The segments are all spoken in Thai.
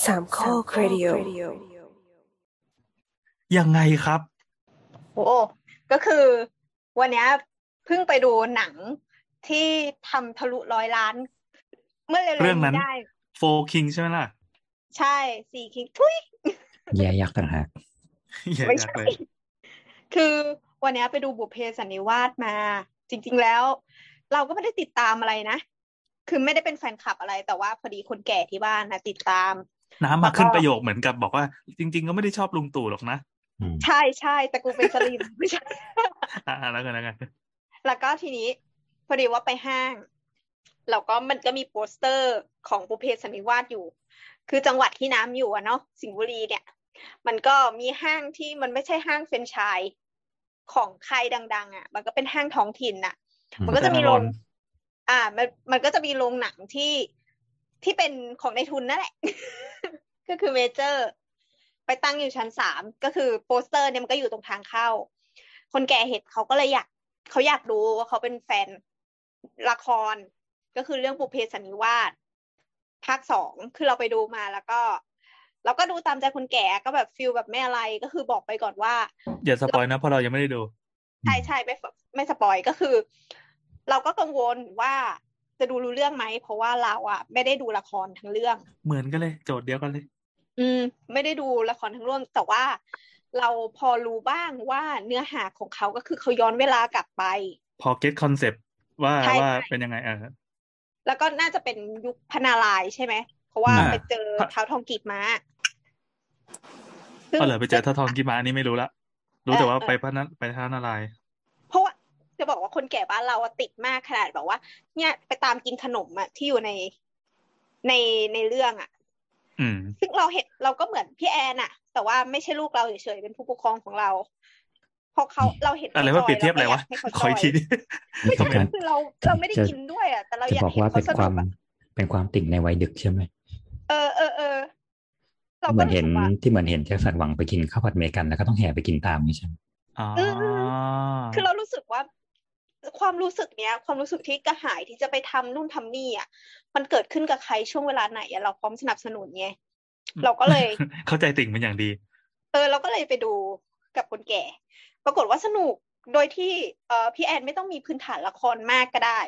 สามข้อครดิโอยังไงครับโอ้ก็คือวันนี้เพิ่งไปดูหนังที่ทำทะลุ100 ล้านเมื่อเร็วๆเรื่องนี้นั้นได้โฟคิงใช่ไหมล่ะใช่สี่คิงทุยแย่ยักษ์ต่างหากอย่าไม่อยากใช่เลยคือวันนี้ไปดูบุพเพสันนิวาสมา จริงๆแล้ว เราก็ไม่ได้ติดตามอะไรนะ คือไม่ได้เป็นแฟนคลับอะไร แต่ว่าพอดีคนแก่ที่บ้านนะติดตามน้ำมาขึ้นประโยคเหมือนกับบอกว่า จริงๆก็ไม่ได้ชอบลุงตู่หรอกนะใช่ใช่แต่กูเป็นสลิม ไม่ใช่แล้วกันแล้วก็ทีนี้พอดีว่าไปห้างแล้วก็มันก็มีโปสเตอร์ของบุพเพสันนิวาสอยู่ คือจังหวัดที่น้ำอยู่อะเนาะสิงห์บุรีเนี่ย มันก็มีห้างที่มันไม่ใช่ห้างแฟรนไชส์ของใครดังๆอะมันก็เป็นห้างท้องถิ่นอะมันก็จะมีโรงมันก็จะมีโรงหนังที่เป็นของในทุนนั่นแหละ ก็คือเมเจอร์ไปตั้งอยู่ชั้น3ก็คือโปสเตอร์เนี่ยมันก็อยู่ตรงทางเข้าคนแก่เห็นเขาก็เลยเขาอยากดูว่าเขาเป็นแฟนละครก็คือเรื่องบุพเพสันนิวาสภาค2คือเราไปดูมาแล้วก็เราก็ดูตามใจคนแก่ก็แบบฟีลแบบไม่อะไรก็คือบอกไปก่อนว่าอย่าสปอยนะเพราะเรายังไม่ได้ดูใช่ไม่สปอยก็คือเราก็กังวลว่าจะดูรู้เรื่องไหมเพราะว่าเราอ่ะไม่ได้ดูละครทั้งเรื่องเหมือนกันเลยโจทย์เดียวกันเลยไม่ได้ดูละครทั้งเรื่องแต่ว่าเราพอรู้บ้างว่าเนื้อหาของเขาก็คือเขาย้อนเวลากลับไปพอเก็ตคอนเซปต์ว่าเป็นยังไงแล้วก็น่าจะเป็นยุคพระนารายณ์ใช่ไหมเพราะว่าไปเจอท้าวทองกีบม้าเหรอไปเจอท้าวทองกีบม้านี่ไม่รู้ละรู้แต่ว่าไปท้าวนารายณ์เพราะว่าจะบอกว่าคนแก่บ้านเราติดมากขนาดแบบว่าเนี่ยไปตามกินขนมอ่ะที่อยู่ในเรื่องอ่ะซึ่งเราเห็นเราก็เหมือนพี่แอนอ่ะแต่ว่าไม่ใช่ลูกเราเฉยๆเป็นผู้ปกครองของเราพอเราเห็นอะไรว่าเปรียบเทียบอะไรวะขออีกทีไม่ใช่คือเราไม่ได้กินด้วยอ่ะแต่เราอยากเห็นเขาสนุกเป็นความติ่งในวัยดึกใช่ไหมเหมือนเห็นแจ็คสันหวังไปกินข้าวผัดเมกันแล้วก็ต้องแห่ไปกินตามนี่ใช่ไหมคือเรารู้สึกว่าความรู้สึกเนี้ยความรู้สึกที่กระหายที่จะไปทำนู่นทำนี่อ่ะมันเกิดขึ้นกับใครช่วงเวลาไหนอ่ะเราพร้อมสนับสนุนไงเราก็เลยเข้าใจติ่งเป็นอย่างดีเราก็เลยไปดูกับคนแก่ปรากฏว่าสนุกโดยที่พี่แอนไม่ต้องมีพื้นฐานละครมากก็ได้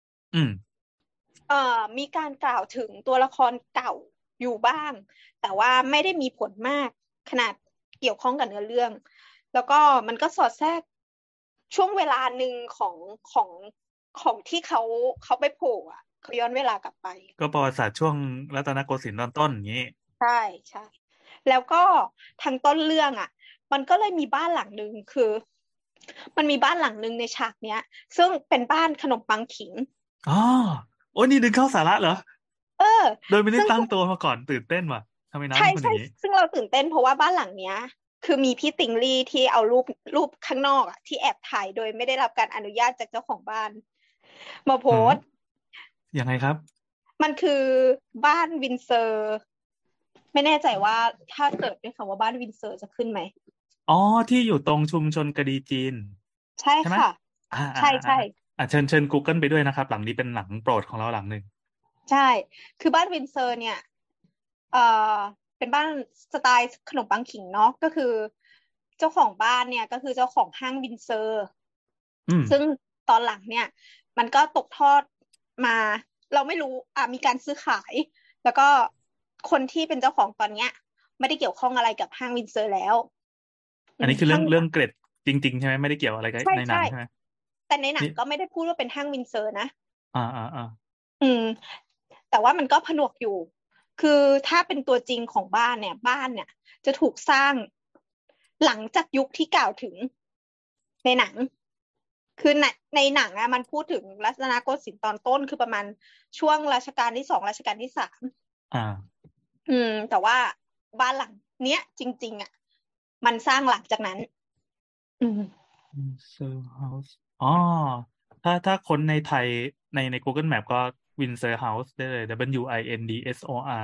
มีการกล่าวถึงตัวละครเก่าอยู่บ้างแต่ว่าไม่ได้มีผลมากขนาดเกี่ยวข้องกับเนื้อเรื่องแล้วก็มันก็สอดแทรกช่วงเวลาหนึ่งของที่เขาไปโผล่อ่ะเขาย้อนเวลากลับไปก็ประวัติศาสตร์ช่วงรัตนโกสินทร์ตอนต้นอย่างนี้ใช่แล้วก็ทางต้นเรื่องอ่ะมันก็เลยมีบ้านหลังนึงคือมันมีบ้านหลังนึงในฉากเนี้ยซึ่งเป็นบ้านขนมปังขิงโอ้นี่ดึงเข้าสาระเหรอโดยไม่ได้ตั้งตัวมาก่อนตื่นเต้นว่ะทำไมน้ำเป็นอย่างนี้ซึ่งเราตื่นเต้นเพราะว่าบ้านหลังเนี้ยคือมีพี่ติงลี่ที่เอารูปข้างนอกอ่ะที่แอบถ่ายโดยไม่ได้รับการอนุญาตจากเจ้าของบ้านมาโพสต์ยังไงครับมันคือบ้านวินเซอร์ไม่แน่ใจว่าถ้าเกิดด้วยคำว่าบ้านวินเซอร์จะขึ้นไหมที่อยู่ตรงชุมชนกะดีจีนใช่ค่ะใช่เชิญ Google ไปด้วยนะครับหลังนี้เป็นหลังโปรดของเราหลังหนึ่งใช่คือบ้านวินเซอร์เนี่ยเป็นบ้านสไตล์ขนมปังขิงเนาะก็คือเจ้าของบ้านเนี่ยก็คือเจ้าของห้างวินเซอร์ซึ่งตอนหลังเนี่ยมันก็ตกทอดมาเราไม่รู้มีการซื้อขายแล้วก็คนที่เป็นเจ้าของตอนเนี้ยไม่ได้เกี่ยวข้องอะไรกับห้างวินเซอร์แล้วอันนี้คือเรื่องเกรดจริงๆใช่ไหมไม่ได้เกี่ยวอะไรกับในหนังใช่ไหมแต่ในหนังก็ไม่ได้พูดว่าเป็นห้างวินเซอร์นะอ่าแต่ว่ามันก็ผนวกอยู่คือถ้าเป็นตัวจริงของบ้านเนี่ยจะถูกสร้างหลังจากยุคที่กล่าวถึงในหนังคือในหนังมันพูดถึงรัตนโกสินทร์ตอนต้นคือประมาณช่วงรัชกาลที่2รัชกาลที่3แต่ว่าบ้านหลังเนี้ยจริงๆมันสร้างหลังจากนั้น Windsor House ถ้าคนในไทยใน Google Map ก็ Windsor House ได้เลย WINDSOR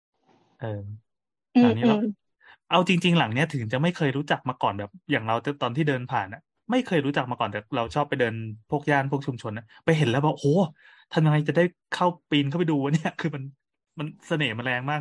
หลังนี้เราเอาจริงๆหลังเนี้ยถึงจะไม่เคยรู้จักมาก่อนแบบอย่างเราตอนที่เดินผ่านไม่เคยรู้จักมาก่อนแต่เราชอบไปเดินพวกย่านพวกชุมชนไปเห็นแล้วบอกโอ้ทำยังไงจะได้เข้าปีนเข้าไปดูวะเนี่ยคือมันเสน่ห์มันแรงมากจริง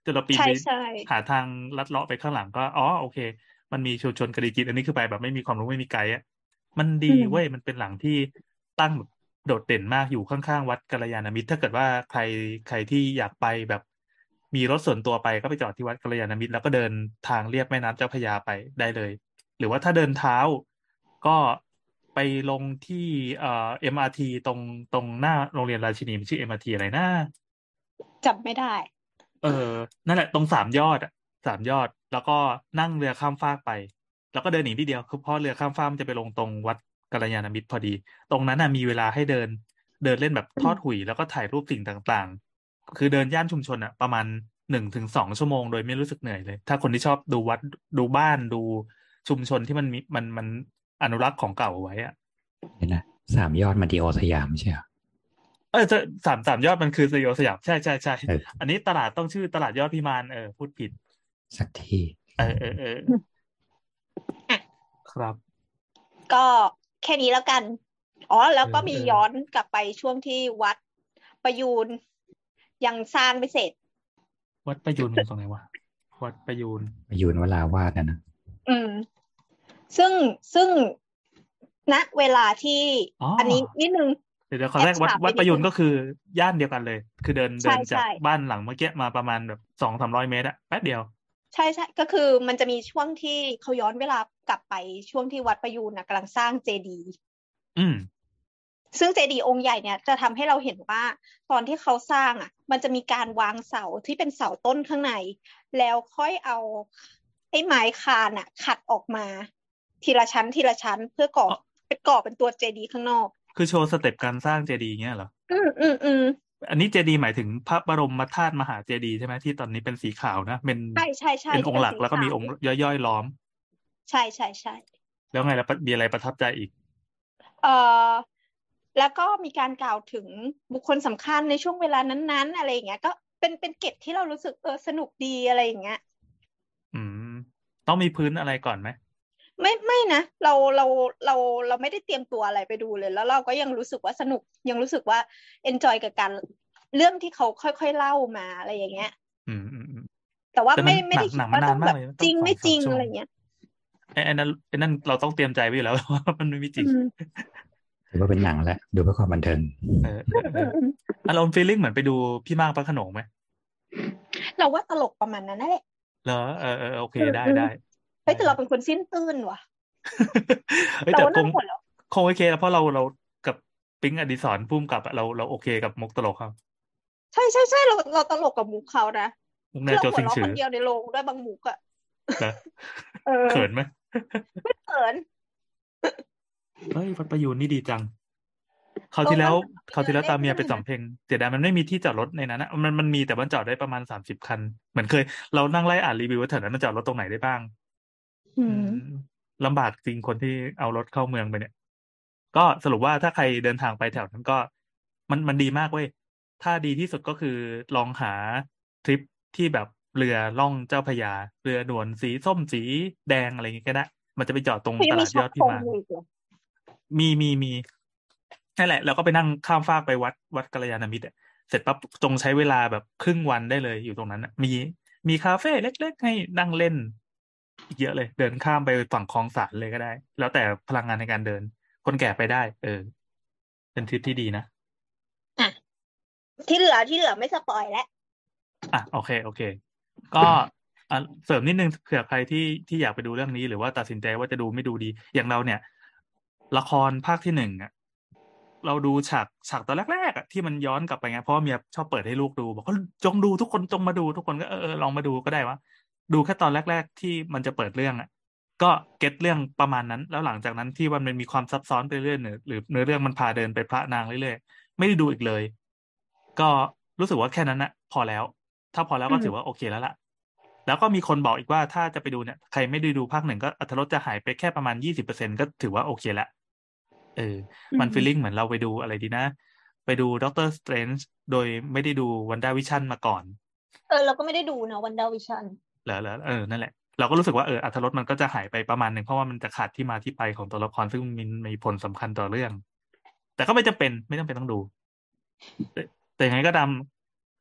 จนเราปีนใช่ไปใช่หาทางลัดเลาะไปข้างหลังก็อ๋อโอเคมันมีชุมชนกะหรี่จีนอันนี้คือไปแบบไม่มีความรู้ไม่มีไกด์อ่ะมันดีอืมเว้ยมันเป็นหลังที่ตั้งแบบโดดเด่นมากอยู่ข้างๆวัดกัลยาณมิตรถ้าเกิดว่าใครที่อยากไปแบบมีรถส่วนตัวไปก็ไปจอดที่วัดกัลยาณมิตรแล้วก็เดินทางเลียบแม่น้ำเจ้าพระยาไปได้เลยหรือว่าถ้าเดินเท้าก็ไปลงที่เอ่อ MRT ตรงหน้าโรงเรียนราชินีมันชื่อ MRT อะไรนะจำไม่ได้เออนั่นแหละตรงสามยอดอ่ะสามยอดแล้วก็นั่งเรือข้ามฟากไปแล้วก็เดินหนีที่เดียวคือเพราะเรือข้ามฟากมันจะไปลงตรงวัดกัลยาณมิตรพอดีตรงนั้นน่ะมีเวลาให้เดินเล่นแบบทอืมอดหุ่ยแล้วก็ถ่ายรูปสิ่งต่างๆคือเดินย่านชุมชนอ่ะประมาณ1 ถึง 2 ชั่วโมงโดยไม่รู้สึกเหนื่อยเลยถ้าคนที่ชอบดูวัดดูบ้านดูชุมชนที่มันมีมันอนุรักษ์ของเก่าเอาไว้อ่ะเห็นนะ3 ยอดมาดีโอสยามใช่เหรอจะสามยอดมันคือสยามสยามใช่เอออันนี้ตลาดต้องชื่อตลาดยอดพิมานพูดผิดสักที่เอออ่ะครับก็แค่นี้แล้วกันอ๋อแล้วก็มีเออย้อนกลับไปช่วงที่วัดประยูรยังสร้างไม่เสร็จวัดประยูรมันตรงไหนวะวัดประยูรประยูรวราวาทนะอืมซึ่งซึ่งณเวลาที่อ๋ออันนี้นิดนึงเดี๋ยวขอแอบแรกวัดถามไปวัดปนิดนึงระยูรก็คือย่านเดียวกันเลยคือเดินจากใช่ใช่บ้านหลังเมื่อกี้มาประมาณแบบ200-300 เมตรอะแป๊บเดียวใช่ใช่ก็คือมันจะมีช่วงที่เขาย้อนเวลากลับไปช่วงที่วัดประยูรนะกำลังสร้างเจดีย์อืมซึ่งเจดีย์องค์ใหญ่เนี่ยจะทำให้เราเห็นว่าตอนที่เขาสร้างอ่ะมันจะมีการวางเสาที่เป็นเสาต้นข้างในแล้วค่อยเอาไอ้ไม้คานอ่ะขัดออกมาทีละชั้นทีละชั้นเพื่อก่ออ๋อเป็นก่อเป็นตัวเจดีย์ข้างนอกคือโชว์สเต็ปการสร้างเจดีย์เงี้ยเหรออืมอันนี้เจดีย์หมายถึงพระบรมธาตุมหาเจดีย์ใช่ไหมที่ตอนนี้เป็นสีขาวนะเป็นใช่ใช่ใช่เป็นอที่เป็นสีงค์หลักแล้วก็มีขาวองค์ย่อยๆล้อมใช่ใช่ใช่แล้วไงแล้วมีอะไรประทับใจอีกเอ่อแล้วก็มีการกล่าวถึงบุคคลสำคัญในช่วงเวลานั้นๆอะไรอย่างเงี้ยก็เป็นเกร็ดที่เรารู้สึกสนุกดีอะไรอย่างเงี้ยอืมต้องมีพื้นอะไรก่อนไหมไม่นะเราเราไม่ได้เตรียมตัวอะไรไปดูเลยแล้วเราก็ยังรู้สึกว่าสนุกยังรู้สึกว่า enjoy กับการเรื่องที่เขาค่อยๆเล่ามาอะไรอย่างเงี้ยอืมแต่ว่าแต่มันไม่ได้คิดหนังมันนานว่าต้องแบบมากเลยนะต้องจริงไม่จริง 2-3 ชั่วโมงอะไรเงี้ยไอ้นั่นเราต้องเตรียมใจไว้อยู่แล้วว่ามันไม่มีจริงอืมถือว่าเป็นหนังแหละดูเพื่อความบันเทิงอารมณ์ฟีลลิ่งเหมือนไปดูพี่มากพระโขนงไหมเราว่าตลกประมาณนั้นนั่นแหละเหรอโอเคอืมอืมได้ได้เฮ้ยแต่ได้เราเป็นคนสิ้นตื้นว่ะเฮ้ยเราแต่ว่านั่งหัวเราะคงโอเคแล้วเพราะเรากับปิ๊งอดิศรพุ่มกับอะเราโอเคกับมุกตลกครับใช่ใช่ใช่เราตลกกับมุกเขานะมุกแนวคือเราโจซิงฉือหัวเราะคนเดียวในโรงด้วยบางมุกอะนะเออเขินไหมเขินเฮ้ยวัดประยูรนี่ดีจังคราวที่แล้ววันหลังไปคราวที่แล้วเดินเล่ตามเมียไปนกันหน่อยไหมสำเพ็งเสียดายมันไม่มีที่จอดรถในนั้นนะมันมีแต่มันจอดได้ประมาณ30 คันเหมือนเคยเรานั่งไล่อ่านรีวิวว่าแถวนั้นมันจอดรถตรงไหนได้บ้างอือืมมลำบากจริงคนที่เอารถเข้าเมืองไปเนี่ยก็สรุปว่าถ้าใครเดินทางไปแถวนั้นก็มันดีมากเว้ยถ้าดีที่สุดก็คือลองหาทริปที่แบบเรือล่องเจ้าพระยาเรือด่วนสีส้มสีแดงอะไรอย่างเงี้ยก็ได้มันจะไปจอดตรงเขายังมีตลาดยชักธงอดพิมานอยู่อีกเหรอมีนั่นแหละแล้วก็ไปนั่งข้ามฟากไปวัดกัลยาณมิตรอะเสร็จปั๊บจงใช้เวลาแบบครึ่งวันได้เลยอยู่ตรงนั้นอะมีคาเฟ่เล็กๆให้นั่งเล่นอีกเยอะเลยเดินข้ามไปฝั่งคลองสานเลยก็ได้แล้วแต่พลังงานในการเดินคนแก่ไปได้เป็นทริปที่ดีนะอ่ะที่เหลือไม่สปอยแล้วโอเคก็อ่ะเสริมนิดนึงเผื่อใครที่อยากไปดูเรื่องนี้หรือว่าตัดสินใจว่าจะดูไม่ดูดีอย่างเราเนี่ยละครภาคที่1อ่ะเราดูฉากตอนแรกๆอ่ะที่มันย้อนกลับไปไงเพราะว่าเมียชอบเปิดให้ลูกดูบอกว่าจงดูทุกคนจงมาดูทุกคนก็ลองมาดูก็ได้วะดูแค่ตอนแรกๆที่มันจะเปิดเรื่องอ่ะก็เก็ตเรื่องประมาณนั้นแล้วหลังจากนั้นที่มันมีความซับซ้อนไปเรื่อยๆหรือเนื้อเรื่องมันพาเดินไปพระนางเรื่อยๆไม่ได้ดูอีกเลยก็รู้สึกว่าแค่นั้นนะพอแล้ว ถ้าพอแล้วอืมก็ถือว่าโอเคแล้วล่ะแล้วก็มีคนบอกอีกว่าถ้าจะไปดูเนี่ยใครไม่ได้ดูภาค 1ก็อรรถรสจะหายไปแค่ประมาณ20%ก็ถือว่าโอเคละเอออืมันฟีลลิ่งมเหมือนเราไปดูอะไรดีนะไปดูด็อกเตอร์สเตรนจ์โดยไม่ได้ดูวันด้าวิชั่นมาก่อนเราก็ไม่ได้ดูนะวันดาวิชันเหรอนั่นแหละเราก็รู้สึกว่าอรรถรสมันก็จะหายไปประมาณหนึ่งเพราะว่ามันจะขาดที่มาที่ไปของตัวละครซึ่งมีผลสำคัญต่อเรื่องแต่ก็ไม่จำเป็นต้องดูแต่ยังไงก็ตาม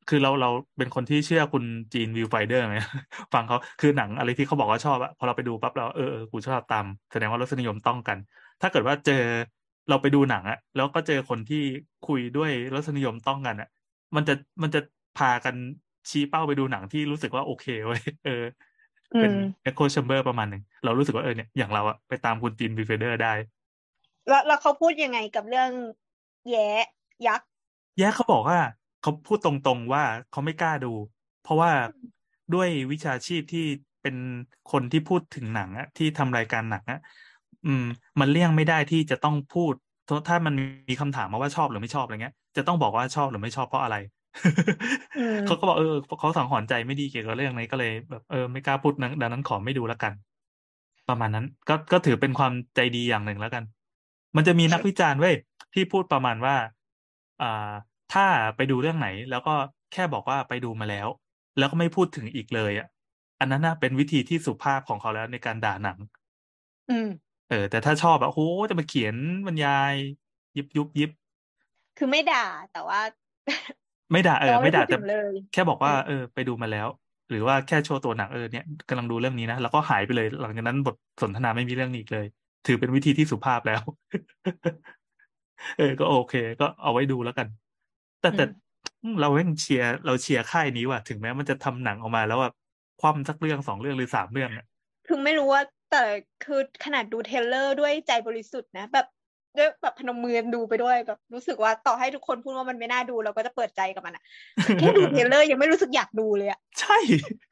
คือเราเป็นคนที่เชื่อคุณจีนวิวไฟเดอร์ไหม ฟังเขาคือหนังอะไรที่เขาบอกว่าชอบอะพอเราไปดูปั๊บเรากูชอบตามแสดงว่ารสนิยมต้องกัน ถ้าเกิดว่าเจอเราไปดูหนังอะแล้วก็เจอคนที่คุยด้วยรสนิยมต้องกันอะมันจะมันจะพากันชี้เป้าไปดูหนังที่รู้สึกว่าโอเคเว้ยเป็นอืม echo chamber ประมาณหนึ่งเรารู้สึกว่าเนี่ยอย่างเราอะไปตามคุณจีนวิวไฟเดอร์ได้แล้วเขาพูดยังไงกับเรื่องแย้ยักษ์แย่เขาบอกว่าเขาพูดตรงๆว่าเขาไม่กล้าดูเพราะว่าด้วยวิชาชีพที่เป็นคนที่พูดถึงหนังอะที่ทำรายการหนังอะอืมมันเลี่ยงไม่ได้ที่จะต้องพูดถ้ามันมีคำถามมาว่าชอบหรือไม่ชอบอะไรเงี้ยจะต้องบอกว่าชอบหรือไม่ชอบเพราะอะไรอืมเขาก็บอกเขาสังหรณ์ใจไม่ดีเกี่ยวกับเรื่องนี้ก็เลยแบบไม่กล้าพูดดังนั้นขอไม่ดูแล้วกันประมาณนั้นก็ถือเป็นความใจดีอย่างหนึ่งแล้วกันมันจะมีนักวิจารณ์เว้ยที่พูดประมาณว่า อ่าถ้าไปดูเรื่องไหนแล้วก็แค่บอกว่าไปดูมาแล้วแล้วก็ไม่พูดถึงอีกเลยอ่ะอันนั้นน่ะเป็นวิธีที่สุภาพของเขาแล้วในการด่าหนังอืมแต่ถ้าชอบอะโหจะมาเขียนบรรยายยิบยุบยิบคือไม่ด่าแต่ว่าไม่ด่าแต่ว่าไม่ไม่ด่าแต่พูดถึงเลยแค่บอกว่าไปดูมาแล้วหรือว่าแค่โชว์ตัวหนังเนี่ยกำลังดูเรื่องนี้นะแล้วก็หายไปเลยหลังจากนั้นบทสนทนาไม่มีเรื่องนี้อีกเลยถือเป็นวิธีที่สุภาพแล้ว ก็โอเคก็เอาไว้ดูแล้วกันแต่อืมเราแม่งเราเชียร์ค่ายนี้ว่ะถึงแม้มันจะทำหนังออกมาแล้วว่าคว่ำสักเรื่องสองเรื่องหรือสามเรื่องอ่ะคือไม่รู้ว่าแต่คือขนาดดูเทรลเลอร์ด้วยใจบริสุทธิ์นะแบบด้วยแบบพนมมือดูไปด้วยแบบรู้สึกว่าต่อให้ทุกคนพูดว่ามันไม่น่าดูเราก็จะเปิดใจกับมันอะแต่แค่ดูเทรลเลอร์ยังไม่รู้สึกอยากดูเลยอะใช่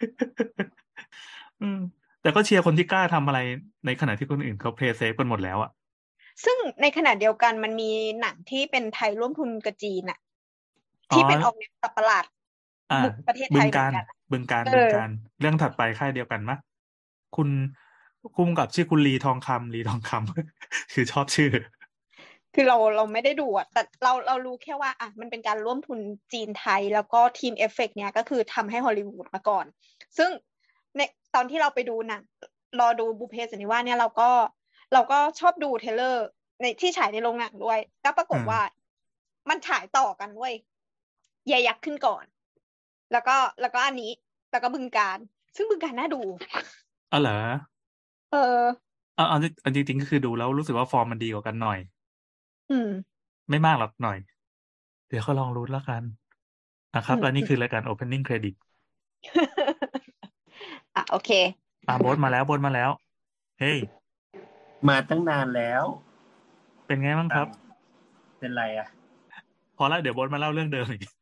อืมแต่ก็เชียร์คนที่กล้าทำอะไรในขณะที่คนอื่นเขาเพลย์เซฟกันหมดแล้วอ่ะซึ่งในขณะเดียวกันมันมีหนังที่เป็นไทยร่วมทุนกับจีนอะอ๋อที่เป็นออกแนวสัตว์ประหลาดอ่าบุกประเทศไทยเหมือนกันอะเออบึงการเรื่องถัดไปค่ายเดียวกันมะคุณคุ้มกับชื่อคุณลีทองคำคือชอบชื่อคือเราไม่ได้ดูอะแต่เรารู้แค่ว่าอ่ะมันเป็นการร่วมทุนจีนไทยแล้วก็ทีมเอฟเฟกต์เนี้ยก็คือทำให้ฮอลลีวูดมาก่อนซึ่งในตอนที่เราไปดูหนังรอดูบุพเพสันนิวาสเนี่ยเราก็ชอบดูเทรลเลอร์ในที่ฉายในโรงหนังด้วยก็ปรากฏว่ามันฉายต่อกันเว้ยแยยักษ์ขึ้นก่อนแล้วก็อันนี้แล้วก็บึงการซึ่งบึงการน่าดูอ๋อเหรอเออเอาจริงๆก็คือดูแล้วรู้สึกว่าฟอร์มมันดีกว่ากันหน่อยอืมไม่มากหรอกหน่อยเดี๋ยวเขาลองรู้แล้วกันนะครับและนี่อืมคือรายการ Opening Credit อ่ะโอเคโบสมาแล้วเฮ้ยมาตั้งนานแล้วเป็นไงบ้างครับเป็นไรอ่ะพอแล้วเดี๋ยวโบสมาเล่าเรื่องเดิมอีก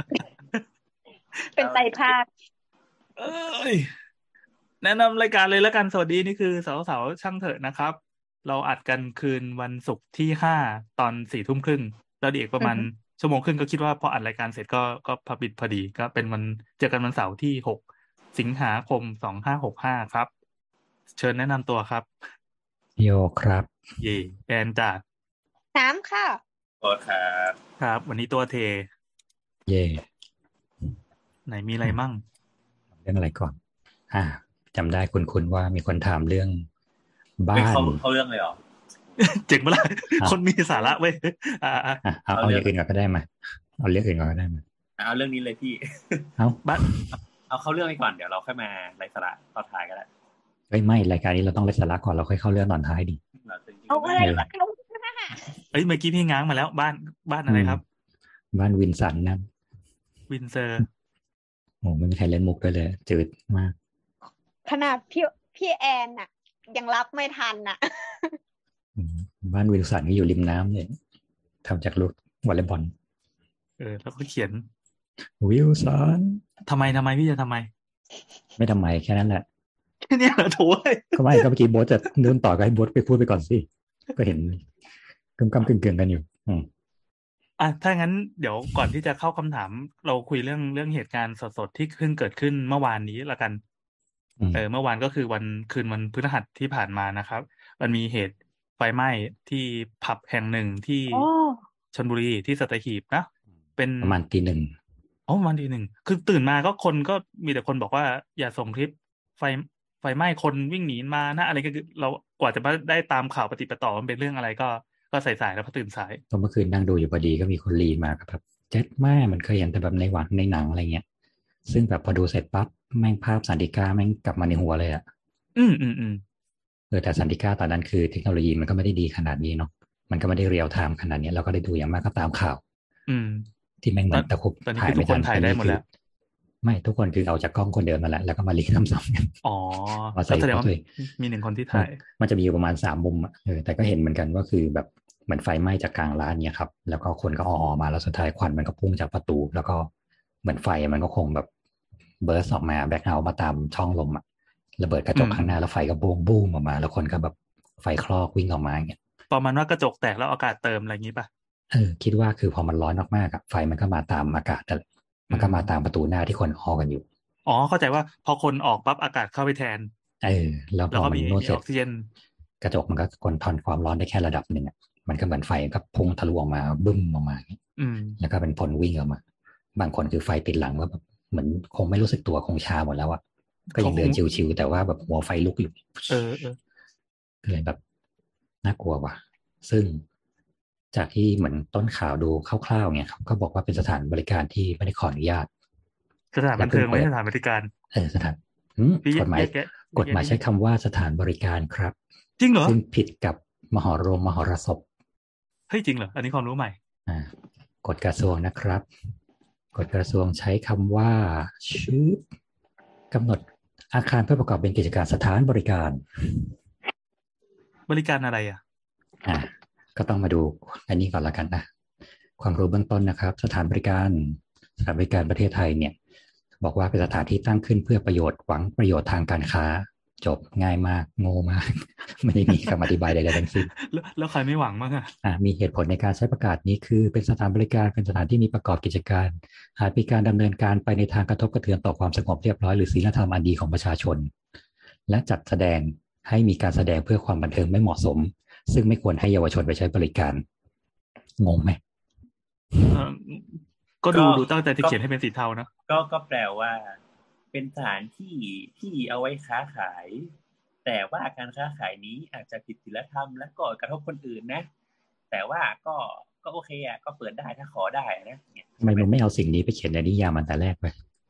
เป็นไตรภาคเอ้ยแนะนำรายการเลยแล้วกันสวัสดีนี่คือสาวๆช่างเถอะนะครับเราอัดกันคืนวันศุกร์ที่5ตอน4 ทุ่มครึ่งแล้วอีกประมาณชั่วโมงครึ่งก็คิดว่าพออัดรายการเสร็จก็พับบิดพอดีก็เป็นวันเจอกันวันเสาร์ที่6 สิงหาคม2565ครับเชิญแนะนำตัวครับโยครับเย่แอนจ้าน้ำค่ะโอ้ครับครับวันนี้ตัวเทเย่ไหนมีอะไรมั่งเรื่องอะไรก่อนจำได้คุณว่ามีคนถามเรื่องบ้าไม่นเขาเรื่องเลยเหรอเจ๋งปะล่ะคนมีสาระเว้ยเอาอย่างอื่นก่อนก็ได้มาเอาเรื่องอื่นก่อนก็ได้มาเอาเรื่องนี้เลยพี่บ้านเอาเข้าเรื่องไปก่อนเดี๋ยวเราค่อยมาไร้สาระตอนท้ายก็ได้ไม่รายการนี้เราต้องไร้สาระก่อนเราค่อยเข้าเรื่องตอนท้ายดิเราจริงๆเอาไม่อะไรมีอะไรเอาเอ้ยเมื่อกี้พี่ง้างมาแล้วบ้านอะไรครับบ้านวินสันนะวินเซอร์โอ้ไม่มีใครเล่นมุกด้วยเลยจืดมากขนาดพี่แอนน่ะ ยังรับไม่ทันน่ะบ้านวินสันก็อยู่ริมน้ำเลยทำจากลูกวอลเลย์บอลแล้วก็เขียนวิลสันทำไมพี่จะทำไมไม่ทำไมแค่นั้นแหละแค่เนี้ยเหรอโถ่เอ้ยก็ไม่ก็เมื่อกี้โบ๊ทจะเดินต่อก็ให้โบ๊ทไปพูดไปก่อนสิก็เห็นกำกึ่งกันอยู่ถ้างั้นเดี๋ยวก่อนที่จะเข้าคำถามเราคุยเรื่องเหตุการณ์สดๆที่เพิ่งเกิดขึ้นเมื่อวานนี้ละกันเมื่อวานก็คือคืนวันพฤหัสที่ผ่านมานะครับมันมีเหตุไฟไหม้ที่ผับแห่งหนึ่งที่อ๋อชลบุรีที่สัตหีบนะเป็นประมาณตี 1 ประมาณตี 1คือตื่นมาก็คนก็มีแต่คนบอกว่าอย่าส่งคลิปไฟไหม้คนวิ่งหนีมานะอะไรก็คือเรากว่าจะมาได้ตามข่าวปฏิปต่อมันเป็นเรื่องอะไรก็สายๆแล้วเพราะตื่นสายตอนเมื่อคืนนั่งดูอยู่พอดีก็มีคนรีมาครับเจ็ดแม่มันเคยเห็นแต่แบบในหวังในหนังอะไรเงี้ยซึ่งแบบพอดูเสร็จปั๊บแม่งภาพสันติกาแม่งกลับมาในหัวเลยอะแต่สันติกาตอนนั้นคือเทคโนโลยีมันก็ไม่ได้ดีขนาดนี้เนาะมันก็ไม่ได้เรียลไทม์ขนาดนี้เราก็ได้ดูอย่างมากก็ตามข่าวที่แม่งเหมือนตะคุบถ่ายไม่ทันถ่ายได้หมดแล้วไม่ทุกคนคือเอาจากกล้องคนเดิมมาแล้วก็มารีทำซ้ำกันมาใส่แสดงว่ามี1คนที่ถ่ายมันจะมีอยู่ประมาณ3 มุมแต่ก็เห็นเหมือนกันว่าคือแบบเหมือนไฟไหม้จากกลางร้านเนี่ยครับแล้วก็คนก็ออกมาแล้วสุดท้ายควันมันก็พุ่งจากประตูแล้วก็เหมือนไฟมันก็คงแบบเบิร์สออกมาแบ็คเอาท์มาตามช่องลมระเบิดกระจกข้างหน้าแล้วไฟก็บูมออกมาแล้วคนก็แบบไฟคลอกวิ่งออกมาอย่างเงี้ยประมาณว่ากระจกแตกแล้วอากาศเติมอะไรอย่างนี้ป่ะคิดว่าคือพอมันร้อนมากๆไฟมันก็มาตามอากาศมันก็มาตามประตูหน้าที่คนออกกันอยู่เข้าใจว่าพอคนออกปั๊บอากาศเข้าไปแทนแล้วพอมันนวดเสร็จออกซิเจนกระจกมันก็ทนความร้อนได้แค่ระดับหนึ่งมันก็เหมือนไฟก็พุ่งทะลุออกมาบึ้มออกมาแล้วก็เป็นผลวิ่งออกมาบางคนคือไฟติดหลังว่าแบบเหมือนคงไม่รู้สึกตัวคงชาหมดแล้วก็ยังเดินชิวๆแต่ว่าแบบหัวไฟลุกอยู่เลยแบบน่ากลัวว่ะซึ่งจากที่เหมือนต้นข่าวดูคร่าวๆเนี่ยครับก็บอกว่าเป็นสถานบริการที่ไม่ได้ขออนุญาตสถานบันเทิงไม่ใช่สถานบริการสถานกฎหมายใช้คำว่าสถานบริการครับจริงเหรอซึ่งผิดกับมหรสพเฮ้ยจริงเหรออันนี้ความรู้ใหม่กฎกระทรวงนะครับกฎกระทรวงใช้คำว่าชื่อกำหนดอาคารเพื่อประกอบเป็นกิจการสถานบริการอะไรก็ต้องมาดูอันนี้ก่อนละกันนะความรู้เบื้องต้นนะครับสถานบริการประเทศไทยเนี่ยบอกว่าเป็นสถานที่ตั้งขึ้นเพื่อหวังประโยชน์ทางการค้าจบง่ายมากโง่มากไม่ได้มีคำอธิบายใดๆทั้งสิ้นแล้วใครไม่หวังมั้งมีเหตุผลในการใช้ประกาศนี้คือเป็นสถานบริการเป็นสถานที่มีประกอบกิจการหากมีการดำเนินการไปในทางกระทบกระเทือนต่อความสงบเรียบร้อยหรือศีลธรรมอันดีของประชาชนและจัดแสดงให้มีการแสดงเพื่อความบันเทิงไม่เหมาะสมซึ่งไม่ควรให้เยาวชนไปใช้บริการงงไหมก็ดูตั้งใจที่เขียนให้เป็นสีเทานะก็แปลว่าเป็นสถานที่เอาไว้ค้าขายแต่ว่าการค้าขายนี้อาจจะผิดศีลธรรมและก็กระทบคนอื่นนะแต่ว่าก็โอเคก็เปิดได้ถ้าขอได้นะทำไมมันไม่เอาสิ่งนี้ไปเขียนในนิยามมันแต่แรกไป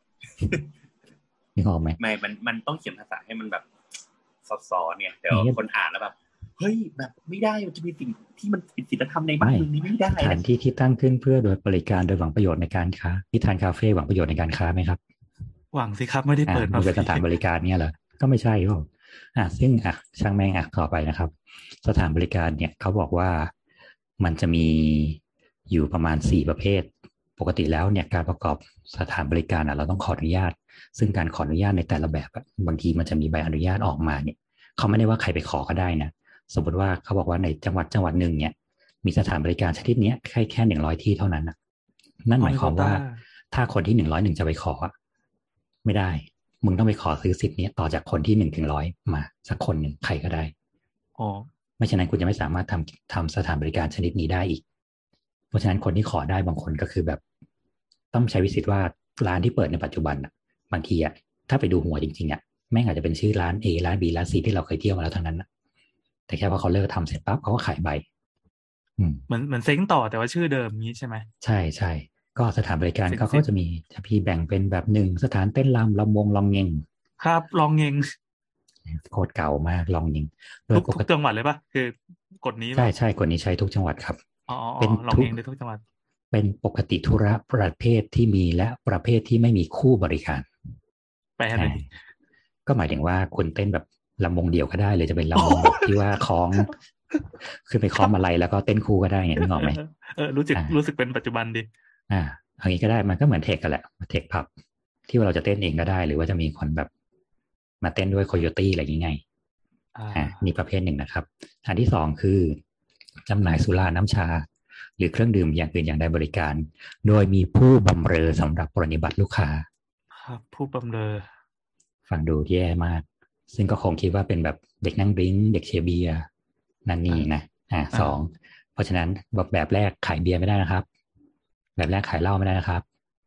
นี่ออกไหมไม่มันต้องเขียนภาษาให้มันแบบซอเนี่ยเดี๋ยวคนอ่านแล้วแบบเฮ้ยแบบไม่ได้มันจะมีสิ่งที่มันผิดศีลธรรมในบ้านเมืองนี้ไม่ได้สถานที่ที่ตั้งขึ้นเพื่อโดยบริการโดยหวังประโยชน์ในการค้าที่ทานคาเฟ่หวังประโยชน์ในการค้าไหมครับหวังสิครับไม่ได้เปิดมาเป็นสถานบริการเนี่ยเหรอก็ไม่ใช่หรอกซึ่งช่างแม่งต่อไปนะครับสถานบริการเนี่ยเขาบอกว่ามันจะมีอยู่ประมาณ4ประเภทปกติแล้วเนี่ยการประกอบสถานบริการเราต้องขออนุญาตซึ่งการขออนุญาตในแต่ละแบบบางทีมันจะมีใบอนุญาตออกมาเนี่ยเขาไม่ได้ว่าใครไปขอก็ได้นะสมมติว่าเขาบอกว่าในจังหวัดหนึ่งเนี่ยมีสถานบริการชนิดนี้แค่100 ที่เท่านั้นนั่นหมายความว่าถ้าคนที่101จะไปขอไม่ได้มึงต้องไปขอซื้อสิทธิ์นี้ต่อจากคนที่1 ถึง 100มาสักคนหนึ่งใครก็ได้ไม่ฉะนั้นคุณจะไม่สามารถทำสถานบริการชนิดนี้ได้อีกเพราะฉะนั้นคนที่ขอได้บางคนก็คือแบบต้องใช้วิสิทธิ์ว่าร้านที่เปิดในปัจจุบันบางทีถ้าไปดูหัวจริงๆแม่งอาจจะเป็นชื่อร้าน A ร้าน B ร้าน C ที่เราเคยเที่ยวมาแล้วทั้งนั้นแต่แค่พอเขาเลิกทำเสร็จปั๊บเขาก็ขายใบเหมือนเซ้งต่อแต่ว่าชื่อเดิมนี้ใช่ไหมใช่ก็สถานบริการเขาจะมีพี่แบ่งเป็นแบบ1สถานเต้นรำลำวงลองเงงครับลองเงงโคตรเก่ามากลองเงงทุกจังหวัดเลยป่ะคือกฎนี้ใช่กฎนี้ใช้ทุกจังหวัดครับเป็นลองเงงในทุกจังหวัดเป็นปกติธุระประเภทที่มีและประเภทที่ไม่มีคู่บริการไปอะไรก็หมายถึงว่าคุณเต้นแบบลำวงเดี่ยวก็ได้หรือจะเป็นลำวงแบบที่ว่าคล้องขึ้นไปคล้องมาลัยแล้วก็เต้นคู่ก็ได้เนี่ยนึกออกไหมรู้สึกเป็นปัจจุบันดิอย่างนี้ก็ได้มันก็เหมือนเทคกันแหละเทคผับที่เราจะเต้นเองก็ได้หรือว่าจะมีคนแบบมาเต้นด้วยโคโยตี้อะไรอย่างงี้ไงนี่ประเภทหนึ่งนะครับอันที่2คือจำหน่ายสุราน้ำชาหรือเครื่องดื่มอย่างอื่นอย่างใดบริการโดยมีผู้บำเรอสำหรับปฏิบัติลูกค้าครับผู้บำเรอฟังดูแย่มากซึ่งก็คงคิดว่าเป็นแบบเด็กนั่งดริ้งเด็กเชียร์เบียร์นั่นนี่นะ2เพราะฉะนั้นแบบแรกขายเบียร์ไม่ได้นะครับแบบแรกขายเหล้าไม่ได้นะครับ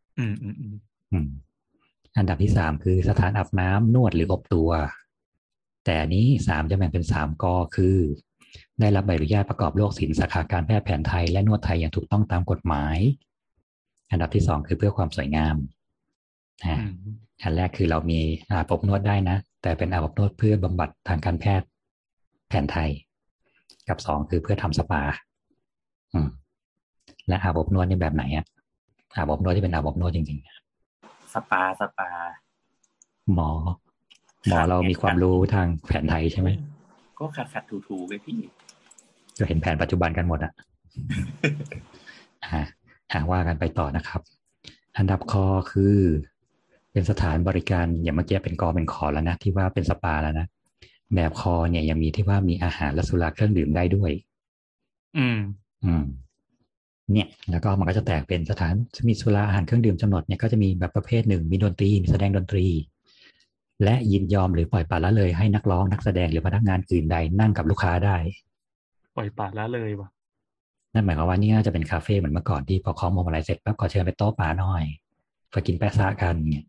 อันดับที่3คือสถานอาบน้ำนวดหรืออบตัวแต่นี้3จะแบ่งเป็น3 ก.คือได้รับใบอนุญาตประกอบโรคศิลป์สาขาการแพทย์แผนไทยและนวดไทยอย่างถูกต้องตามกฎหมายอันดับที่สองคือเพื่อความสวยงามอันแรกคือเรามีอาบอบนวดได้นะแต่เป็นอาบอบนวดเพื่อบำบัดทางการแพทย์แผนไทยกับสองคือเพื่อทำสปาและอาบอบนวดนี่แบบไหนอ่ะอาบอบนวดที่เป็นอาบอบนวดจริงๆสปาหมอเรามีความรู้ทางแผนไทยใช่ไหมก็ขัดถูๆไปพี่ก็เห็นแผนปัจจุบันกันหมดอ่ะ ว่ากันไปต่อนะครับอันดับคอคือเป็นสถานบริการอย่างเมื่อกี้เป็นกอเป็นขอแล้วนะที่ว่าเป็นสปาแล้วนะแบบคอเนี่ยยังมีที่ว่ามีอาหารและสุราเครื่องดื่มได้ด้วยเนี่ยแล้วก็มันก็จะแตกเป็นสถานมีสุราอาหารเครื่องดื่มกำหนดเนี่ยก็จะมีแบบประเภทหนึ่งมีดนตรีมีแสดงดนตรีและยินยอมหรือปล่อยปละละเลยให้นักร้องนักแสดงหรือพนักงานอื่นใดนั่งกับลูกค้าได้ปล่อยปละละเลยวะนั่นหมายความว่านี่น่าจะเป็นคาเฟ่เหมือนเมื่อก่อนที่พอคล้องพวงมาลัยเสร็จปั๊บก็เชิญไปโต๊ะป่าหน่อยไปกินแปะซะกันเนี่ย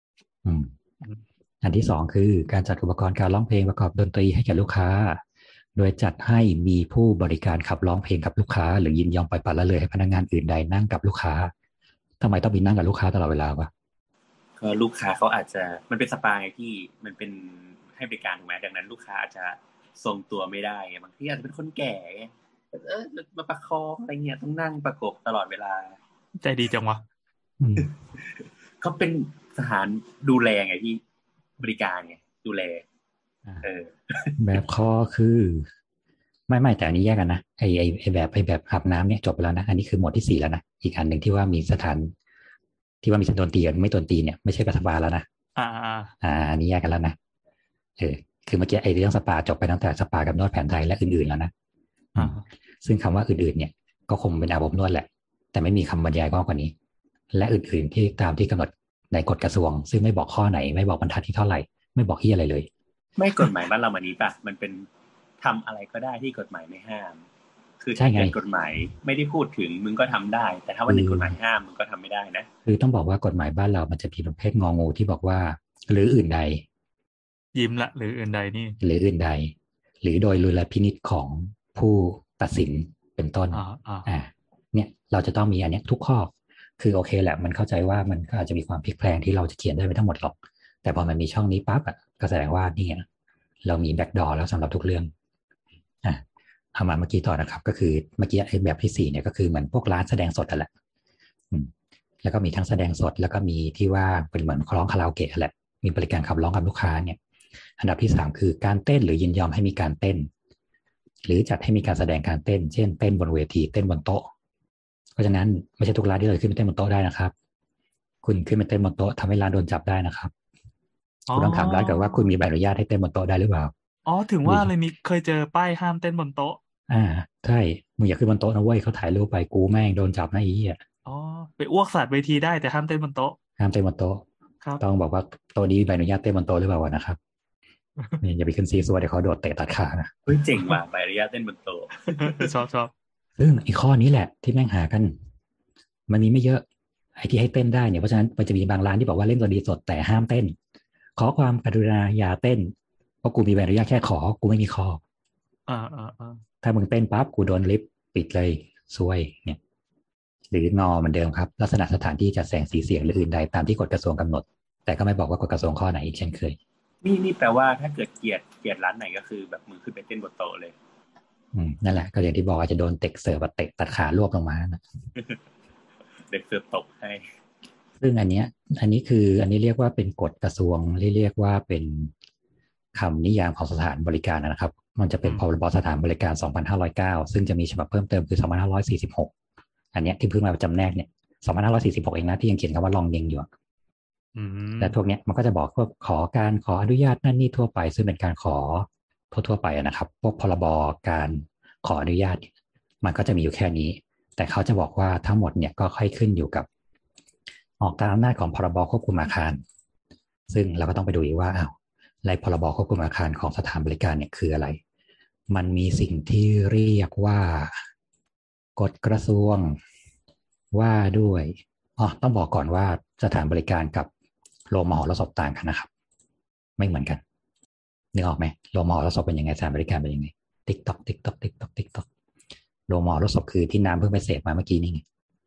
อันที่สองคือการจัดอุปกรณ์การร้องเพลงประกอบดนตรีให้แก่ลูกค้าโดยจัดให้มีผู้บริการขับร้องเพลงกับลูกค้าหรือยินยอมปล่อยปละละเลยให้พนักงานอื่นใดนั่งกับลูกค้าทำไมต้องมีนั่งกับลูกค้าตลอดเวลาวะก็ลูกค้าเขาอาจจะมันเป็นสปาไงที่มันเป็นให้บริการถูกไหมดังนั้นลูกค้าอาจจะทรงตัวไม่ได้บางทีอาจจะเป็นคนแก่มาประคองอะไรเงี้ยต้องนั่งประกบตลอดเวลาใจดีจังวะเขาเป็นสถานดูแลไงที่บริการไงดูแลแบบคอคือไม่แต่อันนี้แยกกันนะไอแบบอาบน้ำเนี่ยจบไปแล้วนะอันนี้คือหมวดที่สี่แล้วนะอีกอันหนึ่งที่ว่ามีสถานที่ว่ามีดนตรีไม่ดนตรีเนี่ยไม่ใช่สปาแล้วนะอันนี้แยกกันแล้วนะคือเมื่อกี้ไอเรื่องสปาจบไปตั้งแต่สปากับนวดแผนไทยและอื่นๆแล้วนะซึ่งคำว่าอื่นๆเนี่ยก็คงเป็นอาบอบนวดแหละแต่ไม่มีคำบรรยายมากกว่านี้และอื่นๆที่ตามที่กำหนดในกฎกระทรวงซึ่งไม่บอกข้อไหนไม่บอกบรรทัดที่เท่าไหร่ไม่บอกที่อะไรเลยไม่กฎหมายบ้านเรามันนี้ป่ะมันเป็นทำอะไรก็ได้ที่กฎหมายไม่ห้ามคือถ้าเกิดกฎหมายไม่ได้พูดถึงมึงก็ทำได้แต่ถ้าวันหนึ่งกฎหมายห้ามมึงก็ทำไม่ได้นะคือต้องบอกว่ากฎหมายบ้านเรามันจะมีประเภทงองูที่บอกว่าหรืออื่นใดยิ้มละหรืออื่นใดนี่หรืออื่นใดหรือโดยดุลพินิจของผู้ตัดสินเป็นต้นเนี่ยเราจะต้องมีอันนี้ทุกข้อคือโอเคแหละมันเข้าใจว่ามันก็อาจจะมีความพลิกแพลงที่เราจะเขียนได้ไม่ทั้งหมดหรอกแต่พอมันมีช่องนี้ปั๊บก็แสดงว่านี่เรามีแบ็กดอร์แล้วสำหรับทุกเรื่องเอามาเมื่อกี้ต่อนะครับก็คือเมื่อกี้ไอ้แบบที่สี่เนี่ยก็คือเหมือนพวกร้านแสดงสดนั่นแหละแล้วก็มีทั้งแสดงสดแล้วก็มีที่ว่าเป็นเหมือนร้องคาราโอเกะแหละมีบริการขับร้องกับลูกค้าเนี่ยอันดับที่สามคือการเต้นหรือยินยอมให้มีการเต้นหรือจัดให้มีการแสดงการเต้นเช่นเต้นบนเวทีเต้นบนโต๊ะเพราะฉะนั้นไม่ใช่ทุกร้านที่เราขึ้นไปเต้นบนโต๊ะได้นะครับคุณขึ้นไปเต้นบนโต๊ะทำให้ร้านโดนจับได้นะครับคุณต้องถามร้านก่อนว่าคุณมีใบอนุญาตให้เต้นบนโต๊ะได้หรือเปล่าถึงว่าเลยมีเคยเจอป้ายห้ามเต้นบนโต๊ะใช่มึงอย่าขึ้นบนโต๊ะนะเว้ยเขาถ่ายรูปไปกูแม่งโดนจับนะอีไปอ้วกสัตว์เวทีได้แต่ห้ามเต้นบนโต๊ะห้ามเต้นบนโต๊ะต้องบอกว่าโต๊ะนี้มีใบอนุญาตเต้นบนโต๊ะหรือเปล่านะครับนี่อย่าไปขึ้นซีซัวเดี๋ยวเขาโดดเตะตัดขานะเฮ้ยเจ๋งว่ะใบอนุญาตเต้นบนโต๊ะชอบซึ่งอีกข้อนี้แหละที่แม่งหากันมันมีไม่เยอะไอ้ที่ให้เต้นได้เนี่ยเพราะฉะนั้นมันจะมีบางร้านที่บอกว่าเล่นดนตรีสดแต่ห้ามเต้นขอความกรุณาอย่าเต้นเพราะกูมีใบอนุญาตแค่ขอกูไม่มีข้อถ้ามึงเต้นปั๊บกูโดนลิฟต์ปิดเลยซวยเนี่ยหรืองอเหมือนเดิมครับลักษณะสถานที่จัดแสงสีเสียงหรืออื่นใดตามที่กฎกระทรวงกำหนดแต่ก็ไม่บอกว่ากฎกระทรวงข้อไหนอีกเช่นเคยนี่แปลว่าถ้าเกิดเกลียดร้านไหนก็คือแบบมึงขึ้นไปเต้นบนโต๊ะเลยนั่นแหละก็อย่างที่บอกว่าจะโดนเตะเสิร์ฟเตะตัดขารวบลงมาเด็กเสิร์ฟตกให้ซึ่งอันนี้เรียกว่าเป็นกฎกระทรวงเรียกว่าเป็นคำนิยามของสถานบริการนะครับมันจะเป็นพรบสถานบริการ2509ซึ่งจะมีฉบับเพิ่มเติมคือ2546อันนี้ที่เพิ่งมาจำแนกเนี่ย2546เองนะที่ยังเขียนคำว่าลองเยงอยู่แต่พวกนี้มันก็จะบอกว่าขออนุญาตนั่นนี่ทั่วไปซึ่งเป็นการขอทั่วไปนะครับพวกพรบการขออนุญาตมันก็จะมีอยู่แค่นี้แต่เขาจะบอกว่าทั้งหมดเนี่ยก็ค่อยขึ้นอยู่กับออกตามอำนาจของพรบควบคุมอาคารซึ่งเราก็ต้องไปดูอีกว่าในพรบควบคุมอาคารของสถานบริการเนี่ยคืออะไรมันมีสิ่งที่เรียกว่ากฎกระทรวงว่าด้วยต้องบอกก่อนว่าสถานบริการกับโรงมหรสพต่างกันนะครับไม่เหมือนกันนึกออกไหมโรงมหรสพเป็นยังไงสถานบริการเป็นยังไงติ๊กต๊อกโรงมหรสพคือที่น้ำเพิ่งไปเสพมาเมื่อกี้นี่ไง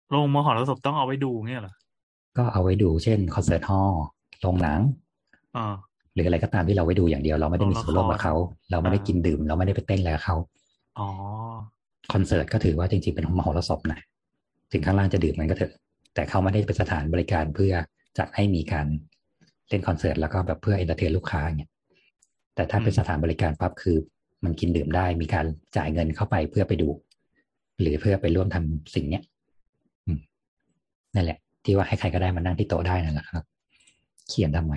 โรงมหรสพต้องเอาไว้ดูเงี้ยเหรอก็เอาไว้ดูเช่นคอนเสิร์ตฮอลล์โรงหนังหรืออะไรก็ตามที่เราไว้ดูอย่างเดียวเราไม่ได้มีส่วนร่วมกับเขาเราไม่ได้กินดื่มเราไม่ได้ไปเต้นอะไรกับเขาคอนเสิร์ตก็ถือว่าจริงๆเป็นมหรสพนะถึงข้างล่างจะดื่มมันก็เถอะแต่เขาไม่ได้เป็นสถานบริการเพื่อจะให้มีการเล่นคอนเสิร์ตแล้วก็แบบเพื่อเอนเตอร์เทนลูกค้าเนี่ยแต่ถ้าเป็นสถานบริการปั๊บคือมันกินดื่มได้มีการจ่ายเงินเข้าไปเพื่อไปดูหรือเพื่อไปร่วมทำสิ่งเนี้ยนั่นแหละที่ว่าให้ใครก็ได้มานั่งที่โต๊ะได้นั่นแหละครับเขียนทำไม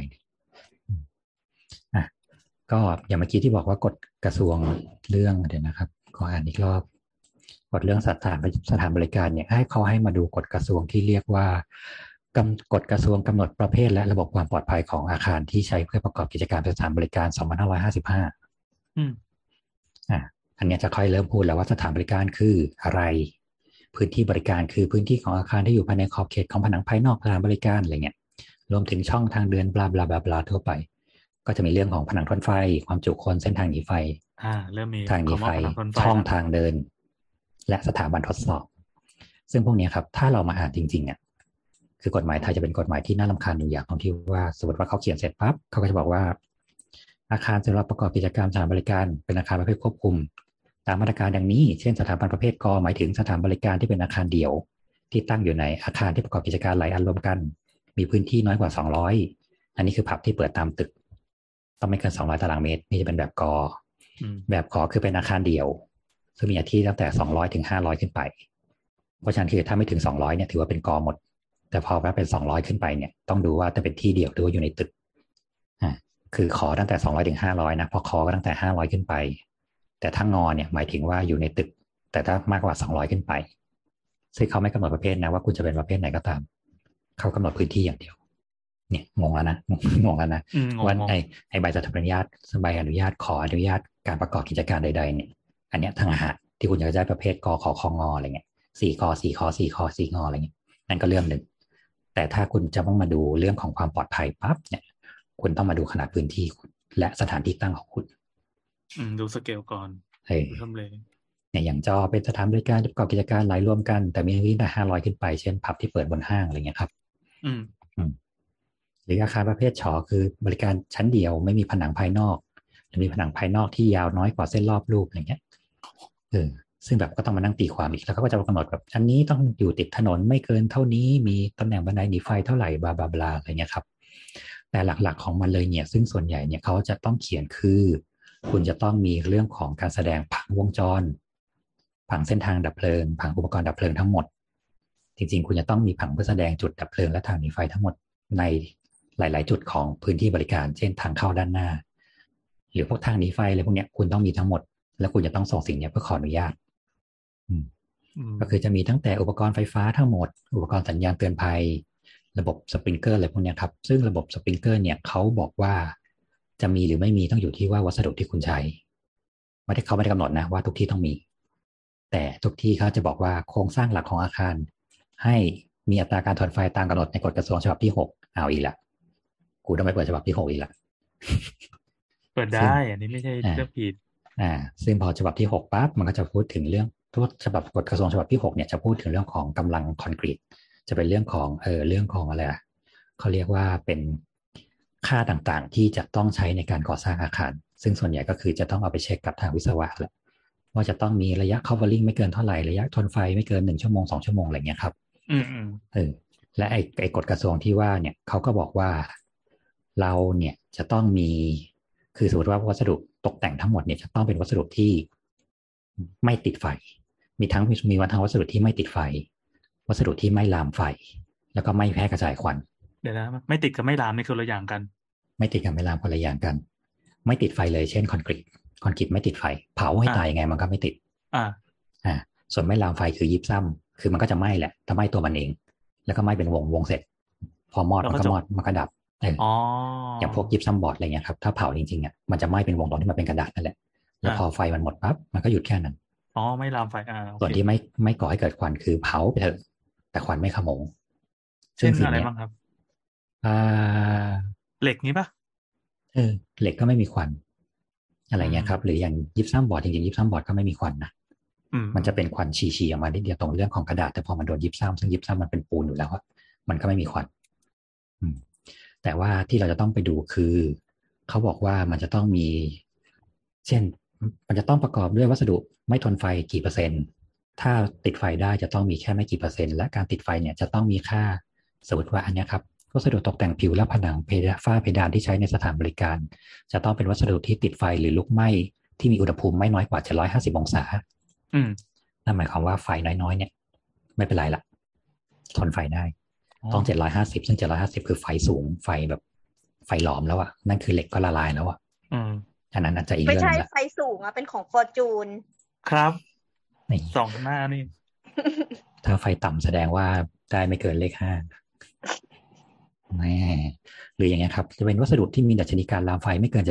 ก็อย่างเมื่อกี้ที่บอกว่ากฎกระทรวงเรื่องเดี๋ยวนะครับขออ่านอีกรอบกฎเรื่องสถานบริการเนี่ยให้เขาให้มาดูกฎกระทรวงที่เรียกว่ากฎกระทรวงกำหนดประเภทและระบบความปลอดภัยของอาคารที่ใช้เพื่อประกอบกิจการสถานบริการ2555อันนี้จะค่อยเริ่มพูดแล้วว่าสถานบริการคืออะไรพื้นที่บริการคือพื้นที่ของอาคารที่อยู่ภายในขอบเขตของผนังภายนอกสถานบริการอะไรเงี้ยรวมถึงช่องทางเดินบลาบลาบลาบลาทั่วไปก็จะมีเรื่องของผนังทนไฟความจุคนเส้นทางหนีไฟเริ่มมีทางหนีไฟช่องทางเดินและสถาบันทดสอบซึ่งพวกนี้ครับถ้าเรามาอ่านจริงๆคือกฎหมายไทยจะเป็นกฎหมายที่น่ารำคาญอยู่อย่างตรงที่ว่าสมมติว่าเขาเขียนเสร็จปั๊บเขาก็จะบอกว่าอาคารสำหรับประกอบกิจการสถานบริการเป็นอาคารประเภทควบคุมตามมาตรการดังนี้เช่นสถาบันประเภทกหมายถึงสถานบริการที่เป็นอาคารเดี่ยวที่ตั้งอยู่ในอาคารที่ประกอบกิจการหลายอันรวมกันมีพื้นที่น้อยกว่า200อันนี้คือผับที่เปิดตามตึกต้องไม่เกิน200ตารางเมตรนี่จะเป็นแบบกแบบขคือเป็นอาคารเดี่ยวซึ่งมีที่ตั้งแต่200ถึง500ขึ้นไปเพราะฉะนั้นคือถ้าไม่ถึง200เนี่ยถือว่าเป็นกหมดแต่พอว่าเป็น200ขึ้นไปเนี่ยต้องดูว่าจะเป็นที่เดี่ยวหรือว่าอยู่ในตึกคือขอตั้งแต่200ถึง500นะพอขอก็ตั้งแต่500ขึ้นไปแต่ถ้างอเนี่ยหมายถึงว่าอยู่ในตึกแต่ถ้ามากกว่า200ขึ้นไปซึ่งเขาไม่กำหนดประเภทนะว่าคุณจะเป็นประเภทไหนก็ตามเขากำหนดพื้นที่อย่างเดียวเนี่ยงงแล้วนะงงแล้วนะว่าไอ้ใบจดทะเบียนญาติใบอนุญาตขออนุญาตการประกอบกิจการใดๆเนี่ยอันเนี้ยทางอาหารที่คุณอยากได้ประเภทกขคงอะไรเงี้ย4ก4ค4ค4งอะไรเงี้ยนั่นก็เรื่องหนึ่งแต่ถ้าคุณจะต้องมาดูเรื่องของความปลอดภัยปั๊บเนี่ยคุณต้องมาดูขนาดพื้นที่และสถานที่ตั้งของคุณดูสเกลก่อนทำเลยเนี่ยอย่างจอเป็นสถานบริการที่ประกอบกิจการหลายรวมกันแต่มีที่ได้500ขึ้นไปเช่นผับที่เปิดบนห้างอะไรเงี้ยครับหรืออาคารประเภทฉอคือบริการชั้นเดียวไม่มีผนังภายนอกหรือมีผนังภายนอกที่ยาวน้อยกว่าเส้นรอบรูปอะไรเงี้ยซึ่งแบบก็ต้องมานั่งตีความอีกแล้วเขาก็จะกำหนดแบบอันนี้ต้องอยู่ติดถนนไม่เกินเท่านี้มีตำแหน่งบันไดหนีไฟเท่าไหร่บลาบลาบลาอะไรเงี้ยครับแต่หลักๆของมันเลยเนี่ยซึ่งส่วนใหญ่เนี่ยเขาจะต้องเขียนคือคุณจะต้องมีเรื่องของการแสดงผังวงจรผังเส้นทางดับเพลิงผังอุปกรณ์ดับเพลิงทั้งหมดจริงๆคุณจะต้องมีผังเพื่อแสดงจุดดับเพลิงและทางหนีไฟทั้งหมดในหลายๆจุดของพื้นที่บริการเช่นทางเข้าด้านหน้าหรือพวกทางหนีไฟอะไรพวกนี้คุณต้องมีทั้งหมดแล้วคุณจะต้องส่งสิ่งนี้เพื่อขออนุญาตก็คือจะมีตั้งแต่อุปกรณ์ไฟฟ้าทั้งหมดอุปกรณ์สัญญาณเตือนภัยระบบสปริงเกอร์อะไรพวกนี้ครับซึ่งระบบสปริงเกอร์เนี่ยเขาบอกว่าจะมีหรือไม่มีต้องอยู่ที่ว่าวัสดุที่คุณใช้เขาไม่ได้กำหนดนะว่าทุกที่ต้องมีแต่ทุกที่เขาจะบอกว่าโครงสร้างหลักของอาคารให้มีอัตราการถอนไฟตามกำหนดในกฎกระทรวงฉบับที่6เอาอีกละกูต้องไปเปิดฉบับที่6อีกละเปิดได้อันนี้ไม่ใช่เรื่องผิดซึ่งพอฉบับที่6ปั๊บมันก็จะพูดถึงเรื่องทุกฉบับกฎกระทรวงฉบับที่6เนี่ยจะพูดถึงเรื่องของกำลังคอนกรีตจะเป็นเรื่องของเรื่องของอะไรเขาเรียกว่าเป็นค่าต่างๆที่จะต้องใช้ในการก่อสร้างอาคารซึ่งส่วนใหญ่ก็คือจะต้องเอาไปเช็คกับทางวิศวะแหละว่าจะต้องมีระยะ covering ไม่เกินเท่าไหร่ระยะทนไฟไม่เกิน1ชั่วโมง2ชั่วโมงอะไรเงี้ยครับและไอ้กฎกระทรวงที่ว่าเนี่ยเขาก็บอกว่าเราเนี่ยจะต้องมีคือสมมติว่าวัสดุตกแต่งทั้งหมดเนี่ยจะต้องเป็นวัสดุที่ไม่ติดไฟมีทั้งวัสดุที่ไม่ติดไฟวัสดุที่ไม่ลามไฟแล้วก็ไม่แพร่กระจายควันเดี๋ยวนะไม่ติดกับไม่ลามนี่คนละอย่างกันไม่ติดกับไม่ลามคนละอย่างกันไม่ติดไฟเลยเช่นคอนกรีตไม่ติดไฟเผาให้ตายยังไงมันก็ไม่ติดส่วนไม่ลามไฟคือยิบซ้ำคือมันก็จะไหม้แหละถ้าไหม้ตัวมันเองแล้วก็ไหม้เป็นวงเสร็จพอมอดมันก็ดับอย่างพวกยิบซ้ำบอร์ดอะไรเงี้ยครับถ้าเผาจริงๆอ่ะมันจะไหม้เป็นวงตอนที่มันเป็นกระดาษนั่นแหละแล้วพอไฟมันหมดปั๊บมันก็หยุดแค่นั้นไม่ลามไฟส่วนที่ไม่ก่อให้เกิดควันคือเผาไปเถอะแต่ควันไม่ขโมงเช่นอะไรบ้างครับเหล็กนี้ปะเหล็กก็ไม่มีควันอะไรเงี้ยครับหรืออย่างยิปซัมบอร์ดจริงๆยิปซัมบอร์ดก็ไม่มีควันนะมันจะเป็นควันชีๆออกมานิดเดียวตรงเรื่องของกระดาษแต่พอมันโดนยิปซัมซึ่งยิปซัมมันเป็นปูนอยู่แล้วมันก็ไม่มีควันแต่ว่าที่เราจะต้องไปดูคือเขาบอกว่ามันจะต้องมีเช่นมันจะต้องประกอบด้วยวัสดุไม่ทนไฟกี่เปอร์เซ็นต์ถ้าติดไฟได้จะต้องมีแค่ไม่กี่เปอร์เซ็นต์และการติดไฟเนี่ยจะต้องมีค่าสมมติว่าอันนี้ครับวัสดุตกแต่งผิวและผนังฝ้าเพดานที่ใช้ในสถานบริการจะต้องเป็นวัสดุที่ติดไฟหรือลุกไหม้ที่มีอุณหภูมิไม่น้อยกว่า750องศานั่นหมายความว่าไฟน้อยๆเนี่ยไม่เป็นไรละทนไฟได้ต้อง750ซึ่ง750คือไฟสูงไฟแบบไฟหลอมแล้วนั่นคือเหล็กก็ละลายแล้วอันนั้นอาจจะอีกเรื่องนึงละไม่ใช่ไฟสูงเป็นของฟอร์จูนครับสองหน้านี่ถ้าไฟต่ำแสดงว่าได้ไม่เกินเลข5แน่หรืออย่างเงี้ยครับจะเป็นวัสดุที่มีดัชนีการลามไฟไม่เกิน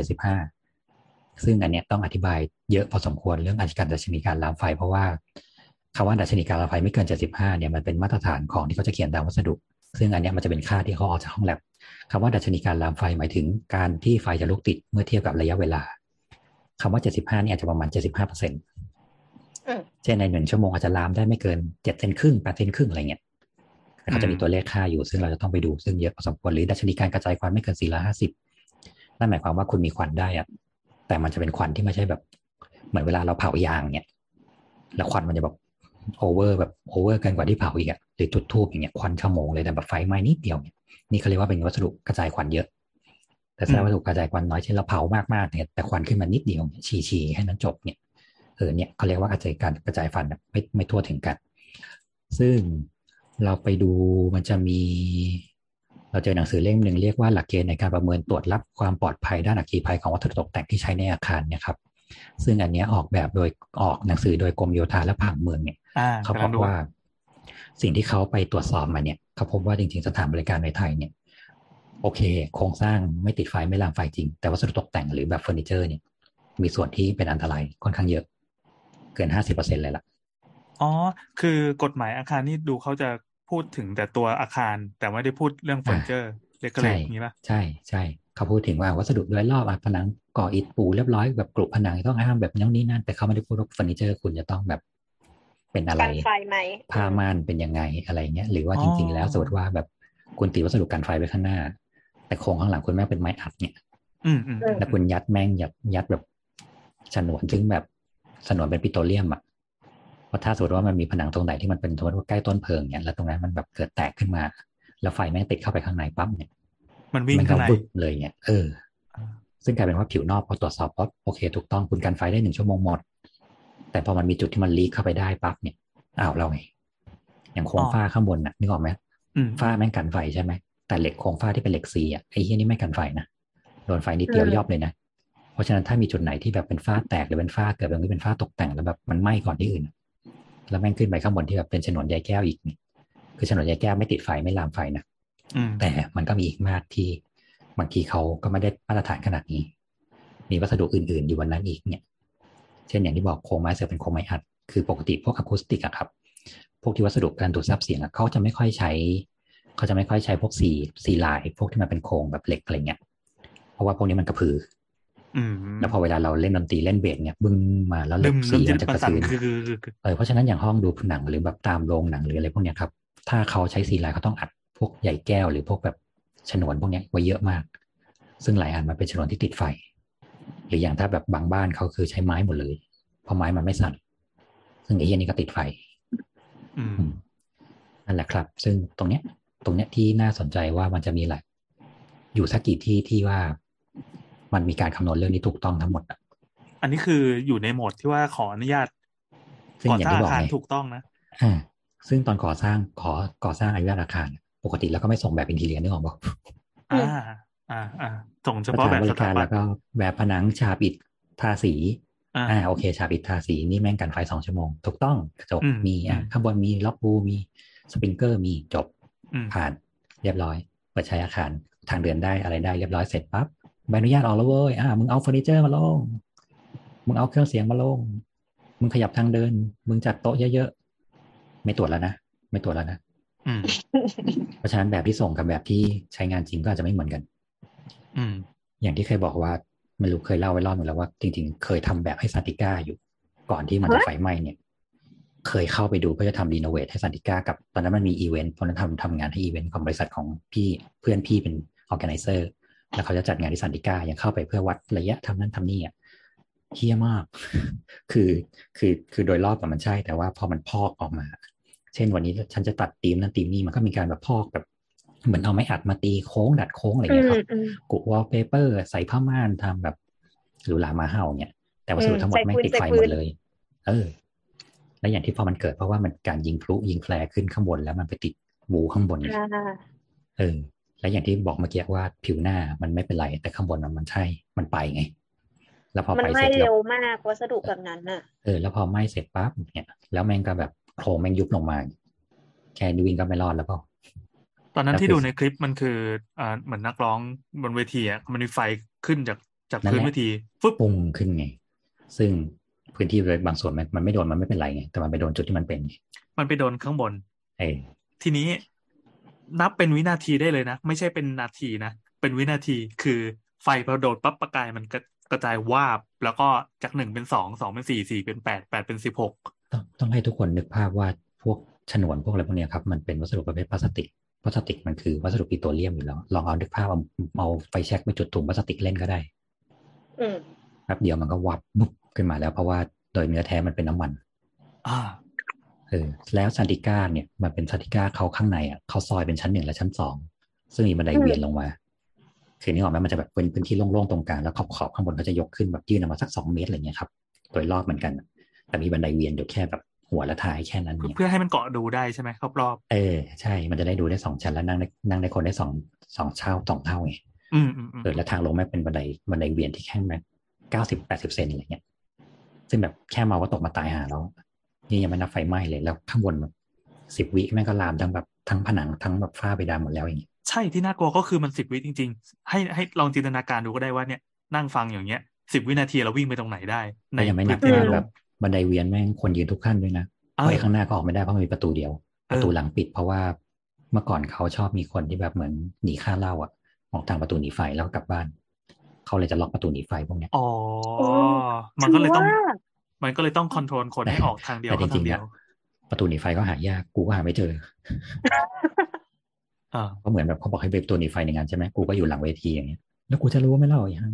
75ซึ่งอันเนี้ยต้องอธิบายเยอะพอสมควรเรื่องการดัชนีการลามไฟเพราะว่าคำว่าดัชนีการลามไฟไม่เกิน75เนี่ยมันเป็นมาตรฐานของที่เขาจะเขียนตามวัสดุซึ่งอันเนี้ยมันจะเป็นค่าที่เขาออกจากห้องแลบคำว่าดัชนีการลามไฟหมายถึงการที่ไฟจะลุกติดเมื่อเทียบกับระยะเวลาคำว่า75นี่อาจจะประมาณ 75%เช่นใน1ชั่วโมงอาจจะลามได้ไม่เกิน7 เซนครึ่ง8 เซนครึ่งอะไรเงี้ยเขาจะมีตัวเลขค่าอยู่ซึ่งเราจะต้องไปดูซึ่งเยอะพอสมควรหรือดัชนีการกระจายควันไม่เกิน450นั่นหมายความว่าคุณมีควันได้แต่มันจะเป็นควันที่ไม่ใช่แบบเหมือนเวลาเราเผายางเนี่ยแล้วควันมันจะแบบโอเวอร์เกินกว่าที่เผาอีกหรือจุดธูปอย่างเงี้ยควันขโมงเลยแต่แบบไฟไหม้นิดเดียวเนี่ยนี่เขาเรียกว่าเป็นวัสดุกระจายควันเยอะแต่ถ้าวัสดุกระจายควันน้อยเช่นเราเผามากๆเนี่ยแต่ควันขึ้นมานิดเดียวฉี่ให้นั้นจบเนี่ยเนี่ยเขาเรียกว่ากระจายควันไม่ทั่วถึงกันซึ่งเราไปดูมันจะมีเราเจอหนังสือเล่มหนึ่งเรียกว่าหลักเกณฑ์ในการประเมินตรวจรับความปลอดภัยด้านอัคคีภัยของวัสดุตกแต่งที่ใช้ในอาคารเนี่ยครับซึ่งอันนี้ออกแบบโดยหนังสือโดยกรมโยธาและผังเมืองเนี่ยเขาบอกว่าสิ่งที่เขาไปตรวจสอบมาเนี่ยเขาพบว่าจริงๆสถานบริการในไทยเนี่ยโอเคโครงสร้างไม่ติดไฟไม่ลามไฟจริงแต่วัสดุตกแต่งหรือแบบเฟอร์นิเจอร์เนี่ยมีส่วนที่เป็นอันตรายค่อนข้างเยอะเกิน 50% เลยล่ะคือกฎหมายอาคารนี่ดูเขาจะพูดถึงแต่ตัวอาคารแต่ไม่ได้พูดเรื่องเฟอร์นิเจอร์เล็กๆอย่างนี้ป่ะใช่เขาพูดถึงว่าวัสดุโดยรอบผนังก่ออิฐปูเรียบร้อยแบบกรุผนังต้องห้ามแบบนี้นั่นแต่เขาไม่ได้พูดว่าเฟอร์นิเจอร์คุณจะต้องแบบเป็นอะไรกันไฟไหมผ้าม่านเป็นยังไงอะไรเงี้ยหรือว่าจริงๆแล้วสมมติว่าแบบคุณติดวัสดุกันไฟไว้ข้างหน้าแต่โครงข้างหลังคุณแม่งเป็นไม้อัดเนี่ยแล้วคุณยัดแบบฉนวนซึ่งแบบฉนวนเป็นปิโตรเลียมเพราะถ้าสมมติว่ามันมีผนังตรงไหนที่มันเป็นสมมติว่าใกล้ต้นเพลิงเนี่ยแล้วตรงนั้นมันแบบเกิดแตกขึ้นมาแล้วไฟแม่งติดเข้าไปข้างในปั๊บเนี่ยมันวิ่งข้างในเลยเนี่ยซึ่งกลายเป็นว่าผิวนอกพอตรวจสอบปั๊บโอเคถูกต้องคุณกันไฟได้1 ชั่วโมงหมดแต่พอมันมีจุดที่มันลีกเข้าไปได้ปั๊บเนี่ยเราไงอย่างโครงฝ้าข้างบนนึกออกไหมฝ้าแม่งกันไฟใช่ไหมแต่เหล็กโครงฝ้าที่เป็นเหล็กซีไอ้เหี้ยนี่ไม่กันไฟนะโดนไฟนิดเดียวยอบเลยนะเพราะฉะนั้นถ้ามีจุดไหนที่แบบเป็นฝ้าแตกหรือเป็นฝ้าเกิดตรงนี้เป็นฝ้าตกแต่งแล้วแบบมันไหม้ก่อนที่อื่นแล้วแม่งขึ้นไปข้างบนที่แบบเป็นฉนวนใยแก้วอีกคือฉนวนใยแก้วไม่ติดไฟไม่ลามไฟนะแต่มันก็มีอีกมากที่บางทีเขาก็ไม่ได้มาตรฐานขนาดนี้มีวัสดุอื่นๆอยู่บนนั้นอีกเนี่ยเช่นอย่างที่บอกโครงไม้เสือเป็นโครงไม้อัดคือปกติพวกอะคูสติกครับพวกที่วัสดุการดูดซับเสียงเขาจะไม่ค่อยใช้พวกซีลายพวกที่มันเป็นโครงแบบเหล็กอะไรเงี้ยเพราะว่าพวกนี้มันกระพือแล้วพอเวลาเราเล่นดนตรีเล่นเบสเนี่ยบึ้งมาแล้วเหล็กสีมันจะกระพือเพราะฉะนั้นอย่างห้องดูหนังหรือแบบตามโรงหนังหรืออะไรพวกนี้ครับถ้าเขาใช้ซีลายเขาต้องอัดพวกใยแก้วหรือพวกแบบฉนวนพวกนี้ไว้เยอะมากซึ่งหลายอันมันเป็นฉนวนที่ติดไฟหรืออย่างถ้าแบบบางบ้านเขาคือใช้ไม้หมดเลยเพราะไม้มันไม่สั่นซึ่งไอ้เหี้ยนี่ก็ติดไฟนั่นแหละครับซึ่งตรงเนี้ยที่น่าสนใจว่ามันจะมีอะไรอยู่สักกี่ที่ว่ามันมีการคำนวณเรื่องนี้ถูกต้องทั้งหมดอันนี้คืออยู่ในโหมดที่ว่าขออนุญาตก่อสร้างอาคารถูกต้องนะซึ่งตอนก่อสร้างอนุญาตอาคารปกติแล้วก็ไม่ส่งแบบอินทีเรียนึกออกป่ะส่งเฉพาะแบบบริการแล้วก็แบบผนังฉาบอิฐทาสีโอเคฉาบอิฐทาสีนี่แม่งกันไฟ2 ชั่วโมงถูกต้องจบมีข้างบนมีล็อกบูมีสปริงเกอร์มีจบผ่านเรียบร้อยเปิดใช้อาคารทางเดินได้อะไรได้เรียบร้อยเสร็จปั๊บใบอนุญาตออกแล้วเว้ยมึงเอาเฟอร์นิเจอร์มาลงมึงเอาเครื่องเสียงมาลงมึงขยับทางเดินมึงจัดโต๊ะเยอะๆไม่ตรวจแล้วนะเพราะฉะนั้นแบบที่ส่งกับแบบที่ใช้งานจริงก็อาจจะไม่เหมือนกันอย่างที่เคยบอกว่าไม่รู้เคยเล่าไว้รอบนึงแล้วว่าจริงๆเคยทำแบบให้ซาติก้าอยู่ก่อนที่มันจะไฟไหม้เนี่ยเคยเข้าไปดูเพื่อจะทำรีโนเวทให้ซันติก้ากับตอนนั้นมันมีอีเวนต์เพราะนั้นทำงานให้อีเวนต์ของบริษัทของพี่เพื่อนพี่เป็นออร์แกไนเซอร์แล้วเขาจะจัดงานที่ซันติก้ายังเข้าไปเพื่อวัดระยะทำนั่นทำนี่อ่ะเฮี้ยมาก คือโดยรอบมันใช่แต่ว่าพอมันพอกออกมาเช่นวันนี้ฉันจะตัดธีมนั่นธีมนี่มันก็มีการแบบพอกแบบเหมือนเอาไม้อัดมาตีโค้งดัดโค้งอะไรอย่างเงี้ยครับกุวอลเปเปอร์ใส่ผ้าม่านทำแบบหรูหรามาเห่าเนี่ยแต่วัสดุทั้งหมดแม่งติดไฟหมดเลยและอย่างที่พอมันเกิดเพราะว่ามันการยิงพลุยิงแฟลร์ขึ้นข้างบนแล้วมันไปติดวูข้างบนและอย่างที่บอกเมื่อกี้ว่าผิวหน้ามันไม่เป็นไรแต่ข้างบนมันใช่มันไปไงแล้วพอไปเสร็จมันไหม้เร็วมากวัสดุแบบนั้นน่ะแล้วพอไหม้เสร็จปั๊บเนี่ยแล้วแม่งก็แบบโครงแม่งยุบลงมาแค่นี้วิ่งก็ไม่รอดแล้วเปล่าตอนนั้นที่ดูในคลิปมันคือเหมือนนักร้องบนเวทีอ่ะมันมีไฟขึ้นจากพื้นเวทีฟึบปุ้งขึ้นไงซึ่งพื้นที่บางส่วนมันไม่โดนมันไม่เป็นไรไงแต่มันไปโดนจุดที่มันเป็นมันไปโดนข้างบนทีนี้นับเป็นวินาทีได้เลยนะไม่ใช่เป็นนาทีนะเป็นวินาทีคือไฟพอโดนปั๊บประกายมันกระจายวาบแล้วก็จาก1เป็น2 2เป็น4 4เป็น8 8เป็น16 ต้องให้ทุกคนนึกภาพว่าพวกฉนวนพวกอะไรพวกนี้ครับมันเป็นวัสดุประเภทพลาสติกมันคือวัสดุปิโตรเลียมอยู่แล้วลองเอานึกภาพเอาไฟแช็กไปจุดถุงพลาสติกเล่นก็ได้แป๊บเดียวมันก็วับบุ๊บขึ้นมาแล้วเพราะว่าโดยเนื้อแท้มันเป็นน้ำมันแล้วซันติก้าเนี่ยมันเป็นซันติก้าเขาข้างในเขาซอยเป็นชั้น1และชั้น2ซึ่งมีบันไดเวียนลงมาคือนี่ออกไหมมันจะแบบเป็นพื้นที่โล่งๆตรงกลางแล้วขอบข้างบนเขาจะยกขึ้นแบบยื่นออกมาสัก2 เมตรอะไรเงี้ยครับโดยรอบเหมือนกันแต่มีบันไดเวียนอยู่แค่แบบหัวและท้ายแค่นั้นเพื่อให้มันเกาะดูได้ใช่ไหมรอบใช่มันจะได้ดูได้2 ชั้นแล้วนั่งได้คนได้2เท่าไงแล้วทางลงแม่เป็นบันไดเวียนที่แค่แบบ90-80 เซนอะไรเงี้ยซึ่งแบบแค่มาว่าตกมาตายหาแล้วนี่ยังไม่นับไฟไหม้เลยแล้วข้างบนแบบ10 วิแม่งก็ลามทั้งแบบทั้งผนังทั้งแบบฝ้าเพดานหมดแล้วอย่างเงี้ยใช่ที่น่ากลัวก็คือมัน10 วิจริงๆให้ลองจินตนาการดูก็ได้ว่าเนี่ยนั่งฟังอย่างเงี้ย10 วินาทีเราวิ่งไปตรงไหนได้ในพื้นที่แบบบันไดเวียนแม่งคนยืนทุกขั้นด้วยนะเพราะข้างหน้าก็ออกไม่ได้เพราะมันมีประตูเดียวประตูหลังปิดเพราะว่าเมื่อก่อนเขาชอบมีคนที่แบบเหมือนหนีค่าเหล้าออกทางประตูหนีไฟแล้วกลับบ้านเขาเลยจะล็อกประตูหนีไฟพวกเนี้ยมันก็เลยต้องคอนโทรลคนให้ออกทางเดียวก็ทางเดียวประตูหนีไฟก็หายากกูก็หาไม่เจอเพราะเหมือนแบบเขาบอกให้เบรกตัวหนีไฟในงานใช่ไหมกูก็อยู่หลังเวทีอย่างเงี้ยแล้วกูจะรู้ว่าไม่เล่าอย่าง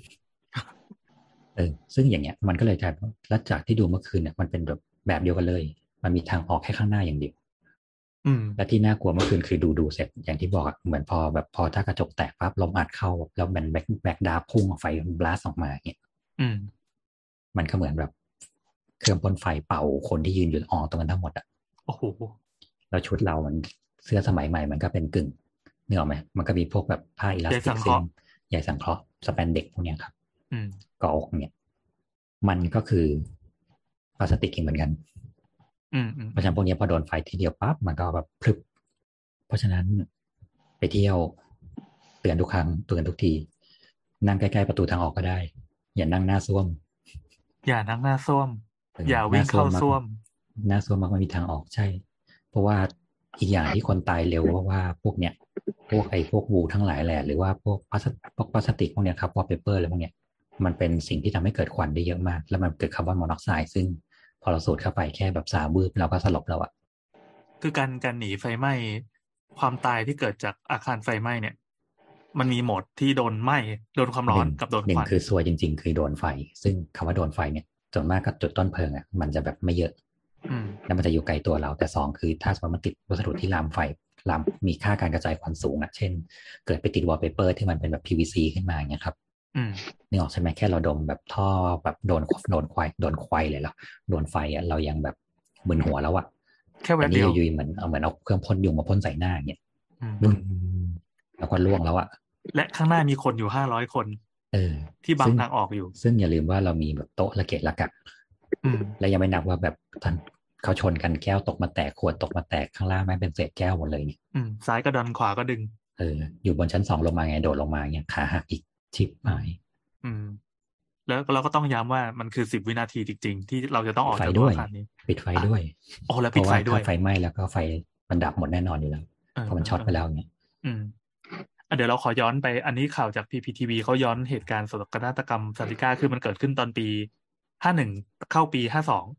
ซึ่งอย่างเงี้ยมันก็เลยกลายเป็นแล้วจากที่ดูเมื่อคืนเนี่ยมันเป็นแบบเดียวกันเลยมันมีทางออกแค่ข้างหน้าอย่างเดียวและที่น่ากลัวเมื่อคืนคือดูเสร็จอย่างที่บอกเหมือนพอถ้ากระจกแตกปั๊บลมอัดเข้าแล้วแบ็คดาร์พุ่งไฟบลัสออกมาอย่างเงี้ยมันก็เหมือนแบบเครื่องพ่นไฟเป่าคนที่ยืนอยู่ตรงนั้นทั้งหมดโอ้โหแล้วชุดเรามันเสื้อสมัยใหม่มันก็เป็นกึ่งนึกออกไหมมันก็มีพวกแบบผ้าอิลาสติกซึ่งใหญ่สังเคราะห์สแปนเด็กพวกเนี้ยครับเกาะอกเนี่ยมันก็คือพลาสติกเหมือนกันเพราะฉะนั้นพวกนี้พอโดนไฟทีเดียวปั๊บมันก็แบบพลึบเพราะฉะนั้นไปเที่ยวเตือนทุกครั้งเตือนทุกทีนั่งใกล้ๆประตูทางออกก็ได้อย่านั่งหน้าส้วมอย่านั่งหน้าส้วมอย่าวิ่งเข้าส้วมหน้าส้วมมันไม่มีทางออกใช่เพราะว่าอีกอย่างที่คนตายเร็วเพราะว่าพวกเนี้ยพวกวูทั้งหลายแหละหรือว่าพวกพลาสติกพวกเนี้ยครับวอลเปเปอร์อะไรพวกเนี้ยมันเป็นสิ่งที่ทำให้เกิดควันได้เยอะมากแล้วมันเกิดคาร์บอนมอนอกไซด์ซึ่งพอเราสูดเข้าไปแค่แบบ3 วืบเราก็สลบแล้วคือการหนีไฟไหม้ความตายที่เกิดจากอาคารไฟไหม้เนี่ยมันมีโหมดที่โดนไหม้โดนความร้อนกับโดนควันคือซวยจริงๆคือโดนไฟซึ่งคำว่าโดนไฟเนี่ยส่วนมากกับจุดต้นเพลิงมันจะแบบไม่เยอะแล้วมันจะอยู่ไกลตัวเราแต่2คือถ้าสมมติมันติดวัสดุที่ลามไฟมีค่าการกระจายควันสูงเช่นเกิดไปติดวอลเปเปอร์ที่มันเป็นแบบ PVC ขึ้นมาอย่างเงี้ยครับนึกออกใช่ไหมแค่เราดมแบบท่อแบบโดนควายเลยแล้วโดนไฟเรายังแบบมึนหัวแล้วแค่แวบเดียวอยู่เหมือนเอาเครื่องพ่นยุงมาพ่นใส่หน้าอย่างเงี้ยแล้วก็ล่วงแล้วและข้างหน้ามีคนอยู่500 คนที่บังทางออกอยู่ซึ่งอย่าลืมว่าเรามีแบบโต๊ะระเกะระกะและยังไม่นับว่าแบบเขาชนกันแก้วตกมาแตกขวดตกมาแตกข้างล่างไม่เป็นเศษแก้วหมดเลยเนี่ยซ้ายก็ดันขวาก็ดึงอยู่บนชั้น2ลงมาไงโดดลงมาเนี่ยขาหักอีกชิบหายแล้วเราก็ต้องย้ำว่ามันคือ10 วินาทีจริงๆที่เราจะต้องออกจากอาคารนี้ปิดไฟด้วยแล้วปิดไฟด้วยถ้าไฟไหม้แล้วก็ไฟมันดับหมดแน่นอนอยู่แล้วเพราะมันช็อตไปแล้วเนี่ยเดี๋ยวเราขอย้อนไปอันนี้ข่าวจาก PPTV เขาย้อนเหตุการณ์โศกนาฏกรรมซันติก้าคือมันเกิดขึ้นตอนปี51เข้าปี52ต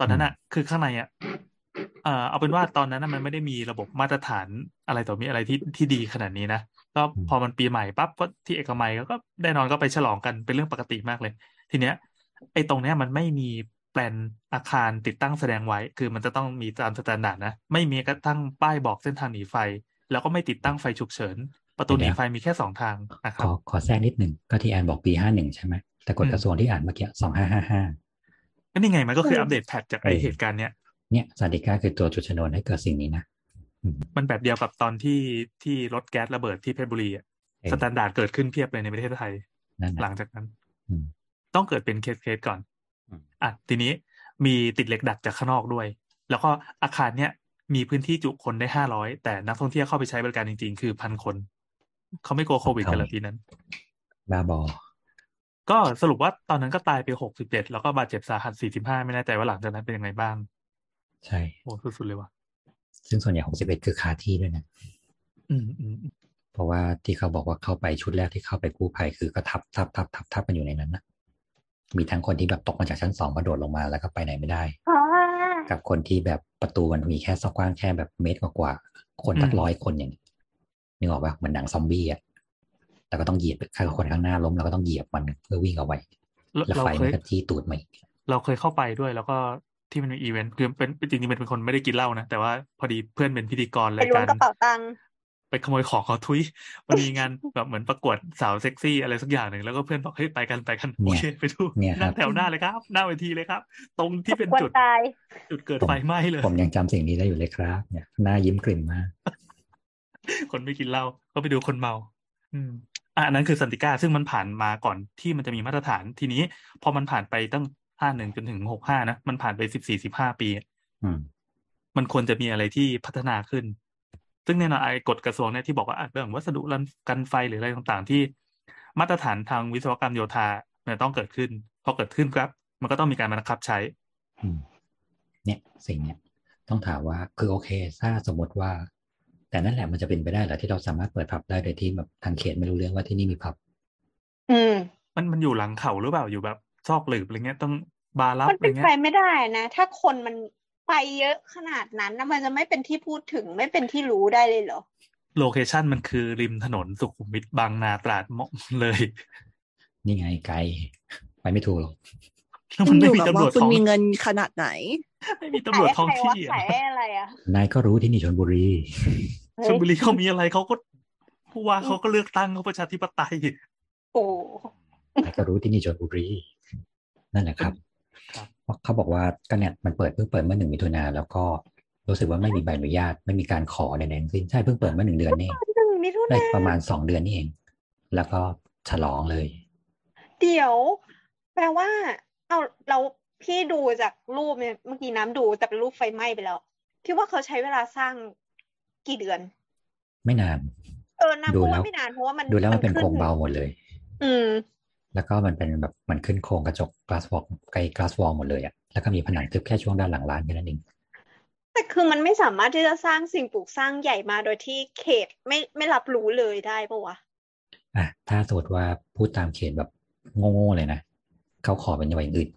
อนนั้นอ่ะคือข้างในอ่ะเอาเป็นว่าตอนนั้นน่ะมันไม่ได้มีระบบมาตรฐานอะไรต่อมีอะไรที่ดีขนาดนี้นะก็พอมันปีใหม่ปั๊บก็ที่เอกมัยก็แน่นอนก็ไปฉลองกันเป็นเรื่องปกติมากเลยทีเนี้ยไอ้ตรงเนี้ยมันไม่มีแปลนอาคารติดตั้งแสดงไว้คือมันจะต้องมีตามสแตนดาร์ดนะไม่มีกระทั่งป้ายบอกเส้นทางหนีไฟแล้วก็ไม่ติดตั้งไฟฉุกเฉินประตูหนีไฟมีแค่2 ทางนะคขรับอแทรกนิดหนึ่งก็ที่แอนบอกปี51ใช่ไหมแต่กฎกระทรวงที่อ่านเมื่อกี้2555 ก็นี่ไงมันก็คืออัปเดตแพทจากไอเหตุการณ์เนี้ยเนี่ยสันติกาคือตัวจุดชนวนให้เกิดสิ่งนี้นะมันแบบเดียวกับตอนที่รถแก๊สระเบิดที่เพชรบุรีสแตนดาร์ดเกิดขึ้นเพียบเลยในประเทศไทยหลังจากนั้นต้องเกิดเป็นเคสก่อนทีนี้มีติดเหล็กดัดจากข้างนอกด้วยแล้วก็อาคารเนี้ยมีพื้นที่จุคนได้500แต่นักท่องเที่ยวเข้าไปใช้บริการจริงๆคือ1,000 คนเขาไม่กลัวโควิดกันเลยทีนั้นบ้าบอก็สรุปว่าตอนนั้นก็ตายไป67แล้วก็บาดเจ็บสาหัส45ไม่แน่ใจว่าหลังจากนั้นเป็นยังไงบ้างใช่โอ้สุดๆเลยว่ะซึ่งส่วนใหญ่61คือคาที่ด้วยนะเพราะว่าที่เขาบอกว่าเข้าไปชุดแรกที่เข้าไปกู้ภัยคือก็ทับกันอยู่ในนั้นนะมีทั้งคนที่แบบตกมาจากชั้น2กระโดดลงมาแล้วก็ไปไหนไม่ได้กับคนที่แบบประตูมันมีแค่ซอกกว้างแค่แบบเมตรกว่าคนตั้ง100 คนอย่างนึกออกป่ะเหมือนหนังซอมบี้อ่ะแล้วก็ต้องเหยียบคนข้างหน้าล้มแล้วก็ต้องเหยียบมันเพื่อวิ่งเอาไว้แล้วไฟมันก็จี้ตูดมาอีกเราเคยเข้าไปด้วยแล้วก็ที่มันมีอีเวนต์คือเป็นจริงๆเป็นคนไม่ได้กินเหล้านะแต่ว่าพอดีเพื่อนเป็นพิธีกรรายการไปล้วงกระเป๋าตังค์ไปขโมยของเขาทุยมันมีงานแบบเหมือนประกวดสาวเซ็กซี่อะไรสักอย่างหนึ่งแล้วก็เพื่อนบอกเฮ้ยไปกันโอเคไปดูนั่งแถวหน้าเลยครับหน้าเวทีเลยครับตรงที่เป็นจุดเกิดไฟไหม้เลยผมยังจำสิ่งนี้ได้อยู่เลยครับเนี่ยหน้ายิ้มกลิ่มมากคนไม่กินเหล้าก็ไปดูคนเมาอันนั้นคือสันติกาซึ่งมันผ่านมาก่อนที่มันจะมีมาตรฐานทีนี้พอมันผ่านไปตั้ง51จนถึง65นะมันผ่านไป14-15 ปีมันควรจะมีอะไรที่พัฒนาขึ้นซึ่งแน่นอนไอ้กฎกระทรวงเนี่ยที่บอกว่าเรื่องวัสดุกันไฟหรืออะไรต่างๆที่มาตรฐานทางวิศวกรรมโยธาเนี่ยต้องเกิดขึ้นพอเกิดขึ้นครับมันก็ต้องมีการบังคับใช้เนี่ยสิ่งเนี้ยต้องถามว่าคือโอเคถ้าสมมติว่าแต่นั่นแหละมันจะเป็นไปได้เหรอที่เราสามารถเปิดผับได้โดยที่แบบทางเขตไม่รู้เรื่องว่าที่นี่มีผับมันอยู่หลังเขาหรือเปล่าอยู่แบบซอกหลืบอะไรเงี้ยต้องบาร์ลับมันอะไรเงี้ยมันเป็นไปไม่ได้นะถ้าคนมันไปเยอะขนาดนั้นนะมันจะไม่เป็นที่พูดถึงไม่เป็นที่รู้ได้เลยเหรอโลเคชั่นมันคือริมถนนสุขุมวิทบางนาตราดเหมาะเลยนี่ไงไกลไปไม่ถูกหรอกมันไม่มีตำรวจคุณมีเงินขนาดไหนไม่มีตำรวจท้องที่ขายอะไรอ่ะนายก็รู้ที่นี่ชลบุรีเขามีอะไรเขาก็ผู้ว่าเขาก็เลือกตั้งเขาประชาธิปไตยโอ้นายก็รู้ที่นี่ชลบุรีนั่นแหละครับเขาบอกว่าก็เนี่ยมันเพิ่งเปิดเมื่อ1 มิถุนายนแล้วก็รู้สึกว่าไม่มีใบอนุญาตไม่มีการขอใดๆทั้งสิ้นใช่เพิ่งเปิดเมื่อ1 เดือนนี่ได้ประมาณ2 เดือนนี่เองแล้วก็ฉลองเลยเดี๋ยวแปลว่าเราพี่ดูจากรูปเนี่ยเมื่อกี้น้ำดูแต่เป็นรูปไฟไหม้ไปแล้วพี่ว่าเขาใช้เวลาสร้างกี่เดือนไม่นานน้ำดูแล้วไม่นานเพราะว่ามันดูแล้วมันเป็นโครงเบาหมดเลยแล้วก็มันเป็นแบบมันขึ้นโครงกระจก glass wall ไกล glass wall หมดเลยอ่ะแล้วก็มีผนังทึบแค่ช่วงด้านหลังร้านแค่นั้นเองแต่คือมันไม่สามารถที่จะสร้างสิ่งปลูกสร้างใหญ่มาโดยที่เขตไม่รับรู้เลยได้ปะวะถ้าสมมติว่าพูดตามเขตแบบโง่ๆเลยนะเขาขอเป็นอย่างอื่น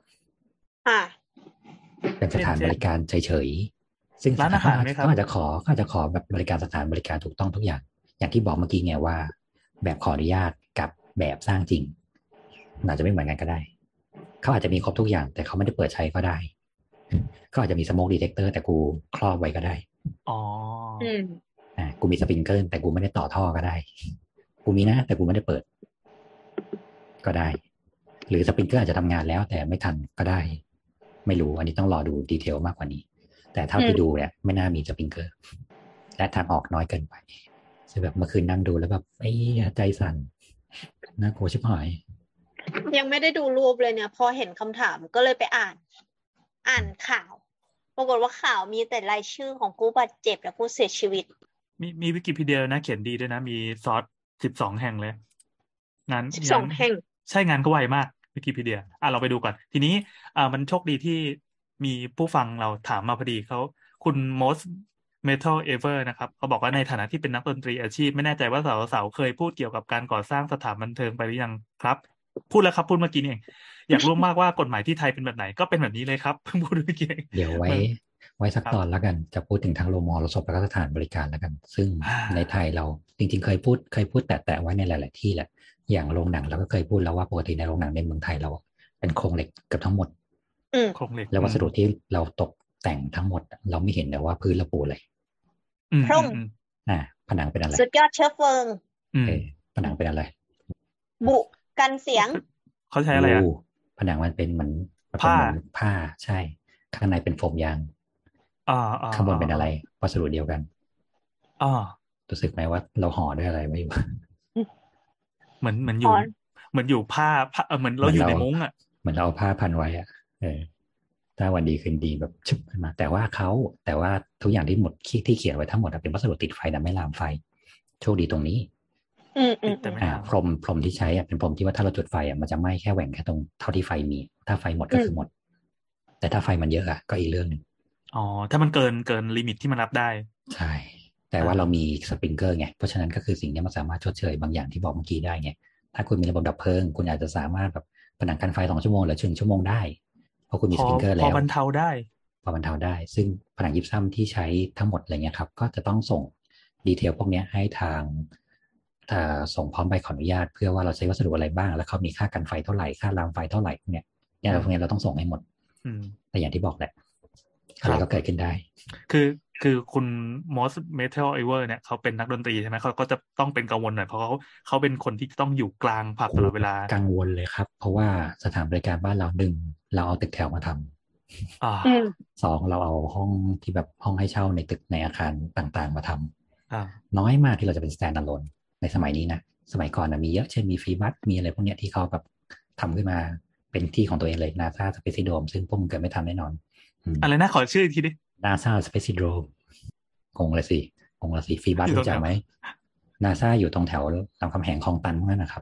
เป็นสถานบริการเฉยๆซึ่งร้านอาหารเขาอาจจะขอแบบบริการสถานบริการถูกต้องทุกอย่างอย่างที่บอกเมื่อกี้ไงว่าแบบขออนุญาตกับแบบสร้างจริงอาจจะไม่เหมือนกันก็ได้เขาอาจจะมีครบทุกอย่างแต่เขาไม่ได้เปิดใช้ก็ได้ก็อาจจะมีสโมกดีเทคเตอร์แต่กูครอบไว้ก็ได้กูมีสปริงเกิลแต่กูไม่ได้ต่อท่อก็ได้กูมีนะแต่กูไม่ได้เปิดก็ได้หรือสปริงเกอร์อาจจะทำงานแล้วแต่ไม่ทันก็ได้ไม่รู้อันนี้ต้องรอดูดีเทลมากกว่านี้แต่เท่าที่ดูเนี่ยไม่น่ามีสปริงเกอร์และทางออกน้อยเกินไปคือแบบเมื่อคืนนั่งดูแล้วแบบใจสั่นน่ากลัวชิบหายยังไม่ได้ดูรูปเลยเนี่ยพอเห็นคำถามก็เลยไปอ่านข่าวปรากฏว่าข่าวมีแต่รายชื่อของผู้บาดเจ็บและผู้เสียชีวิตมีวิกิพีเดียนะเขียนดีด้วยนะมีซอส12 แห่งเลยงาน 12 แห่งใช่งานก็ไวมากวิกิพีเดียเราไปดูก่อนทีนี้มันโชคดีที่มีผู้ฟังเราถามมาพอดีเขาคุณ most metal ever นะครับเขาบอกว่าในฐานะที่เป็นนักดนตรีอาชีพไม่แน่ใจว่าสาวเคยพูดเกี่ยวกับการก่อสร้างสถานบันเทิงไปหรือยังครับพูดแล้วครับพูดเมื่อกี้นี่เองอยากรู้มากว่ากฎหมายที่ไทยเป็นแบบไหนก็เป็นแบบนี้เลยครับเพิ่งพูดเมื่อกี้เดี๋ยวไว้สักตอนแล้วกันจะพูดถึงทางโรงมอรสพแล้วก็สถานบริการแล้วกันซึ่งในไทยเราจริงๆเคยพูดแตะไว้ในหลายๆที่แหละอย่างโรงหนังเราก็เคยพูดแล้วว่าปกติในโรงหนังในเมืองไทยเราเป็นโครงเหล็กเกือบทั้งหมดโครงเหล็กแล้ววัสดุที่เราตกแต่งทั้งหมดเราไม่เห็นแต่ว่าพื้นเราปูอะไรพร่มผนังเป็นอะไรสุดยอดเชื้อเพลิงผนังเป็นอะไรบุกันเสียงเขาใช้อะไรผนังมันเป็นเหมือนผ้าใช่ข้างในเป็นโฟมยางข้างบนเป็นอะไรวัสดุเดียวกันรู้สึกไหมว่าเราห่อด้วยอะไรไว้อยู่เหมือนอยู่ผ้าเหมือนเราอยู่ในมุ้งอ่ะเหมือนเราเอาผ้าพันไว้อ่ะถ้าวันดีคืนดีแบบชึบขึ้นมาแต่ว่าทุกอย่างที่หมดที่เขียนไว้ทั้งหมดเป็นวัสดุติดไฟนะไม่ลามไฟโชคดีตรงนี้พรมที่ใช้เป็นพรมที่ว่าถ้าเราจุดไฟมันจะไหม้แค่แหว่งแค่ตรงเท่าที่ไฟมีถ้าไฟหมดก็คือหมดแต่ถ้าไฟมันเยอะก็อีกเรื่องนึงถ้ามันเกินลิมิตที่มันรับได้ใช่แต่ว่าเรามีสปริงเกอร์ไงเพราะฉะนั้นก็คือสิ่งนี้มันสามารถชดเชยบางอย่างที่บอกเมื่อกี้ได้ไงถ้าคุณมีระบบดับเพลิงคุณอาจจะสามารถแบบผนังกันไฟ2 ชั่วโมงหรือ1 ชั่วโมงได้เพราะคุณมีสปริงเกอร์แล้วพอบรรเทาได้ซึ่งผนังยิปซัมที่ใช้ทั้งหมดอะไรเงี้ยครับก็จะต้องส่งดีเทลพวกนี้ให้ทางส่งพร้อมใบขออนุญาตเพื่อว่าเราใช้วัสดุอะไรบ้างแล้วเขามีค่ากันไฟเท่าไหร่ค่าลามไฟเท่าไหร่เนี่ยเราพวกนี้เราต้องส่งให้หมดแต่อย่างที่บอกแหละอะไรก็เกิดขึ้นได้คือคุณมอสเมทัลไอเวอร์เนี่ยเขาเป็นนักดนตรีใช่ไหมเขาก็จะต้องเป็นกังวลหน่อยเพราะเขาเป็นคนที่ต้องอยู่กลางผับตลอดเวลากังวลเลยครับเพราะว่าสถานบริการบ้านเราเราเอาตึกแถวมาทำ2เราเอาห้องที่แบบห้องให้เช่าในตึกในอาคารต่างๆมาทำน้อยมากที่เราจะเป็น stand alone ในสมัยนี้นะสมัยก่อนมีเยอะเช่นมีฟรีบัสมีอะไรพวกเนี้ยที่เขาแบบทำขึ้นมาเป็นที่ของตัวเองเลย NASA Space Dome ซึ่งพวกมึงเกิดไม่ทำแน่นอนอะไรนะขอชื่ออีกทีดิ NASA Space Dome งงเลยสิฟรีบัสรู้จักไหม NASA อยู่ตรงแถวรามคำแหงคลองตันนั่นนะครับ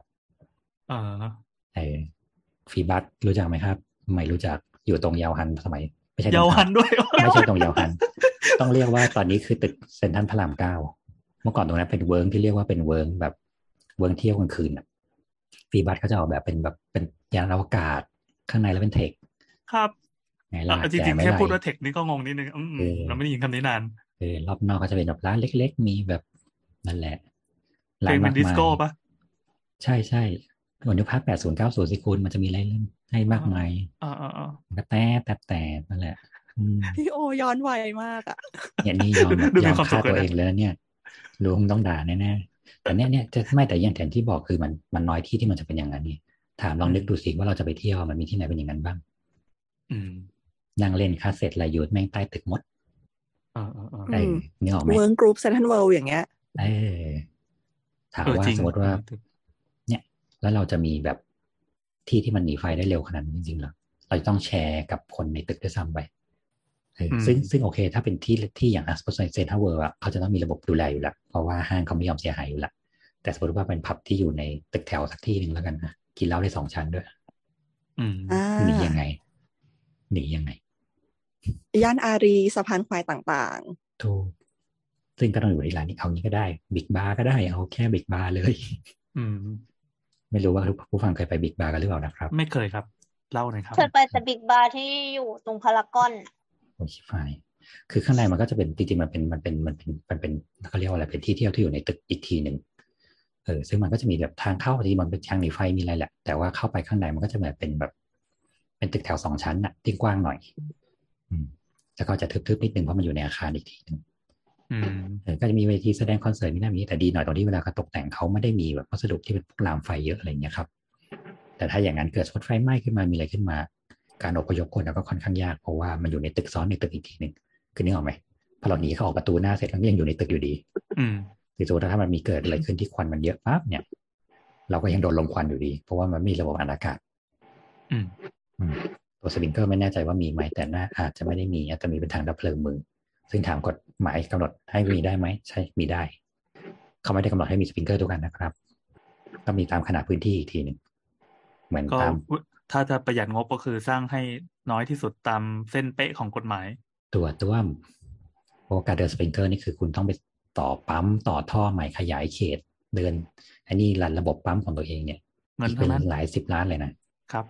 ฟรีบัสรู้จักไหมครับไม่รู้จักอยู่ตรงยาวฮันสมัยไม่ใช่ยาวฮันด้วยไม่ใช่ตรงยาวฮันต้องเรียกว่าตอนนี้คือตึกเซ็นทรัลพระราม 9เมื่อก่อนตรงนั้นเป็นเวิร์กที่เรียกว่าเป็นเวิร์กแบบเวิร์กเที่ยวกลางคืนฟรีบัสเขาจะออกแบบเป็นยานอวกาศข้างในแล้วเป็นเทคครับจริงๆแค่พูดว่าเทคนี่ก็งงนิดนึงเราไม่ได้ยินคำนี้นานรอบนอกก็จะเป็นแบบร้านเล็กๆมีแบบนั่นแหละร้านเป็นดิสโก้ปะใช่วันยุค80 90สิคุณมันจะมีอะไรเล่นให้มากมายก็แต่นั่นแหละพี่โอย้อนวัยมากอ่ะเนี่ยนี่ยอมฆ่าตัวเองเลยเนี่ยลุงต้องด่าแน่ๆแต่เนี่ยจะไม่แต่อย่างแทนที่บอกคือมันน้อยที่มันจะเป็นอย่างนั้นนี่ถามลองนึกดูสิว่าเราจะไปเที่ยวมันมีที่ไหนเป็นอย่างนั้นบ้างนั่งเล่นคาเซ็ตอะไรอยู่แม่งใต้ตึกมดนี่ออกไหมเวิร์กกรุ๊ปเซ็นทรัลเวิลด์อย่างเงี้ยถามว่าสมมติว่าเนี่ยแล้วเราจะมีแบบที่มันหนีไฟได้เร็วขนาดนั้นจริงๆเหรอเราจะต้องแชร์กับคนในตึกด้วยซ้ำไปซึ่งโอเคถ้าเป็นที่อย่างสปอร์ตเซ็นทรัลเวิลด์เขาจะต้องมีระบบดูแลอยู่แล้วเพราะว่าห้างเขาไม่ยอมเสียหายอยู่แล้วแต่สมมติว่าเป็นผับที่อยู่ในตึกแถวสักที่หนึ่งแล้วกันนะกินเหล้าได้2 ชั้นด้วยหนียังไงย่านอารีสะพานควายต่างๆถูกซึ่งก็ต้องอยู่ในร้านนี้เอานี้ก็ได้บิ๊กบาร์ก็ได้เอาแค่บิ๊กบาร์เลยไม่รู้ว่าผู้ฟังเคยไปบิ๊กบาร์กันหรือเปล่านะครับไม่เคยครับเล่าหน่อยครับเคยไปแต่บิ๊กบาร์ที่อยู่ตรงพารากอนโอ้ชิฟายคือข้างในมันก็จะเป็นจริงๆมันเป็นเขาเรียกว่าอะไรเป็นที่เที่ยวที่อยู่ในตึกอีกทีหนึ่งซึ่งมันก็จะมีแบบทางเข้าที่มันเป็นทางหนีไฟมีอะไรแหละแต่ว่าเข้าไปข้างในมันก็จะเป็นแบบเป็นตึกแถว2 ชั้นน่ะที่กว้างหน่อยแล้วก็จะทึบๆนิดนึงเพราะมันอยู่ในอาคารอีกทีนึงก็จะมีเวทีแสดงคอนเสิร์ตมีหน้ามีแต่ดีหน่อยตรงที่เวลาเขาตกแต่งเขาไม่ได้มีแบบวัสดุที่เป็นพวกลามไฟเยอะอะไรเงี้ยครับแต่ถ้าอย่างนั้นเกิดไฟไหม้ขึ้นมามีอะไรขึ้นมาการอพยพคนก็ค่อนข้างยากเพราะว่ามันอยู่ในตึกซ้อนในตึกอีกทีนึงคือนึกออกไหมพอเราหนีเขาออกประตูหน้าเสร็จแล้วยังอยู่ในตึกอยู่ดีหรือถ้ามันมีเกิดอะไรขึ้นที่ควันมันเยอะปั๊บเนี่ยเราก็ยังโดนลมควันอยู่ดีเพราะว่ามันมีระบบอากาศตัวสปริงเกอร์ไม่แน่ใจว่ามีไหมแต่น่าอาจจะไม่ได้มีอาจจะมีเป็นทางดับเพลิงมือซึ่งถามกฎหมายกำหนดให้มีได้ไหมใช่มีได้เขาไม่ได้กำหนดให้มีสปริงเกอร์ทุกอันนะครับต้องมีตามขนาดพื้นที่อีกทีนึงเหมือนตามถ้าจะประหยัดงบก็คือสร้างให้น้อยที่สุดตามเส้นเป๊ะของกฎหมายตัวเพราะการเดินสปริงเกอร์นี่คือคุณต้องไปต่อปั๊มต่อท่อใหม่ขยายเขตเดินอันนี้รันระบบปั๊มของตัวเองเนี่ยเงินเป็นหลาย10 ล้านเลยนะครับ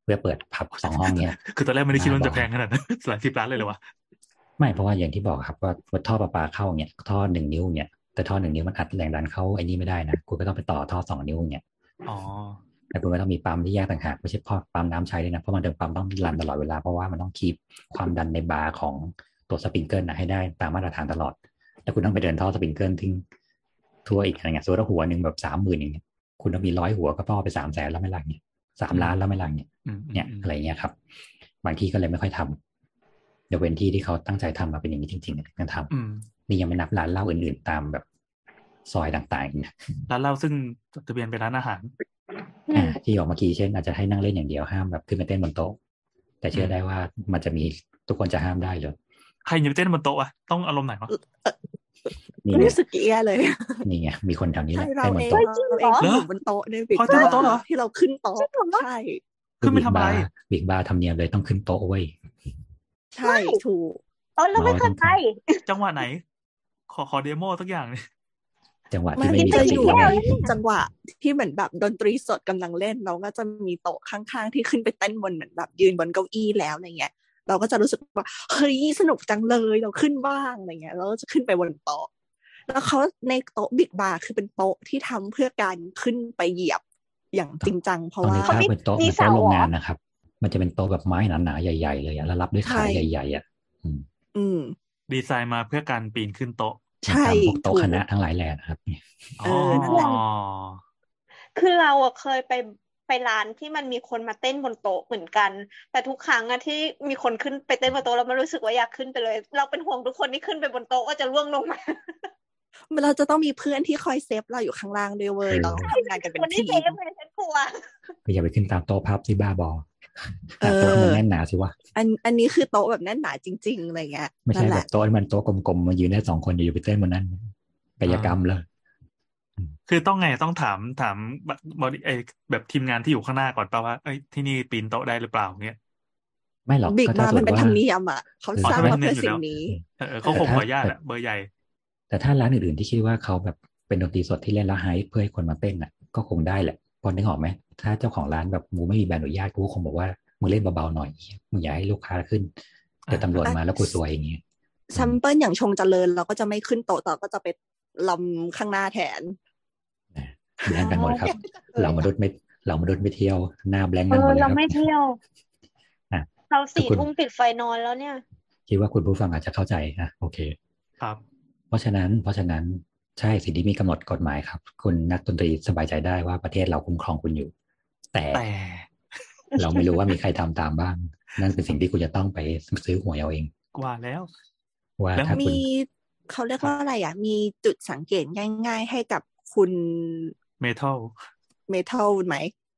เพื่อเปิดผับ2 ห้องเนี้ยคือตอนแรกไม่ได้คิดว่าจะแพงขนาดนั้นหลาย10 ล้านเลยเหรอวะไม่เพราะว่าอย่างที่บอกครับว่าท่อประปาเข้าเนี่ยท่อ1 นิ้วเนี่ยแต่ท่อ1 นิ้วมันอัดแรงดันเข้าไอ้นี่ไม่ได้นะคุณก็ต้องไปต่อท่อ2 นิ้วเนี่ยอ๋อแต่คุณก็ต้องมีปั๊มที่แยกต่างหากไม่ใช่ปั๊มน้ำใช้ด้วยนะเพราะมันเดินปั๊มต้องรันตลอดเวลาเพราะว่ามันต้องคีปความดันในบาร์ของตัวสปริงเกิลนะให้ได้ตามมาตรฐานตลอดแล้วคุณต้องไปเดินท่อสปริงเกิลทิ้งทั่วอีกอะไรเงี้ยส่วนหัวนึงแบบ30,000อย่างเงี้ยคุณต้องมี100 หัวก็พ่อไป300,000แล้วไม่หลังเนี่ย3 ล้านแล้วไม่หลังเนี่ยอะไรเงี้ยครับบางที่ก็เลยไม่ค่อยทำยกเว้นที่เขาตั้งใจทำมาเป็นอย่างนี้จริงๆถึงทำนี่ยังไม่นับร้านเหล้าอื่นๆตามแบบซอยต่างๆนะร้านเหล้าซึ่งจดทะเบียนเป็นร้านอาหารที่ออกเมื่อกี้เช่นอาจจะให้นั่งเล่นอย่างเดียวห้ามแบบขึ้นไปเต้นบนโต๊ะแต่เชื่อได้ว่ามันจะมีทุกคนจะห้ามได้เลยใครจะไปเต้นบนโต๊ะวะต้องอารมณ์ไหนวะรู้สึกแย่เลยนี่ไงมีคนแถวนี้แหละเต้นบนโต๊ะเราอยู่บนโต๊ะในบิ๊กบาร์ที่เราขึ้นโต๊ะใช่ขึ้นไปทำอะไรบิ๊กบาร์ทำเนียมเลยต้องขึ้นโต๊ะเว้ยใช่ถูกเราไม่เคยไปจังหวะไหนขอเดโมสักอย่างเลยจังหวะที่ไม่มีจะอยู่ในจังหวะที่เหมือนแบบดนตรีสดกำลังเล่นเราก็จะมีโต๊ะข้างๆที่ขึ้นไปเต้นบนเหมือนแบบยืนบนเก้าอี้แล้วอะไรเงี้ยเราก็จะรู้สึกว่าเฮ้ยสนุกจังเลยเราขึ้นบ้างอะไรเงี้ยเราก็จะขึ้นไปบนโต๊ะแล้วเขาในโต๊ะบิ๊กบาร์คือเป็นโต๊ะที่ทำเพื่อการขึ้นไปเหยียบอย่างจริงจังเพราะว่าเขาเป็นโต๊ะโรงงานนะครับมันจะเป็นโต๊ะแบบไม้หนาๆใหญ่ๆเลยแล้วรับด้วยขาใหญ่ๆอ่ะดีไซน์มาเพื่อการปีนขึ้นโต๊ะใช่โต๊ะคณะทั้งหลายแหล่นะครับนั่นแหละคือเราเคยไปร้านที่มันมีคนมาเต้นบนโต๊ะเหมือนกันแต่ทุกครั้งอะที่มีคนขึ้นไปเต้นบนโต๊ะเราไม่รู้สึกว่าอยากขึ้นไปเลยเราเป็นห่วงทุกคนที่ขึ้นไปบนโต๊ะก็จะร่วงลงมาเราจะต้องมีเพื่อนที่คอยเซฟเราอยู่ข้างล่างด้วยเว้ยเราทำงานกันเป็นทีมฉันกลัวอย่าไปขึ้นตามโต๊ะพับที่บ้าบอโต๊ะมันแน่นหนาสิวะอันนี้คือโต๊ะแบบแน่นหนาจริงๆอะไรเงี้ยไม่ใช่แบบโต๊ะมันโต๊ะกลมๆมายืนได้2 คนอยู่ไปเต้นบนนั้นกายกรรมเลยคือต้องไงต้องถามบริแบบทีมงานที่อยู่ข้างหน้าก่อนป่ะว่าที่นี่ปีนโต๊ะได้หรือเปล่าเนี่ยไม่หรอกบิ๊กมามันเป็นธรรมเนียมอ่ะเขาสร้างมาเพื่อสิ่งนี้เขาคงขออนุญาตอ่ะเบอร์ใหญ่แต่ถ้าร้านอื่นๆที่คิดว่าเขาแบบเป็นดนตรีสดที่เล่นแล้วไฮเพื่อให้คนมาเต้นอ่ะก็คงได้แหละพอนึกออกไหมถ้าเจ้าของร้านแบบมูไม่มีใบอนุญาตกูคงบอกว่ามึงเล่นเบาๆหน่อยมึงอย่าให้ลูกค้าขึ้นเดี๋ยวตำรวจมาแล้วกูซวยอย่างเงี้ยซัมเปิลอย่างชงเจริญเราก็จะไม่ขึ้นโต๊ะเราก็จะไปลำข้างหน้าแทนแบงกันหมดครับเรามนุษย์ไม่เที่ยวหน้าแบงกันหมดเลยครับเราไม่เที่ยวเรา4 ทุ่มปิดไฟนอนแล้วเนี่ยคิดว่าคุณผู้ฟังอาจจะเข้าใจนะโอเคครับเพราะฉะนั้นใช่สิ่งที่มีกำหนดกฎหมายครับคุณนักดนตรีสบายใจได้ว่าประเทศเราคุ้มครองคุณอยู่แต่เราไม่รู้ว่ามีใครทำตามบ้างนั่นเป็นสิ่งที่คุณจะต้องไปซื้อหวยเอาเองว่าแล้วว่าถ้ามีเขาเรียกว่าอะไรมีจุดสังเกตง่ายๆให้กับคุณเมทัลไหม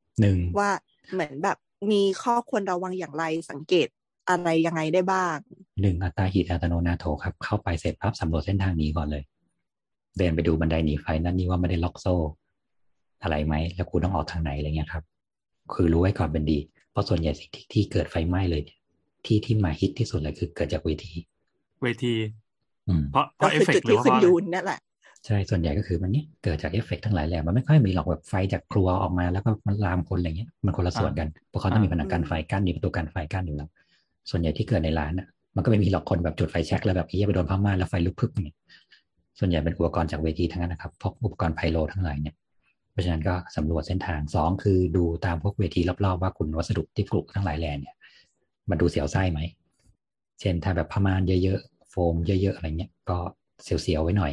1 ว่าเหมือนแบบมีข้อควรระวังอย่างไรสังเกตอะไรยังไงได้บ้าง 1อัตราหินอัตโนนาโถครับเข้าไปเสร็จปั๊บสำรวจเส้นทางนี้ก่อนเลยเดินไปดูบันไดหนีไฟนั่นนี่ว่าไม่ได้ล็อกโซ่อะไรไหมแล้วคุณต้องออกทางไหนอะไรเงี้ยครับคือรู้ไว้ก่อนเป็นดีเพราะส่วนใหญ่สิ่งที่เกิดไฟไหม้เลยที่มาฮิตที่สุดเลยคือเกิดจากเวทีเพราะเอฟเฟกต์หรือว่านั่นแหละใช่ส่วนใหญ่ก็คือมันนี่เกิดจากเอฟเฟกต์ทั้งหลายแหล่มันไม่ค่อยมีหรอกแบบไฟจากครัวออกมาแล้วก็มันลามคนอะไรเงี้ยมันคนละส่วนกันเพราะเขาต้องมีผนังกั้นไฟกั้นมีประตูกั้นไฟกั้นอยู่แล้วส่วนใหญ่ที่เกิดในร้านอ่ะมันก็ไม่มีหรอกคนแบบจุดไฟแช็กแล้วแบบไปโดนผ้าม่านแล้วไฟลุกพึบเนี่ยส่วนใหญ่เป็นอุปกรณ์จากเวทีทั้งนั้นนะครับพวกอุปกรณ์ไพโรทั้งหลายเนี่ยเพราะฉะนั้นก็สำรวจเส้นทาง2คือดูตามพวกเวทีรอบๆว่าคุณวัสดุที่ปลูกทั้งหลายแหล่เนี่ยมันดูเสียวไส้ไหมเช่นถ้าแบบผ้าม่านเยอะๆโฟมเยอะๆอะไรเงี้ยก็เสียวๆไว้หน่อย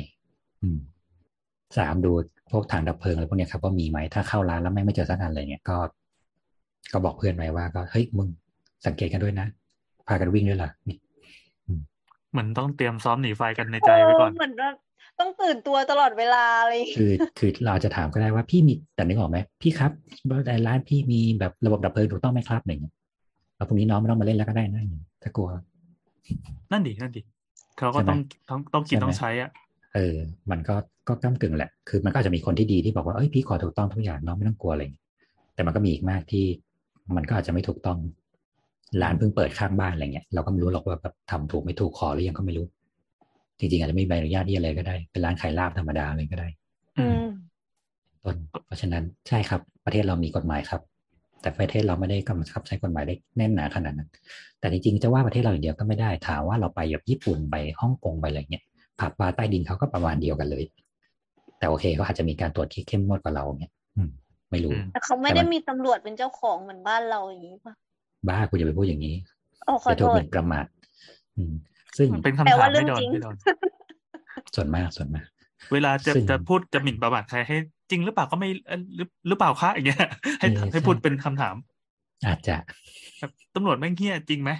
3ดูพวกถังดับเพลิงอะไรพวกนี้ครับว่ามีไหมถ้าเข้าร้านแล้วไม่เจอสักอันอะไรเงี้ยก็บอกเพื่อนไว้ว่าก็เฮ้ยมึงสังเกตกันด้วยนะพากันวิ่งด้วยล่ะนี่เหมือนต้องเตรียมซ้อมหนีไฟกันในใจไว้ก่อนเหมือนว่าต้องตื่นตัวตลอดเวลาเลยคือเราจะถามก็ได้ว่าพี่มีแต่นึกออกไหมพี่ครับในร้านพี่มีแบบระบบดับเพลิงถูกต้องไหมครับอะไรเงี้ยแล้วพรุ่งนี้น้องไม่ต้องมาเล่นแล้วก็ได้นะถ้ากลัวนั่นดิเขาก็ต้องกินต้องใช้อ่ะมันก็ก้ำกึ่งแหละคือมันก็อาจจะมีคนที่ดีที่บอกว่าเอ้ยพี่ขอถูกต้องทุกอย่างน้องไม่ต้องกลัวอะไรแต่มันก็มีอีกมากที่มันก็อาจจะไม่ถูกต้องร้านเพิ่งเปิดข้างบ้านอะไรเงี้ยเราก็ไม่รู้หรอกว่าแบบทำถูกไม่ถูกขอหรือยังก็ไม่รู้จริงๆอาจจะไม่มีใบอนุญาตที่อะไรก็ได้เป็นร้านขายลาบธรรมดาอะไรก็ได้ต้นเพราะฉะนั้นใช่ครับประเทศเรามีกฎหมายครับแต่ประเทศเราไม่ได้กำกับใช้กฎหมายได้แน่นหนาขนาดนั้นแต่จริงๆจะว่าประเทศเราอย่างเดียวก็ไม่ได้ถามว่าเราไปแบบญี่ปุ่นไปฮ่องกงไปอะไรเงี้ยผับบาร์ใต้ดินเขาก็ประมาณเดียวกันเลยแต่โอเคเขาอาจจะมีการตรวจที่เข้มงวดกว่าเราเนี่ยไม่รู้แต่เขาไม่ได้มีตำรวจเป็นเจ้าของเหมือนบ้านเราอย่างนี้ป่ะบ้ากูจะไปพูดอย่างนี้ขอโทษจะถูกหมิ่นประมาทซึ่งเป็นคำถามไม่โดนส่วนมากเวลาจะพูดจะหมิ่นประมาทใครให้จริงหรือเปล่าก็ไม่หรือเปล่าคะอย่างเงี้ยให้พูดเป็นคำถามอาจจะตำรวจแม่งเหี้ยจริงไหม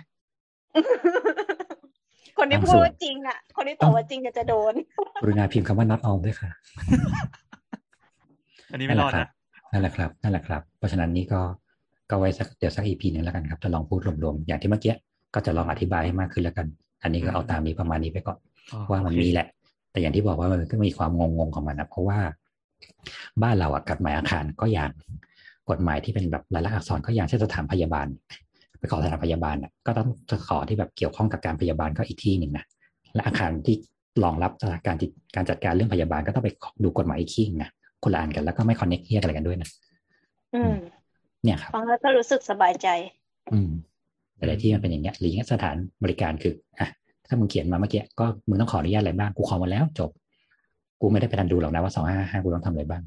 คนที่พูดจริงอ่ะคนที่ตอบว่าจริงจะโดนกรุณาพิมพ์คำว่า not all ด้วยค่ะอันนี้ไม่รอดนะนั่นแหละครับเพราะฉะนั้นนี่ก็ไว้เดี๋ยวสัก EP นึงแล้วกันครับจะลองพูดรวมๆอย่างที่เมื่อกี้ก็จะลองอธิบายให้มากขึ้นแล้วกันอันนี้ก็เอาตามนี้ประมาณนี้ไปก่อนว่ามันมีแหละแต่อย่างที่บอกว่ามันก็มีความงงของมันนะเพราะว่าบ้านเราอ่ะกฎหมายอาคารก็อย่างกฎหมายที่เป็นแบบลายลักษณ์อักษรก็อย่างเช่นสถานพยาบาลไปขอสถานพยาบาลอ่ะก็ต้องจะขอที่แบบเกี่ยวข้องกับการพยาบาลก็อีกที่หนึ่งนะและอาคารที่รองรับการจัดการเรื่องพยาบาลก็ต้องไปดูกฎหมายอีกที่นะคนละอันกันแล้วก็ไม่คอนเนคเฮียอะไรกันด้วยนะเนี่ยครับฟังแล้วก็รู้สึกสบายใจอะไรที่มันเป็นอย่างเงี้ยหรืออย่างเงี้ยสถานบริการคืออ่ะถ้ามึงเขียนมาเมื่อกี้ก็มึงต้องขออนุญาตอะไรบ้างกูขอมาแล้วจบกูไม่ได้ไปทันดูหรอกนะว่า255กูต้องทำอะไรบ้าง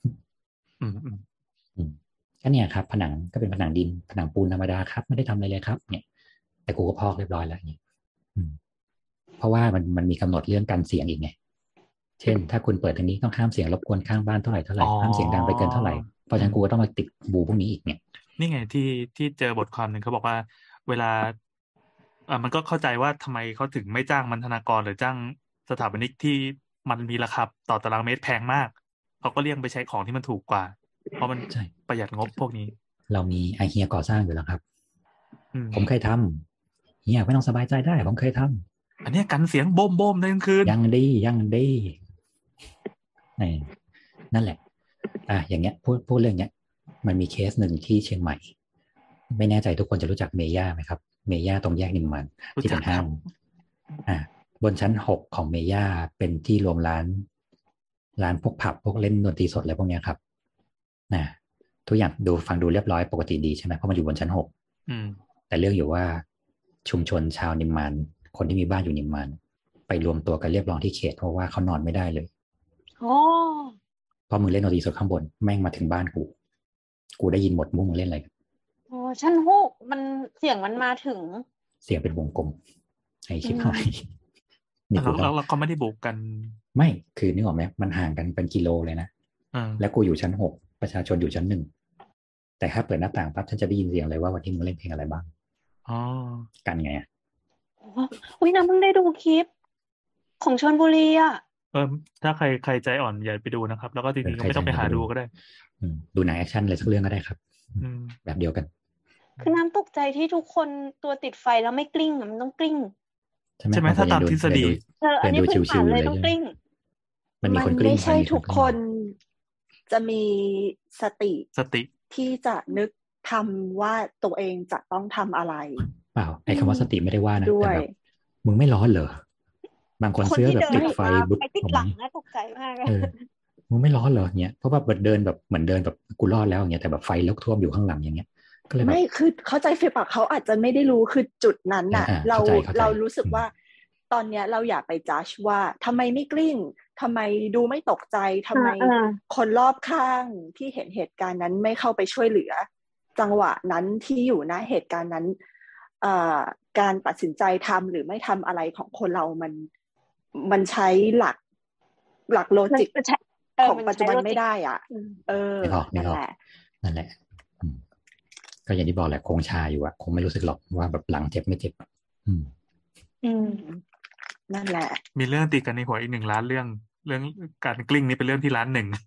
ก็เนี่ยครับผนังก็เป็นผนังดินผนังปูนธรรมดาครับไม่ได้ทำอะไรเลยครับเนี่ยแต่กูก็พอกเรียบร้อยแล้วเนี่ยเพราะว่ามันมีกำหนดเรื่องการเสียงอีกไงเช่นถ้าคุณเปิดทางนี้ต้องห้ามเสียงรบกวนข้างบ้านเท่าไหร่ห้ามเสียงดังไปเกินเท่าไหร่เพราะฉะนั้นกูก็ต้องมาติดบูพวกนี้อีกเนี่ยนี่ไงที่เจอบทความหนึ่งเขาบอกว่าเวลามันก็เข้าใจว่าทำไมเขาถึงไม่จ้างบรรณาธิการหรือจ้างสถาปนิกที่มันมีราคาต่อตารางเมตรแพงมากเขาก็เลี่ยงไปใช้ของที่มันถูกกว่าเพราะมันประหยัดงบพวกนี้เรามีไอเฮียก่อสร้างอยู่แล้วครับผมเคยทำเฮียไม่ต้องสบายใจได้ผมเคยทำอันนี้กันเสียงโบมๆในกลางคืนยังดีนั่นแหละอย่างเงี้ยพูดเรื่องเนี้ยมันมีเคสหนึ่งที่เชียงใหม่ไม่แน่ใจทุกคนจะรู้จักเมย่าไหมครับเมย่าตรงแยกนิมมานที่เป็นห้างบนชั้น6ของเมย่าเป็นที่รวมร้านพวกผับพวกเล่นดนตรีสดอะไรพวกนี้ครับทุกอย่างฟังดูเรียบร้อยปกติดีใช่ไหมเพราะมันอยู่บนชั้น6แต่เรื่องอยู่ว่าชุมชนชาวนิมมานคนที่มีบ้านอยู่นิมมานไปรวมตัวกันเรียบร้องที่เขตเพราะว่าเขานอนไม่ได้เลยเพราะมึงเล่นดนตรีสดข้างบนแม่งมาถึงบ้านกูได้ยินหมดมึงเล่นอะไรกันชั้น6มันเสียงมันมาถึงเสียงเป็นวงกลมไอชิบหายเราก็ไม่ได้บุกกันไม่คือนึกออกไหมมันห่างกันเป็นกิโลเลยนะแล้วกูอยู่ชั้น6ประชาชนอยู่ชั้น1แต่ถ้าเปิดหน้าต่างปั๊บฉันจะได้ยินเสียงเลยว่าวันที่มึงเล่นเพลงอะไรบ้างกันไงอุ้ยน้ำเพิ่งได้ดูคลิปของชลบุรีอ่ะถ้าใครใจอ่อนอย่าไปดูนะครับแล้วก็จริงๆก็ไม่ต้องไปหาดูก็ได้ดูหนังแอคชั่นอะไรสักเรื่องก็ได้ครับแบบเดียวกันคือน้ำตกใจที่ทุกคนตัวติดไฟแล้วไม่กลิ้งมันต้องกลิ้งใช่ไหมถ้าตามทฤษฎีอันนี้พื้นฐานเลยต้องกลิ้งมันมีคนกลิ้งไม่ใช่ทุกคนจะมีสติที่จะนึกทำว่าตัวเองจะต้องทำอะไรเปล่าไอ้คำว่าสติไม่ได้ว่านะแต่แบบมึงไม่ร้อนเหรอบางคนเสื้อแบบติดไฟบุบติดหลังนะตกใจมากมึงไม่ร้อนเหรอเงี้ยเพราะว่าเดินแบบเหมือนเดินแบบกูรอดแล้วอย่างเงี้ยแต่แบบไฟลุกท่วมอยู่ข้างหลังอย่างเงี้ยก็เลยไม่คือเข้าใจฟีลปากเขาอาจจะไม่ได้รู้คือจุดนั้นน่ะเรารู้สึกว่าตอนเนี้ยเราอย่าไปจัดว่าทำไมไม่กลิ้งทำไมดูไม่ตกใจทำไมคนรอบข้างที่เห็นเหตุการณ์นั้นไม่เข้าไปช่วยเหลือจังหวะนั้นที่อยู่ณเหตุการณ์นั้นการตัดสินใจทำหรือไม่ทำอะไรของคนเรามันใช้หลักโลจิกของปัจจุบันไม่ได้อ่ะนั่นแหละก็อย่างที่บอกแหละคงชาอยู่อ่ะคงไม่รู้สึกหรอกว่าแบบหลังเจ็บไม่เจ็บนั่นแหละมีเรื่องติดกันในหัวอีก1 ล้านเรื่องการกลิ้งนี่เป็นเรื่องที่ล้าน1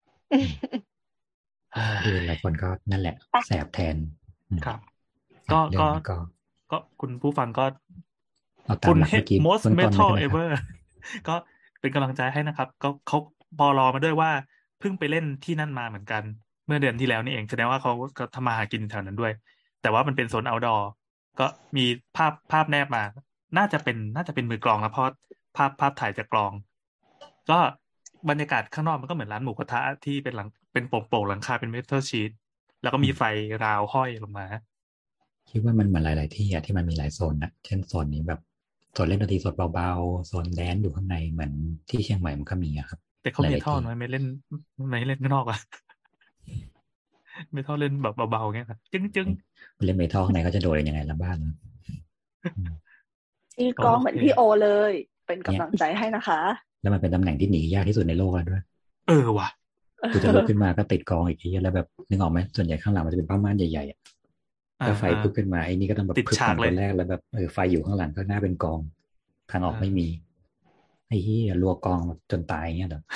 หลายคนก็นั่นแหละแสบแทนครับก็คุณผู้ฟังก็คุณ most metal ever ก็เป็นกำลังใจให้นะครับก็เขาปลอมาด้วยว่าเพิ่งไปเล่นที่นั่นมาเหมือนกันเมื่อเดือนที่แล้วนี่เองแสดงว่าเขาก็ทำมาหากินแถวนั้นด้วยแต่ว่ามันเป็นโซน outdoor ก็มีภาพแนบมาน่าจะเป็นมือกลองนะเพราะภาพถ่ายจากกลองก็บรรยากาศข้างนอกมันก็เหมือนร้านหมูกระทะที่เป็นโป่งหลังคาเป็นเมทัลชีทแล้วก็มีไฟราวห้อยลงมาคิดว่ามันเหมือนหลายๆที่ที่มันมีหลายโซนนะเช่นโซนนี้แบบโซนเล่นดนตรีสดเบาๆโซนแดนซ์อยู่ข้างในเหมือนที่เชียงใหม่มันก็มีครับแต่เขาเมทัลน้อยไม่เล่นข้างนอกอ่ะเมทัลเล่นแบบเบาๆเงี้ยครับจึ้งเล่นเมทัลข้างในเขาจะโดดยังไงลำบ้านตีกลองเหมือนพี่โอเลยเป็นกำลังใจให้นะคะแล้วมันเป็นตำแหน่งที่หนียากที่สุดในโลกแล้วด้วยว่ะกูจะลุกขึ้นมาก็ติดกองอีกทีแล้วแบบนึกออกไหมส่วนใหญ่ข้างหลังมันจะเป็นผ้าม่านใหญ่ๆก็ไฟพุ่งขึ้นมาไอ้นี่ก็ต้องแบบติดฉากเลยแรกแล้วแบบไฟอยู่ข้างหลังก็หน้าเป็นกองทางออกไม่มีไอ้เหี้ยรัวกองจนตายเงี้ยเหรอ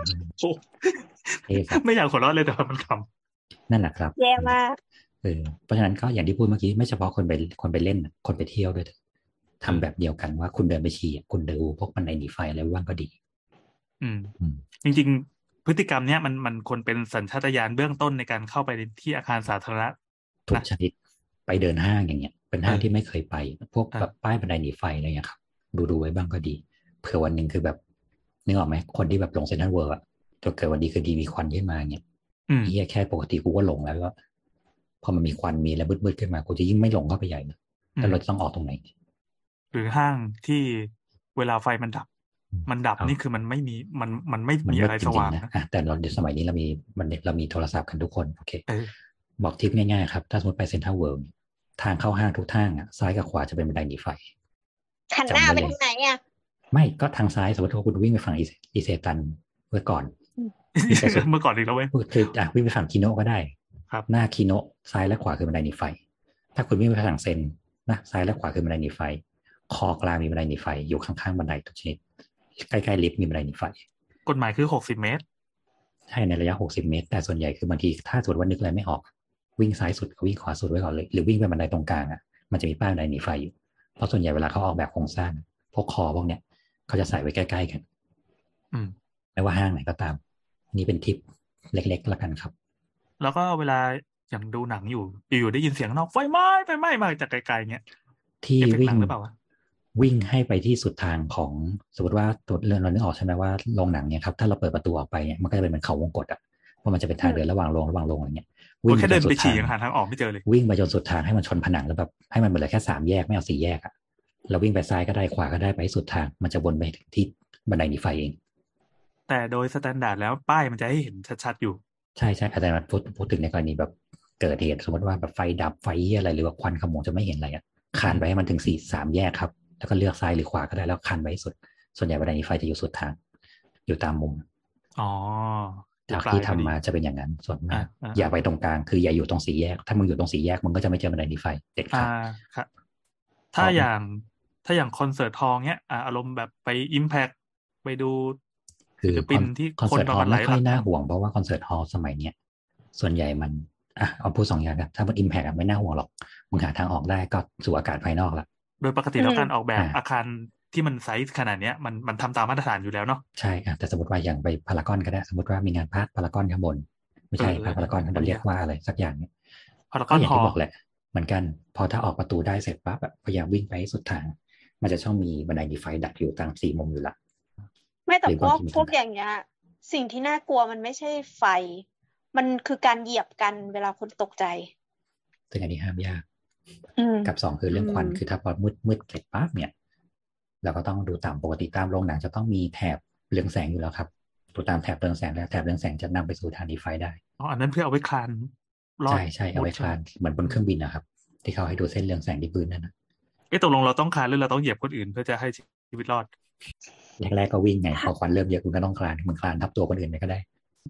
ไม่อยากหัวเราะเลยแต่มันทำนั่นแหละครับแย่มากเพราะฉะนั้นก็อย่างที่พูดเมื่อกี้ไม่เฉพาะคนไปเล่นคนไปเที่ยวด้วยทำแบบเดียวกันว่าคุณเดินไปฉี่คุณดูพวกบันไดหนีไฟอะไรว่างก็ดีจริงๆพฤติกรรมเนี้ยมันควรเป็นสัญชาตญาณเบื้องต้นในการเข้าไปที่อาคารสาธารณะทุกชนิดไปเดินห้างอย่างเงี้ยเป็นห้างที่ไม่เคยไปพวกแบบป้ายบันไดหนีไฟอะไรเงี้ยครับดูไว้บ้างก็ดีเผื่อวันหนึ่งคือแบบนึกออกไหมคนที่แบบลงเซ็นทรัลเวิลด์จนเกิดวันดีคือดีมีควันขึ้นมาเงี้ยนี่แค่ปกติกูก็หลงแล้วก็พอมันมีควันมีอะไรมืดๆขึ้นมากูจะยิ่งไม่หลงเข้าไปใหญ่เลยแล้วเราจะต้องออกตรงไหนหรือห้างที่เวลาไฟมันดับนี่คือมันไม่มีมันไม่มีอะไรสว่างนะแต่เราสมัยนี้เรามีโทรศัพท์กันทุกคนโอเคบอกทิปง่ายๆครับถ้าสมมติไปเซ็นทรัลเวิลด์ทางเข้าห้างทุกทางซ้ายกับขวาจะเป็นบันไดหนีไฟหันหน้าไปทางไหนไม่ก็ทางซ้ายสมมติว่าคุณวิ่งไปฝั่งอิเซตันเมื่อก่อนอีกแล้วเว้ยคือวิ่งไปฝั่งคิโนะก็ได้ครับหน้าคิโนะซ้ายและขวาคือบันไดหนีไฟถ้าคุณวิ่งไปฝั่งเซนนะซ้ายและขวาคือบันไดหนีไฟคอกลางมีบันไดหนีไฟอยู่ข้างๆบันไดทุกชนิดใกล้ๆลิฟต์มีบันไดหนีไฟกฎหมายคือ60 เมตรใช่ในระยะ60 เมตรแต่ส่วนใหญ่คือบางทีถ้าสมมติว่านึกอะไรไม่ออกวิ่งซ้ายสุดกับวิ่งขวาสุดไว้ก่อนเลยหรือวิ่งไปบันไดตรงกลางมันจะมีป้ายบันไดหนีไฟอยู่เพราะส่วนใหญ่เวลาเขาออกแบบโครงสร้างพวกคอพวกเนี้ยเขาจะใส่ไว้ใกล้ๆกันไม่ว่าห้างไหนก็ตามนี่เป็นทิปเล็กๆละกันครับแล้วก็เวลาอย่างดูหนังอยู่ได้ยินเสียงนอกไฟไหม้มาจากไกลๆเงี้ยที่วิ่งให้ไปที่สุดทางของสมมติว่าตัวเรือนเรานึกออกใช่ไหมว่าโรงหนังเนี่ยครับถ้าเราเปิดประตูออกไปเนี่ยมันก็จะเป็นเหมือนเขาวงกตเพราะมันจะเป็นทางเดินระหว่างโรงอะไรเงี้ยวิ่งแค่เดินไปฉี่ยังหาทางออกไม่เจอเลยวิ่งไปจนสุดทางให้มันชนผนังแล้วแบบให้มันเหลือแค่3 แยกไม่เอา4 แยกเราวิ่งไปซ้ายก็ได้ขวาก็ได้ไปสุดทางมันจะวนไปที่บันไดหนีไฟเองแต่โดยสแตนดาร์ดแล้วป้ายมันจะให้เห็นชัดๆอยู่ใช่อาจารย์พูดถึงในกรณีแบบเกิดเหตุสมมติว่าแบบไฟดับไฟอะไรหรือว่าควันขโมงจะไม่เห็นอะไรคานไปให้มันถึง3 แยกครับแล้วก็เลือกซ้ายหรือขวาก็ได้แล้วคานไว้สุดส่วนใหญ่บันไดหนีไฟจะอยู่สุดทางอยู่ตามมุมจากที่ทำมาจะเป็นอย่างนั้นส่วนมากอย่าไปตรงกลางคืออย่าอยู่ตรง4 แยกถ้ามึงอยู่ตรง4 แยกมึงก็จะไม่เจอบันไดหนีไฟเด็ดขาดครับถ้าอย่างคอนเสิร์ตทองเนี้ยอารมณ์แบบไปอิมแพคไปดูศิลปินที่คอนเสิร์ตฮอลล์ไม่ค่อยน่าห่วงเพราะว่าคอนเสิร์ตฮอลล์สมัยเนี้ยส่วนใหญ่มันเอาพูด2 อย่างกันถ้ามันอิมแพคไม่น่าห่วงหรอกมึงหาทางออกได้ก็สู่อากาศภายนอกละโดยปกติแล้วการออกแบบอาคารที่มันไซส์ขนาดนี้มันทำตามมาตรฐานอยู่แล้วเนาะใช่แต่สมมติว่าอย่างไปพารากอนก็ได้สมมติว่ามีงานพารากอนข้างบนไม่ใช่พารากอนข้างบนเรียกว่าอะไรสักอย่างเนี่ยพารากอนอย่างที่บอกแหละเหมือนกันพอถ้าออกประตูได้เสร็จปั๊บพยายามวิ่งไปสุดทางมันจะช่องมีบันไดหนีไฟดักอยู่ตาม4 มุมอยู่ละไม่แต่พวกอย่างเงี้ยสิ่งที่น่ากลัวมันไม่ใช่ไฟมันคือการเหยียบกันเวลาคนตกใจซึ่งอันนี้ห้ามยากกับ2คือเรื่องควันคือถ้าพอมืดเสร็จปั๊บเนี่ยเราก็ต้องดูตามปกติตามโรงหนังจะต้องมีแถบเรืองแสงอยู่แล้วครับดูตามแถบเรืองแสงแล้วแถบเรืองแสงจะนำไปสู่ทางหนีไฟได้อันนั้นเพื่อเอาไว้คลานใช่เอาไว้คลานเหมือนบนเครื่องบินนะครับที่เขาให้ดูเส้นเรืองแสงที่พื้นนั่นนะตกลงเราต้องคลานหรือเราต้องเหยียบคนอื่นเพื่อจะให้ชีวิตรอดแรกๆก็วิ่งไงพอควันเริ่มเยอะคุณก็ต้องคลานมึงคลานทับตัวคนอื่นไปก็ได้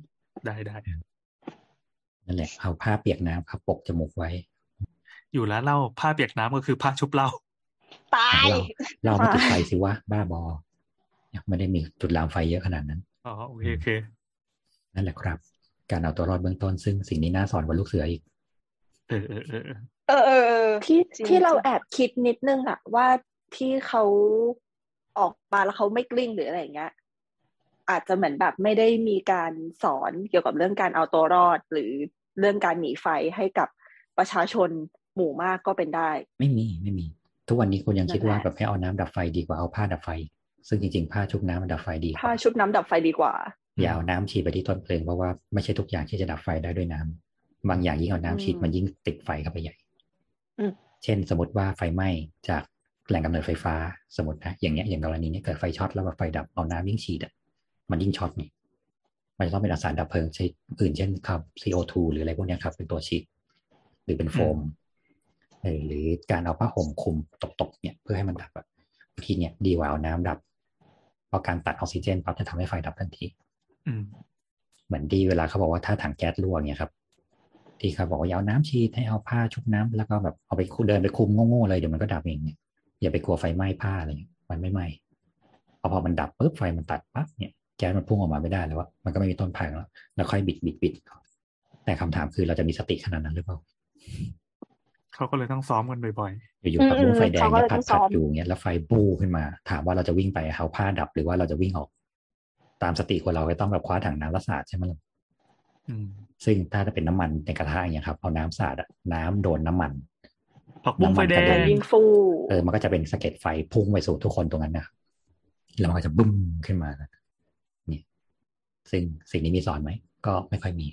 นั่นแหละเอาผ้าเปียกน้ำครับปกจมูกไว้อยู่แล้วเล่าผ้าเปียกน้ำก็คือผ้าชุบเหล้าตายเราไม่จุดไฟสิวะบ้าบอไม่ได้มีจุดลามไฟเยอะขนาดนั้นโอเคนั่นแหละครับการเอาตัวรอดเบื้องต้นซึ่งสิ่งนี้น่าสอนกว่าลูกเสืออีกที่เราแอบคิดนิดนึงว่าที่เขาออกมาแล้วเขาไม่กลิ้งหรืออะไรอย่างเงี้ยอาจจะเหมือนแบบไม่ได้มีการสอนเกี่ยวกับเรื่องการเอาตัวรอดหรือเรื่องการหนีไฟให้กับประชาชนหมู่มากก็เป็นได้ไม่มีทุกวันนี้คนยังคิดว่าแบบให้เอาน้ำดับไฟดีกว่าเอาผ้าดับไฟซึ่งจริงๆผ้าชุบน้ำมันดับไฟดีผ้าชุบน้ำดับไฟดีกว่าอย่าเอาน้ำฉีดไปที่ต้นเพลิงเพราะว่าไม่ใช่ทุกอย่างที่จะดับไฟได้ด้วยน้บางอย่างยิ่งเอาน้ำฉีดมันยิ่งติดไฟเข้าไปใหญ่เช่นสมมติว่าไฟไหม้จากแหล่งกำเนิดไฟฟ้าสมมตินะอย่างเงี้ยอย่างกรณีนี้เกิดไฟช็อตแล้วไฟดับเอาน้ำยิ่งฉีดมันยิ่งช็อตนี่มันจะต้องเป็นสารดับเพลิงใช้อื่นเช่นครับ CO2 หรืออะไรพวกนี้ครับเป็นตัวฉีดหรือเป็นโฟมหรือการเอาผ้าห่มคลุมตบๆเนี่ยเพื่อให้มันดับ บางทีเนี่ยดีกว่าเอาน้ำดับเพราะการตัดออกซิเจนปั๊บจะทำให้ไฟดับทันทีเหมือนที่เวลาเขาบอกว่าถ้าถังแก๊สรั่วเนี่ยครับที่เขาบอกว่าเอาน้ำฉีดให้เอาผ้าชุบน้ำแล้วก็แบบเอาไปเดินไปคุมโง่ๆเลยเดี๋ยวมันก็ดับเองเนี่ยอย่าไปกลัวไฟไหม้ผ้าอะไรมันไม่ไหม้พอมันดับปุ๊บไฟมันตัดปั๊บเนี่ยแก๊สมันพุ่งออกมาไม่ได้แล้วมันก็ไม่มีต้นทางแล้วค่อยบิดแต่คำถามคือเราจะมีสติขนาดนั้นหรือเปล่าเขาก็เลยต้องซ้อมกันบ่อยๆอยู่ๆกับไฟแดงเนี่ยพัดอยู่เนี่ยแล้วไฟบู้ขึ้นมาถามว่าเราจะวิ่งไปเอาผ้าดับหรือว่าเราจะวิ่งออกตามสติคนเราก็ต้องแบบคว้าถังน้ำแล้วสาดใช่ไหมล่ะซึ่งถ้าจะเป็นน้ำมันในกระทะอย่างเงี้ยครับเอาน้ำสาดน้ำโดนน้ำมันผักบุ้งไฟแดงยิงฟูมันก็จะเป็นสะเก็ดไฟพุ่งไปสู่ทุกคนตรงนั้นนะครับแล้วมันก็จะบึ้มขึ้นมานี่ซึ่งสิ่งนี้มีสอนไหมก็ไม่ค่อยมี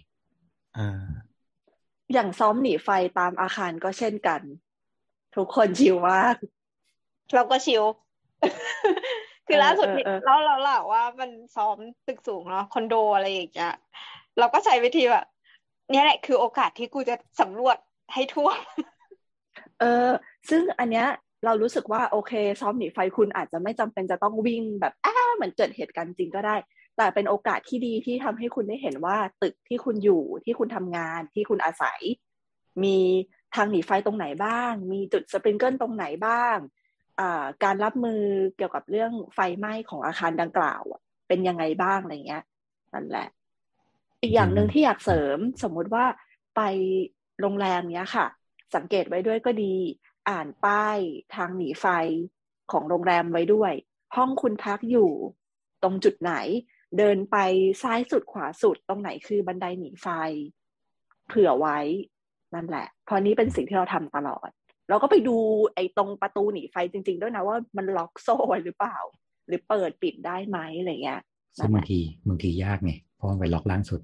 อย่างซ้อมหนีไฟตามอาคารก็เช่นกันทุกคนชิลมากเราก็ชิล คือล่าสุดเราว่ามันซ้อมตึกสูงเนาะคอนโดอะไรอย่างเงี้ยเราก็ใช้วิธีแบบนี่แหละคือโอกาสที่กูจะสำรวจให้ทั่วซึ่งอันเนี้ยเรารู้สึกว่าโอเคซ้อมหนีไฟคุณอาจจะไม่จำเป็นจะต้องวิ่งแบบเหมือนเกิดเหตุการณ์จริงก็ได้แต่เป็นโอกาสที่ดีที่ทำให้คุณได้เห็นว่าตึกที่คุณอยู่ที่คุณทำงานที่คุณอาศัยมีทางหนีไฟตรงไหนบ้างมีจุดสปริงเกิลตรงไหนบ้างการรับมือเกี่ยวกับเรื่องไฟไหม้ของอาคารดังกล่าวเป็นยังไงบ้างอะไรเงี้ยนั่นแหละอีกอย่างหนึ่งที่อยากเสริมสมมุติว่าไปโรงแรมเนี้ยค่ะสังเกตไว้ด้วยก็ดีอ่านป้ายทางหนีไฟของโรงแรมไว้ด้วยห้องคุณพักอยู่ตรงจุดไหนเดินไปซ้ายสุดขวาสุดตรงไหนคือบันไดหนีไฟเผื่อไว้นั่นแหละเพราะนี้เป็นสิ่งที่เราทำตลอดเราก็ไปดูไอ้ตรงประตูหนีไฟจริงๆด้วยนะว่ามันล็อกโซ่หรือเปล่าหรือเปิดปิดได้ไหมอะไรเงี้ยซึ่งบางทียากไงเพราะมันไปล็อกล่างสุด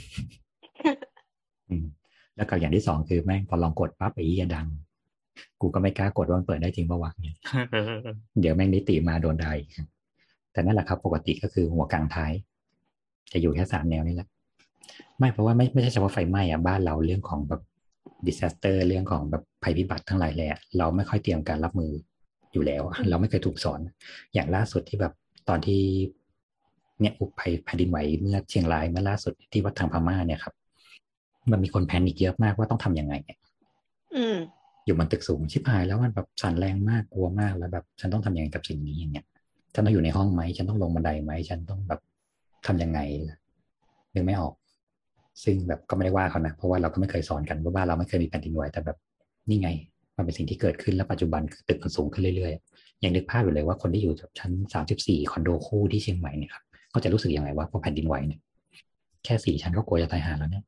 แล้วก็อย่างที่สองคือแม่งพอลองกดปั๊บไอ้ยี่ดังกูก็ไม่กล้ากดว่ามันเปิดได้จริงป่าววะเนี่ยเดี๋ยวแม่งนิติมาโดนได้แต่นั่นแหละครับปกติก็คือหัวกลางท้ายจะอยู่แค่3แนวนี่แหละไม่เพราะว่าไม่ใช่เฉพาะไฟไหม้บ้านเราเรื่องของแบบdisaster เรื่องของแบบภัยพิบัติทั้งหลายแหละเราไม่ค่อยเตรียมการรับมืออยู่แล้วเราไม่เคยถูกสอนอย่างล่าสุดที่แบบตอนที่เนี่ยอุภัยแผ่นดินไหวเมื่อเชียงรายเมื่อล่าสุดที่วัดทางพม่าเนี่ยครับมันมีคนแพนิคเยอะมากว่าต้องทำยังไงอยู่บนตึกสูงชิบหายแล้วมันแบบสั่นแรงมากกลัวมากแล้วแบบฉันต้องทำยังไงกับสิ่งนี้อย่างเงี้ยฉันต้องอยู่ในห้องไหมฉันต้องลงบันไดไหมฉันต้องแบบทำยังไงนึกไม่ออกซึ่งแบบก็ไม่ได้ว่าเขานะเพราะว่าเราก็ไม่เคยสอนกันว่าเราไม่เคยมีแผ่นดินไหวแต่แบบนี่ไงมันเป็นสิ่งที่เกิดขึ้นแล้วปัจจุบันตึกมันสูงขึ้นเรื่อยๆยังนึกภาพอยู่เลยว่าคนที่อยู่ชั้น34คอนโดคู่ที่เชียงใหม่เนี่ยครับเขาจะรู้สึกยังไงว่าพอแผ่นดินไหวเนี่ยแค่4ชั้นก็กลัวจะตายห่าแล้วเนี่ย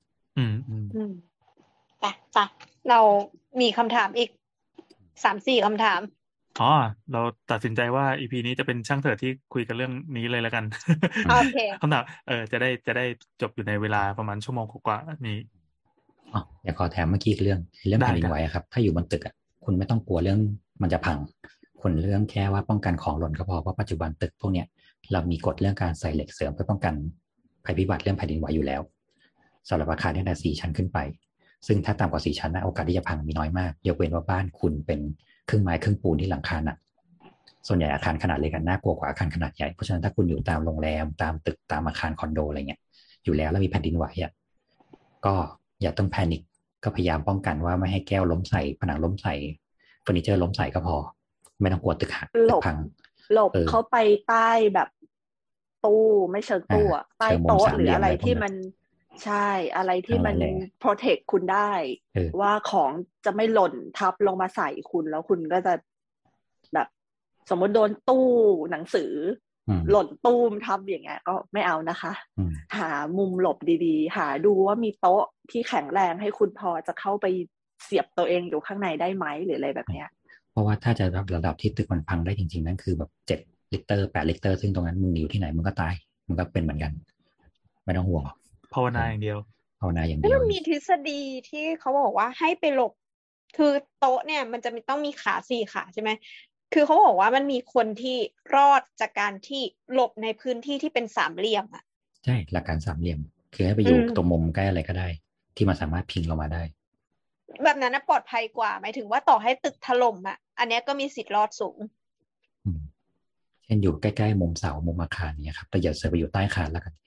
จ้ะเรามีคำถามอีก 3-4 คำถามเราตัดสินใจว่า EP นี้จะเป็นช่างเถิดที่คุยกันเรื่องนี้เลยแล้วกันโอเคคำถามจะได้จบอยู่ในเวลาประมาณชั่วโมงกว่าๆนี้อยากขอแถมเมื่อกี้เรื่องแผ่นดินไหวครับถ้าอยู่บนตึกคุณไม่ต้องกลัวเรื่องมันจะพังคุณเรื่องแค่ว่าป้องกันของหล่นก็พอเพราะปัจจุบันตึกพวกเนี้ยเรามีกฎเรื่องการใส่เหล็กเสริมเพื่อป้องกันภัยพิบัติเรื่องแผ่นดินไหวอยู่แล้วสำหรับอาคารตั้งแต่4ชั้นขึ้นไปซึ่งถ้าต่ำกว่า4ชั้นนะโอกาสที่จะพังมีน้อยมากยกเว้นว่าบ้านคุณเป็นครึ่งไม้ครึ่งปูนที่หลังคาหนักส่วนใหญ่อาคารขนาดเล็กน่ากลัวกว่าอาคารขนาดใหญ่เพราะฉะนั้นถ้าคุณอยู่ตามโรงแรมตามตึกตามอาคารคอนโดอะไรเงี้ยอยู่แล้วมีแผ่นดินไหวก็อย่าต้องแพนิคก็พยายามป้องกันว่าไม่ให้แก้วล้มใส่ผนังล้มใส่เฟอร์นิเจอร์ล้มใส่ก็พอไม่ต้องกลัวตึกหักตึกพังหลบเข้าไปใต้แบบตู้ไม่เชิงตู้ใต้โต๊ะหรืออะไรที่มันใช่อะไรที่มัน protect คุณได้ว่าของจะไม่หล่นทับลงมาใส่คุณแล้วคุณก็จะแบบสมมติโดนตู้หนังสือหล่นตู้มทับอย่างเงี้ยก็ไม่เอานะคะหามุมหลบดีๆหาดูว่ามีโต๊ะที่แข็งแรงให้คุณพอจะเข้าไปเสียบตัวเองอยู่ข้างในได้ไหมหรืออะไรแบบเนี้ยเพราะว่าถ้าจะระดับที่ตึกมันพังได้จริงๆนั่นคือแบบ7 ลิตร8 ลิตรซึ่งตรงนั้นมึงอยู่ที่ไหนมึงก็ตายมึงก็เป็นเหมือนกันไม่ต้องห่วงภาวนาอย่างเดียวภาวนาอย่างแล้เดีวยวมันมีทฤษฎีที่เขาบอกว่าให้ไปหลบ คือโต๊ะเนี่ยมันจะต้องมีขา4 ขาใช่ไหม คือเขาบอกว่ามันมีคนที่รอดจากการที่หลบในพื้นที่ที่เป็นสามเหลี่ยมอ่ะใช่หลักการสามเหลี่ยม คือให้ไปอยู่ตรงมุมใกล้อะไรก็ได้ ที่มันสามารถพิงลงมาได้แบบนั้นนะปลอดภัยกว่าหมายถึงว่าต่อให้ตึกถล่มอ่ะ อันเนี้ยก็มีสิทธิ์รอดสูงเช่นอยู่ใกล้ๆมุมเสามุมอาคารเนี่ยครับแต่อย่าเสือไปอยู่ใต้อาคารแล้วกัน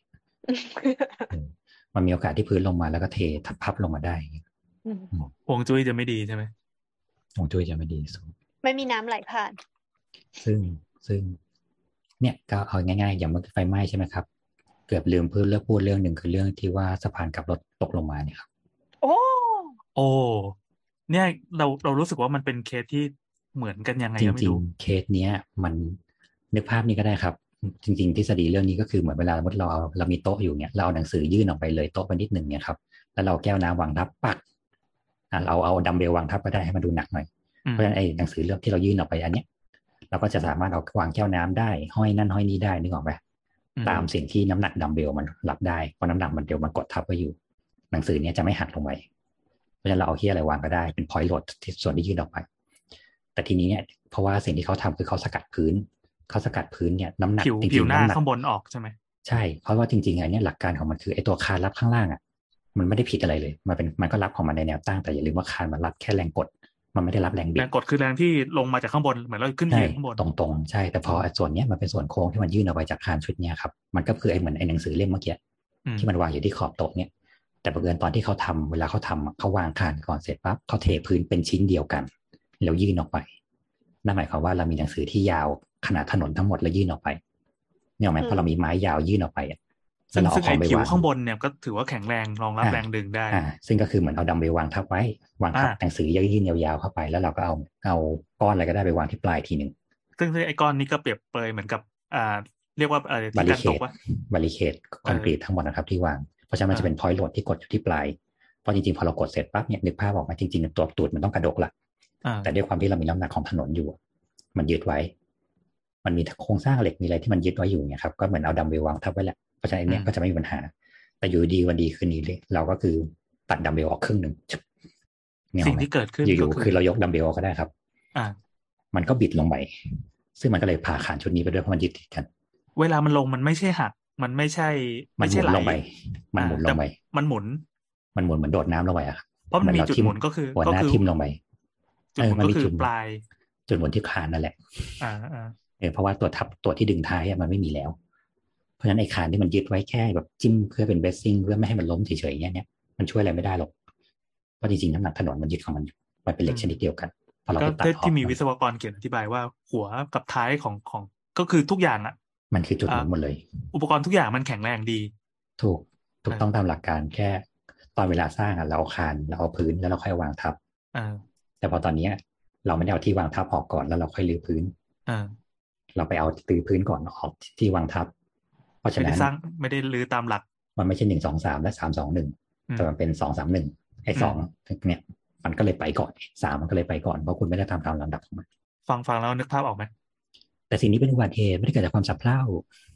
มันมีโอกาสที่พื้นลงมาแล้วก็เททับพับลงมาได้ฮวงจุ้ยจะไม่ดีใช่ไหมฮวงจุ้ยจะไม่ดีสุดไม่มีน้ำไหลผ่านซึ่งเนี่ยก็เอาง่ายๆอย่างเมื่อไฟไหม้ใช่ไหมครับเกือบลืมพูดเรื่องหนึ่งคือเรื่องที่ว่าสะพานกลับรถตกลงมาเนี่ยครับโอ้เนี่ยเรารู้สึกว่ามันเป็นเคสที่เหมือนกันยังไงจก็ไม่ริงรู้ๆเคสเนี้ยมันนึกภาพนี้ก็ได้ครับ จริงๆทฤษฎีเรื่องนี้ก็คือเหมือนเวลาสมมติเรามีโต๊ะอยู่เนี่ยเราเอาหนังสือยื่นออกไปเลยโต๊ะไปนิดหนึ่งเนี่ยครับแล้วเราแก้วน้ำวางทับปักเราเอาดัมเบลวางทับก็ได้ให้มันดูหนักหน่อยเพราะฉะนั้นไอ้หนังสือเล่มที่เรายื่นออกไปอันเนี้ยเราก็จะสามารถเอาวางแก้วน้ำได้ห้อยนั่นห้อยนี่ได้นึกออกไหมตามสิ่งที่น้ำหนักดัมเบลมันรับได้เพราะน้ำหนักมันเดียวมันกดทับไว้อยู่หนังสือเนี้ยจะไม่หักลงไปเพราะฉะนั้นเราเอาที่อะไรวางก็ได้เป็น point load ที่ส่วนที่ยื่นออกไปแต่ทีนี้เนี่ยเพราะว่าสิ่งที่เขาทำคือเขาสกัดพื้นเนี่ยน้ำหนักจริงๆผิวหน้าข้างบนออกใช่ไหมใช่เพราะว่าจริงๆอันนี้หลักการของมันคือไอ้ตัวคานรับข้างล่างอ่ะมันไม่ได้ผิดอะไรเลยมันก็รับของมันในแนวตั้งแต่อย่าลืมว่าคานมันรับแค่แรงกดมันไม่ได้รับแรงบิดแรงกดคือแรงที่ลงมาจากข้างบนเหมือนเราขึ้นเตียงข้างบนตรงๆใช่แต่พอส่วนนี้มันเป็นส่วนโค้งที่มันยื่นออกไปจากคานชุดนี้ครับมันก็คือไอ้เหมือนไอ้หนังสือเล่มเมื่อกี้ที่มันวางอยู่ที่ขอบโต๊ะเนี่ยแต่บังเอิญตอนที่เขาทำเวลาเขาทำเขาวางคานก่อนเสร็จปั๊บเขาเทพื้นเป็นชิ้นเดียวกันแล้วยื่นออกไปนั่นหมายความว่าเรามีหนังสือที่ยาวขนาดถนนทั้งหมดแล้วยื่นออกไปเนี่ยหมายพอเรามีไม้ยาวยื่นออกไปซึ่งไอ้ผิวข้างบนเนี่ยก็ถือว่าแข็งแรงรองรับแรงดึงได้ซึ่งก็คือเหมือนเอาดัมเบลวางทับไว้วางทับหนังสือยื่นยาวๆเข้าไปแล้วเราก็เอาก้อนอะไรก็ได้ไปวางที่ปลายทีนึงซึ่งไอ้ก้อนนี้ก็เปรียบเปรยเหมือนกับเรียกว่าที่การตกว่าบาริเคดคอนกรีตทั้งหมดนะครับที่วางเพราะฉะนั้นมันจะเป็นพอยต์โหลดที่กดอยู่ที่ปลายเพราะจริงๆพอเรากดเสร็จปั๊บเนี่ยนึกภาพออกมาจริงๆตัวตูดมันต้องกระดกละแต่ด้วยความที่เรามีน้ำหนักของถนนอยู่มันยึดไว้มันมีโครงสร้างเหล็กมีอะไรที่มันยึดไว้อยู่เนี่ยครับก็เหมือนเอาดัมเบลวางทับไว้แหละเพราะฉะนั้นเนี่ยก็จะไม่มีปัญหาแต่อยู่ดีวันดีคืนนี้เลยเราก็คือตัดดัมเบลออกครึ่งหนึ่งสิ่งที่เกิดขึ้นอยู่ๆคือเรายกดัมเบลก็ได้ครับมันก็บิดลงไปซึ่งมันก็เลยผ่าคานชุดนี้ไปด้วยเพราะมันยึดติดกันเวลามันลงมันไม่ใช่หักมันไม่ใช่ลงไปมันหมุนลงไปมันหมุนเหมือนโดดน้ำลงไปอะเพราะมันมีจุดหมุนก็คือหัวหน้าทิ่มลงไปจุดหมุนก็คือปลายจุดหมุนที่คานนั่นแหละเพราะว่าตัวที่ดึงท้ายมันไม่มีแล้วเพราะฉะนั้นไอ้คานที่มันยึดไว้แค่แบบจิ้มเพื่อเป็นเบสซิ่งเพื่อไม่ให้มันล้มเฉยๆเนี่ยมันช่วยอะไรไม่ได้หรอกเพราะจริงๆน้ำหนักถนนมันยึดของมันเป็นเหล็กชนิดเดียวกันพอเราไปตัดออกที่มีวิศวกรเขียนอธิบายว่าหัวกับท้ายของก็คือทุกอย่างอ่ะมันคือจุดหมุนหมดเลยอุปกรณ์ทุกอย่างมันแข็งแรงดีถูกต้องตามหลักการแค่ตอนเวลาสร้างเราเอาคานเราเอาพื้นแล้วเราค่อยวางทับแต่พอตอนนี้เราไม่ได้เอาที่วางทับออกก่อนแล้วเราค่อยรื้อพื้นเราไปเอารื้อพื้นก่อนออกที่วางทับเพราะฉะนั้นไม่ได้รื้อตามหลักมันไม่ใช่1 2 3และ3 2 1แต่มันเป็น2 3 1ไอ้2เนี่ยมันก็เลยไปก่อน3มันก็เลยไปก่อนเพราะคุณไม่ได้ทำตามลำดับของมันฟังแล้วนึกภาพออกไหมแต่สิ่งนี้เป็นอุบัติเหตุไม่ได้เกิดจากความสับเพร่า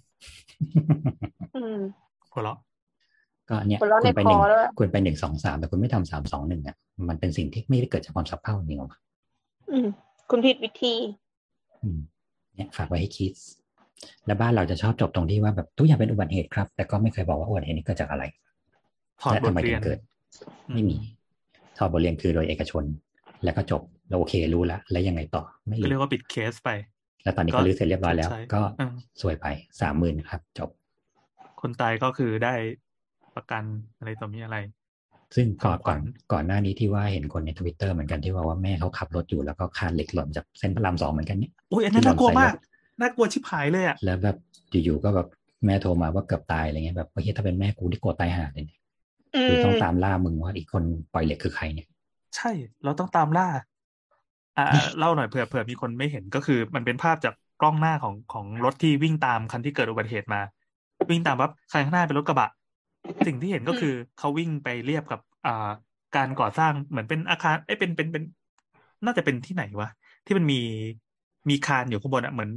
หัวเราะก็เนี่ยคุณไป1 2 3แต่คุณไม่ทำ3 2 1มันเป็นสิ่งที่ไม่ได้เกิดจากความสับเพร่าจริงหรอกคุณผิดวิธีเนี่ยฝากไว้ให้คิดและบ้านเราจะชอบจบตรงที่ว่าแบบทุกอย่างเป็นอุบัติเหตุครับแต่ก็ไม่เคยบอกว่าอุบัติเหตุนี้เกิดจากอะไรและทำไมถึงเกิดไม่มีถอดบทเรียนคือโดยเอกชนแล้วก็จบเราโอเครู้แล้วยังไงต่อไม่เรียกว่าปิดเคสไปแล้วตอนนี้ก็รื้อเสร็จเรียบร้อยแล้วก็สวยไป 30,000 ครับจบคนตายก็คือได้ประกันอะไรต่อมีอะไรซึ่งก่อนหน้านี้ที่ว่าเห็นคนใน Twitter เหมือนกันที่ว่าแม่เขาขับรถอยู่แล้วก็คานเหล็กหล่นจากเส้นพระราม2เหมือนกันเนี่ยโอ้ยอันนั้นน่ากลัวมากน่ากลัวชิบหายเลยอ่ะแล้วแบบอยู่ๆก็แบบแม่โทรมาว่าเกือบตายอะไรเงี้ยแบบเฮ้ยถ้าเป็นแม่กูที่โกรธตายห่าเลยเนี่ยคือต้องตามล่ามึงว่าอีกคนปล่อยเหล็กคือใครเนี่ยใช่เราต้องตามล่าเล่าหน่อยเผื่อมีคนไม่เห็นก็คือมันเป็นภาพจากกล้องหน้าของรถที่วิ่งตามคันที่เกิดอุบัติเหตุมาวิ่งตามปั๊บคันข้างหน้าเป็นรถกระบะสิ่งที่เห็นก็คือเขาวิ่งไปเรียบกับการก่อสร้างเหมือนเป็นอาคารเป็นน่าจะเป็นที่ไหนวะที่มันมีคานอยู่ข้างบนเหมือน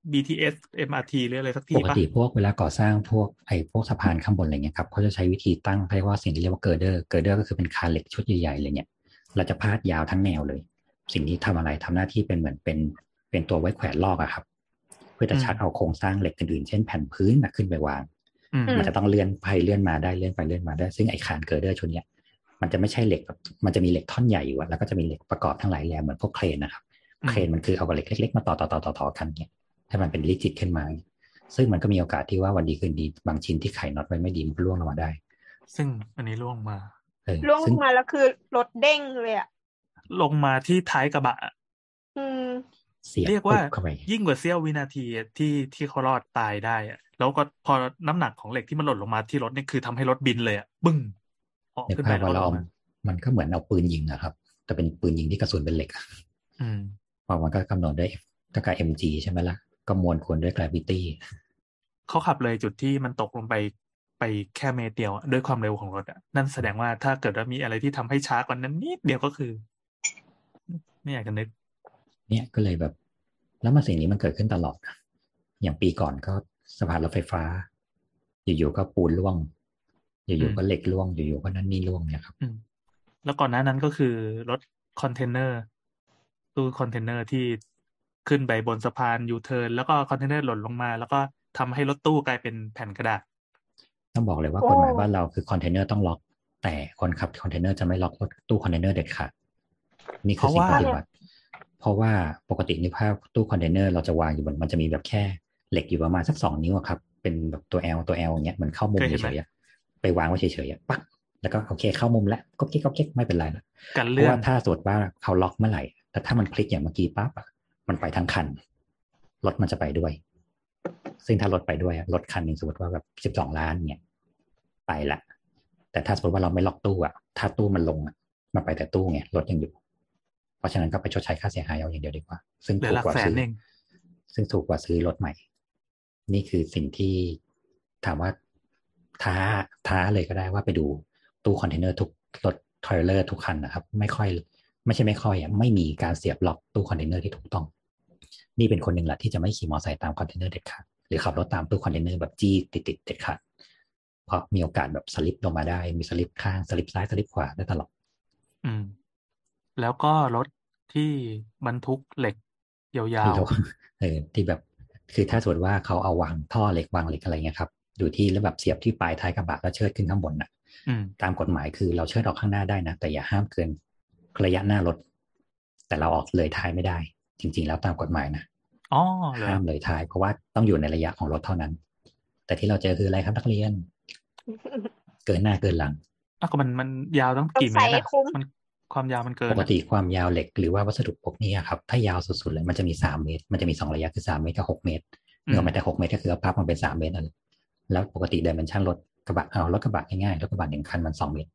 BTS MRT หรืออะไรสักทีปกปะติพวกเวลาก่อสร้างพวกสะพานข้างบนอะไรเงี้ยครับเขาจะใช้วิธีตั้งเรียกว่าสิ่งที่เรียกว่าเกิร์เดอร์ก็คือเป็นคานเหล็กชุดใหญ่ๆเลยเนี่ยเราจะพาดยาวทั้งแนวเลยสิ่งนี้ทำอะไรทำหน้าที่เป็นเหมือนเป็นตัวไว้แขวนลอกอะครับเพื่อจะชักเอาโครงสร้างเหล็กอื่นๆเช่นแผ่นพื้นขึ้นไปวางมันจะต้องเลื่อนไปเลื่อนมาได้เลื่อนไปเลื่อนมาได้ซึ่งไอ้คานเกิร์เดอร์ชุดเนี้ยมันจะไม่ใช่เหล็กแบบมันจะมีเหล็กท่อนใหญ่อยู่แล้วก็จะมีเหล็กประกอบทั้งหลายแหล่เหมือนพวกเครนนะครับเครนมันคือเอากับเหล็กเล็กๆมาต่อกันเนี่ยให้มันเป็นริจิตขึ้นมาซึ่งมันก็มีโอกาสที่ว่าวันดีคืนดีบางชิ้นที่ไขน็อตไว้ไม่ดีมันร่วงลงมาได้ซึ่งอันนี้ร่วงมาร่วงลงมาแล้วคือรถเด้งเลยอะลงมาที่ท้ายกระบะเรียกว่ายิ่งกว่าเสี้ยววินาทีที่เขารอดตายได้อะแล้วก็พอน้ำหนักของเหล็กที่มันหล่นลงมาที่รถนี่คือทำให้รถบินเลยอะบึ้งออกขึ้นไปแล้วมันก็เหมือนเอาปืนยิงนะครับแต่เป็นปืนยิงที่กระสุนเป็นเหล็กพอมันก็กำหนดได้ตะกา MG ใช่ไหมล่ะก็มวลควรด้วย gravity เขาขับเลยจุดที่มันตกลงไปแค่เมตรเดียวด้วยความเร็วของรถอ่ะนั่นแสดงว่าถ้าเกิดว่ามีอะไรที่ทำให้ช้ากว่านั้นนิดเดียวก็คือไม่อยากจะนึกเนี่ยก็เลยแบบแล้วมาสิ่งนี้มันเกิดขึ้นตลอดอย่างปีก่อนก็สะพานรถไฟฟ้าอยู่ๆก็ปูนร่วงอยู่ๆก็เหล็กร่วงอยู่ๆก็นั่นนี่ร่วงเนี่ยครับแล้วก่อนหน้านั้นก็คือรถคอนเทนเนอร์ตู้คอนเทนเนอร์ที่ขึ้นไปบนสะพานยูเทิร์นแล้วก็คอนเทนเนอร์หล่นลงมาแล้วก็ทำให้รถตู้กลายเป็นแผ่นกระดาษต้องบอกเลยว่ากฎหมายบ้านเราคือคอนเทนเนอร์ต้องล็อกแต่คนขับคอนเทนเนอร์จะไม่ล็อกรถตู้คอนเทนเนอร์เด็ดขาดนี่คือสิ่งปฏิบัติเพราะว่าปกติในภาพตู้คอนเทนเนอร์เราจะวางอยู่บนมันจะมีแบบแค่เหล็กอยู่ประมาณสัก2 นิ้วครับเป็นแบบตัว L อย่างเงี้ยเหมือนเข้ามุมเฉยๆไปวางไว้เฉยๆปั๊บแล้วก็โอเคเข้ามุมแล้วก็เก๊กไม่เป็นไรนะเพราะว่าถ้าสมมติว่าเขาล็อกเมื่อไหร่แต่ถ้ามันคลิกอย่างเมื่อกี้ปั๊บมันไปทั้งคันรถมันจะไปด้วยซึ่งถ้ารถไปด้วยรถคันนึงสมมติว่าแบบ12 ล้านเนี่ยไปละแต่ถ้าสมมติว่าเราไม่ล็อกตู้ถ้าตู้มันลงมันไปแต่ตู้ไงรถยังอยู่เพราะฉะนั้นก็ไปชดใช้ค่าเสียหายเอาอย่างเดียวดีกว่าซึ่งถูกกว่าซื้อรถใหม่นี่คือสิ่งที่ถามว่าท้าเลยก็ได้ว่าไปดูตู้คอนเทนเนอร์ทุกรถเทรลเลอร์ทุกคันนะครับไม่มีการเสียบล็อกตู้คอนเทนเนอร์ที่ถูกต้องนี่เป็นคนหนึ่งแหละที่จะไม่ขี่มอเตอร์ไซค์ตามคอนเทนเนอร์เด็ดขาดหรือขับรถตามตู้คอนเทนเนอร์แบบจี้ติดเด็ดขาดเพราะมีโอกาสแบบสลิปลงมาได้มีสลิปข้างสลิปซ้ายสลิปขวาได้ตลอดแล้วก็รถที่บรรทุกเหล็กยาวๆที่แบบคือถ้าสมมติว่าเขาเอาวางท่อเหล็กวางเหล็กอะไรเงี้ยครับอยู่ที่แล้วแบบเสียบที่ปลายท้ายกระบะแล้วเชิดขึ้นข้างบนตามกฎหมายคือเราเชิดออกข้างหน้าได้นะแต่อย่าห้ามเกินระยะหน้ารถแต่เราออกเลยท้ายไม่ได้จริงๆแล้วตามกฎหมายนะห้ามเลยท้ายเพราะว่าต้องอยู่ในระยะของรถเท่านั้นแต่ที่เราเจอคืออะไรครับนักเรียนเกินหน้าเกินหลังก็มันยาวตั้งกี่เมตรมันความยาวมันเกินปกติความยาวเหล็กหรือว่าวัสดุพวกนี้ครับถ้ายาวสุดๆเลยมันจะมี3 เมตรมันจะมี2 ระยะคือ3 เมตรกับ6 เมตรเนื่องมาแต่6 เมตรก็คือเอาพับมันเป็น3 เมตรนั่นแล้วปกติดิเมนชั่นรถกระบะรถกระบะง่ายๆรถกระบะ1 คันมัน2 เมตร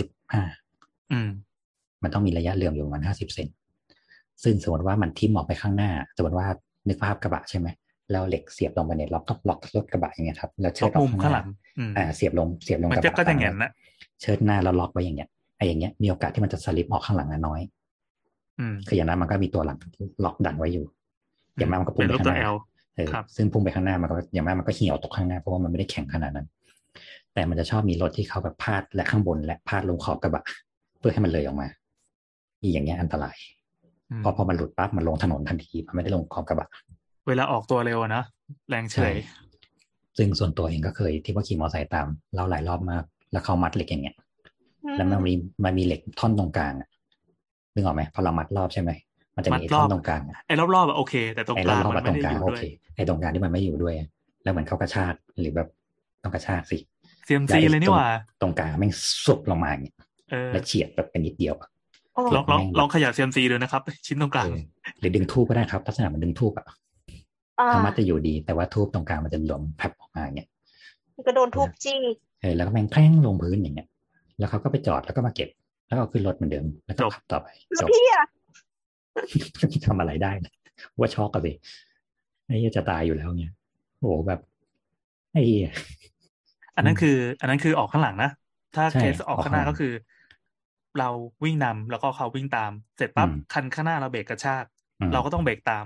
55มันต้องมีระยะเหลื่อมอยู่ประมาณ50 เซนซึ่งสมมติว่ามันทิ่มออกไปข้างหน้าสมมติว่านึกภาพกระบะใช่ไหมแล้วเหล็กเสียบลงไปเนี่ยล็อกรถกระบะอย่างเงี้ยครับแล้วเชิดออกข้างหลังเสียบลงกระบะก็จะเห็นนะเชิดหน้าแล้วล็อกไว้อย่างเงี้ยอย่างเงี้ยมีโอกาสที่มันจะสลิปออกข้างหลังน้อยคืออย่างนั้นมันก็มีตัวหลังล็อกดันไว้อยู่อย่างมากมันก็พุ่งไปข้างหน้าซึ่งพุ่งไปข้างหน้ามันก็อย่างมากมันก็เหี่ยวตกข้างหน้าเพราะว่ามันไม่ได้แข็งขนาดนั้นแต่มันจะชอบมีรถที่เขาแบบพาดและข้างบนและพาดลงขอบกระบะเพื่อให้มันเลยออกมาอย่างเงี้ยอันตรายพอมันหลุดปั๊บมันลงถนนทันทีมันไม่ได้ลงขอบกระบะเวลาออกตัวเร็วนะแรงเฉยซึ่งส่วนตัวเองก็เคยที่ว่าขี่มอเตอร์ไซค์ตามเราหลายรอบมากแล้วเขามัดเหล็กอย่างเงี้ยแล้วมันมีเหล็กท่อนตรงกลางนึกออกไหมพอเรามัดรอบใช่ไหมมันจะมีท่อนตรงกลางไอ้รอบๆโอเคแต่ตรงกลางมันไม่ได้อยู่ด้วยไอ้ตรงกลางที่มันไม่อยู่ด้วยแล้วเหมือนเขากระชากหรือแบบต้องกระชากสิ CMC เลยนี่หว่าตรงกลางแม่งสุบลงมาอย่างเงี้ยแล้วเฉียดแบบเป็นนิดเดียวลองขยับ CMC ดูนะครับชิ้นตรงกลางหรือดึงทูบก็ได้ครับลักษณะมันดึงทูบธรรมะจะอยู่ดีแต่ว่าทูบตรงกลางมันจะหลวมแผลออกมาอย่างเงี้ยก็โดนทูบจี้แล้วก็แม่งแพร่งลงพื้นอย่างเงี้ยแล้วเขาก็ไปจอดแล้วก็มาเก็บแล้วก็ขึ้นรถเหมือนเดิมแล้วก็ขับต่อไปจบพี่อะทำอะไรได้นะว่าช็อกกันสิไอ้จะตายอยู่แล้วเนี่ยโอ้แบบไอ้อันนั้นคือออกข้างหลังนะถ้าเคสออกข้างหน้าก็คือเราวิ่งนำแล้วก็เขาวิ่งตามเสร็จปั๊บคันข้างหน้าเราเบรกกระชากเราก็ต้องเบรกตาม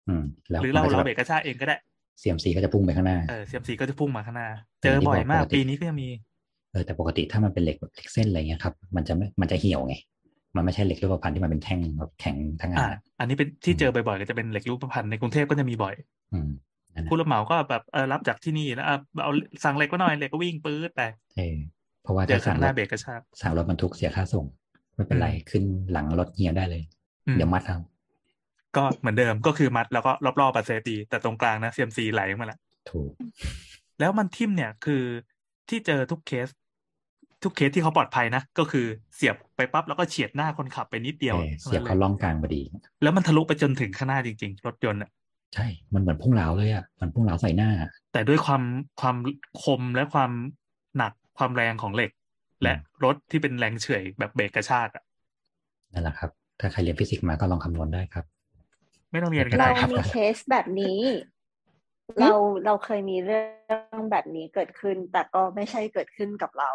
แล้วหรือมันก็จะเราแบบเบรกกระชากเองก็ได้ CMC ก็จะพุ่งไปข้างหน้า CMC ก็จะพุ่งมาข้างหน้าแต่เจอที่บ่อยบอกมาปกกติปีนี้ก็ยังมีแต่ปกติถ้ามันเป็นเหล็กแบบเหล็กเส้นอะไรเงี้ยครับมันจะเหี่ยวไงมันไม่ใช่เหล็กรูปพรรณที่มันเป็นแท่งแบบแข็งทั้งอันอะอันนี้เป็นที่เจอบ่อยๆก็จะเป็นเหล็กรูปพรรณในกรุงเทพก็จะมีบ่อยนั่นแหละผู้รับเหมาก็แบบรับจากที่นี่แล้วเอาสั่งเหล็กมาหน่อยเหล็กก็วิ่งปื๊ดไปเพราะว่าเจถ้าอข้างหน้าเบรกกระชากสั่งรถบรรทุกเสียค่าส่งไม่เป็นไรขึ้นหลังรถเหี่ยวได้เลย เดี๋ยวมัดเอาก็เหมือนเดิมก็คือมัดแล้วก็รอบๆปัดเซฟตีแต่ตรงกลางนะ CMC ไหลมาละถูกแล้วมันทิ่มเนี่ยคือที่เจอทุกเคสที่เขาปลอดภัยนะก็คือเสียบไปปั๊บแล้วก็เฉียดหน้าคนขับไปนิดเดียวเสียบเข้าล่องกลางพอดีแล้วมันทะลุไปจนถึงข้างหน้าจริงๆรถยนต์อ่ะใช่มันเหมือนพุ่งเหลาเลยอ่ะมันพุ่งเหลาใส่หน้าแต่ด้วยความคมและความหนักความแรงของเหล็ก และรถที่เป็นแรงเฉื่อยแบบเบรกกระชากอ่ะนั่นแหละครับถ้าใครเรียนฟิสิกส์มาก็ลองคำนวณได้ครับไม่ต้องเรียนก็เราได้ครับมีเคสแบบนี้ เราเคยมีเรื่องแบบนี้เกิดขึ้นแต่ก็ไม่ใช่เกิดขึ้นกับเรา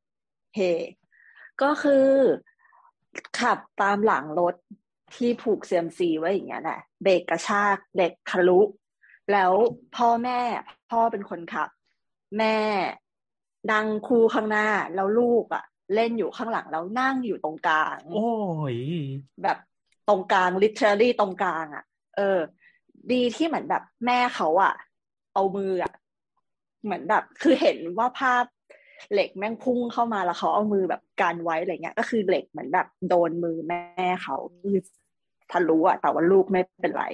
ก็คือขับตามหลังรถที่ผูก CMC ไว้อย่างเงี้ยแหละเบรกกระชากเหล็กทะลุแล้วพ่อเป็นคนขับแม่นั่งคู่ข้างหน้าแล้วลูกอ่ะเล่นอยู่ข้างหลังแล้วนั่งอยู่ตรงกลางโอ้ยแบบตรงกลาง literally ตรงกลางอ่ะดีที่เหมือนแบบแม่เขาอ่ะเอามืออ่ะเหมือนแบบคือเห็นว่าภาพเหล็กแม่งพุ่งเข้ามาแล้วเขาเอามือแบบกันไว้อะไรเงี้ยก็คือเหล็กเหมือนแบบโดนมือแม่เขาคือทะลุอ่ะแต่ว่าลูกไม่เป็นไร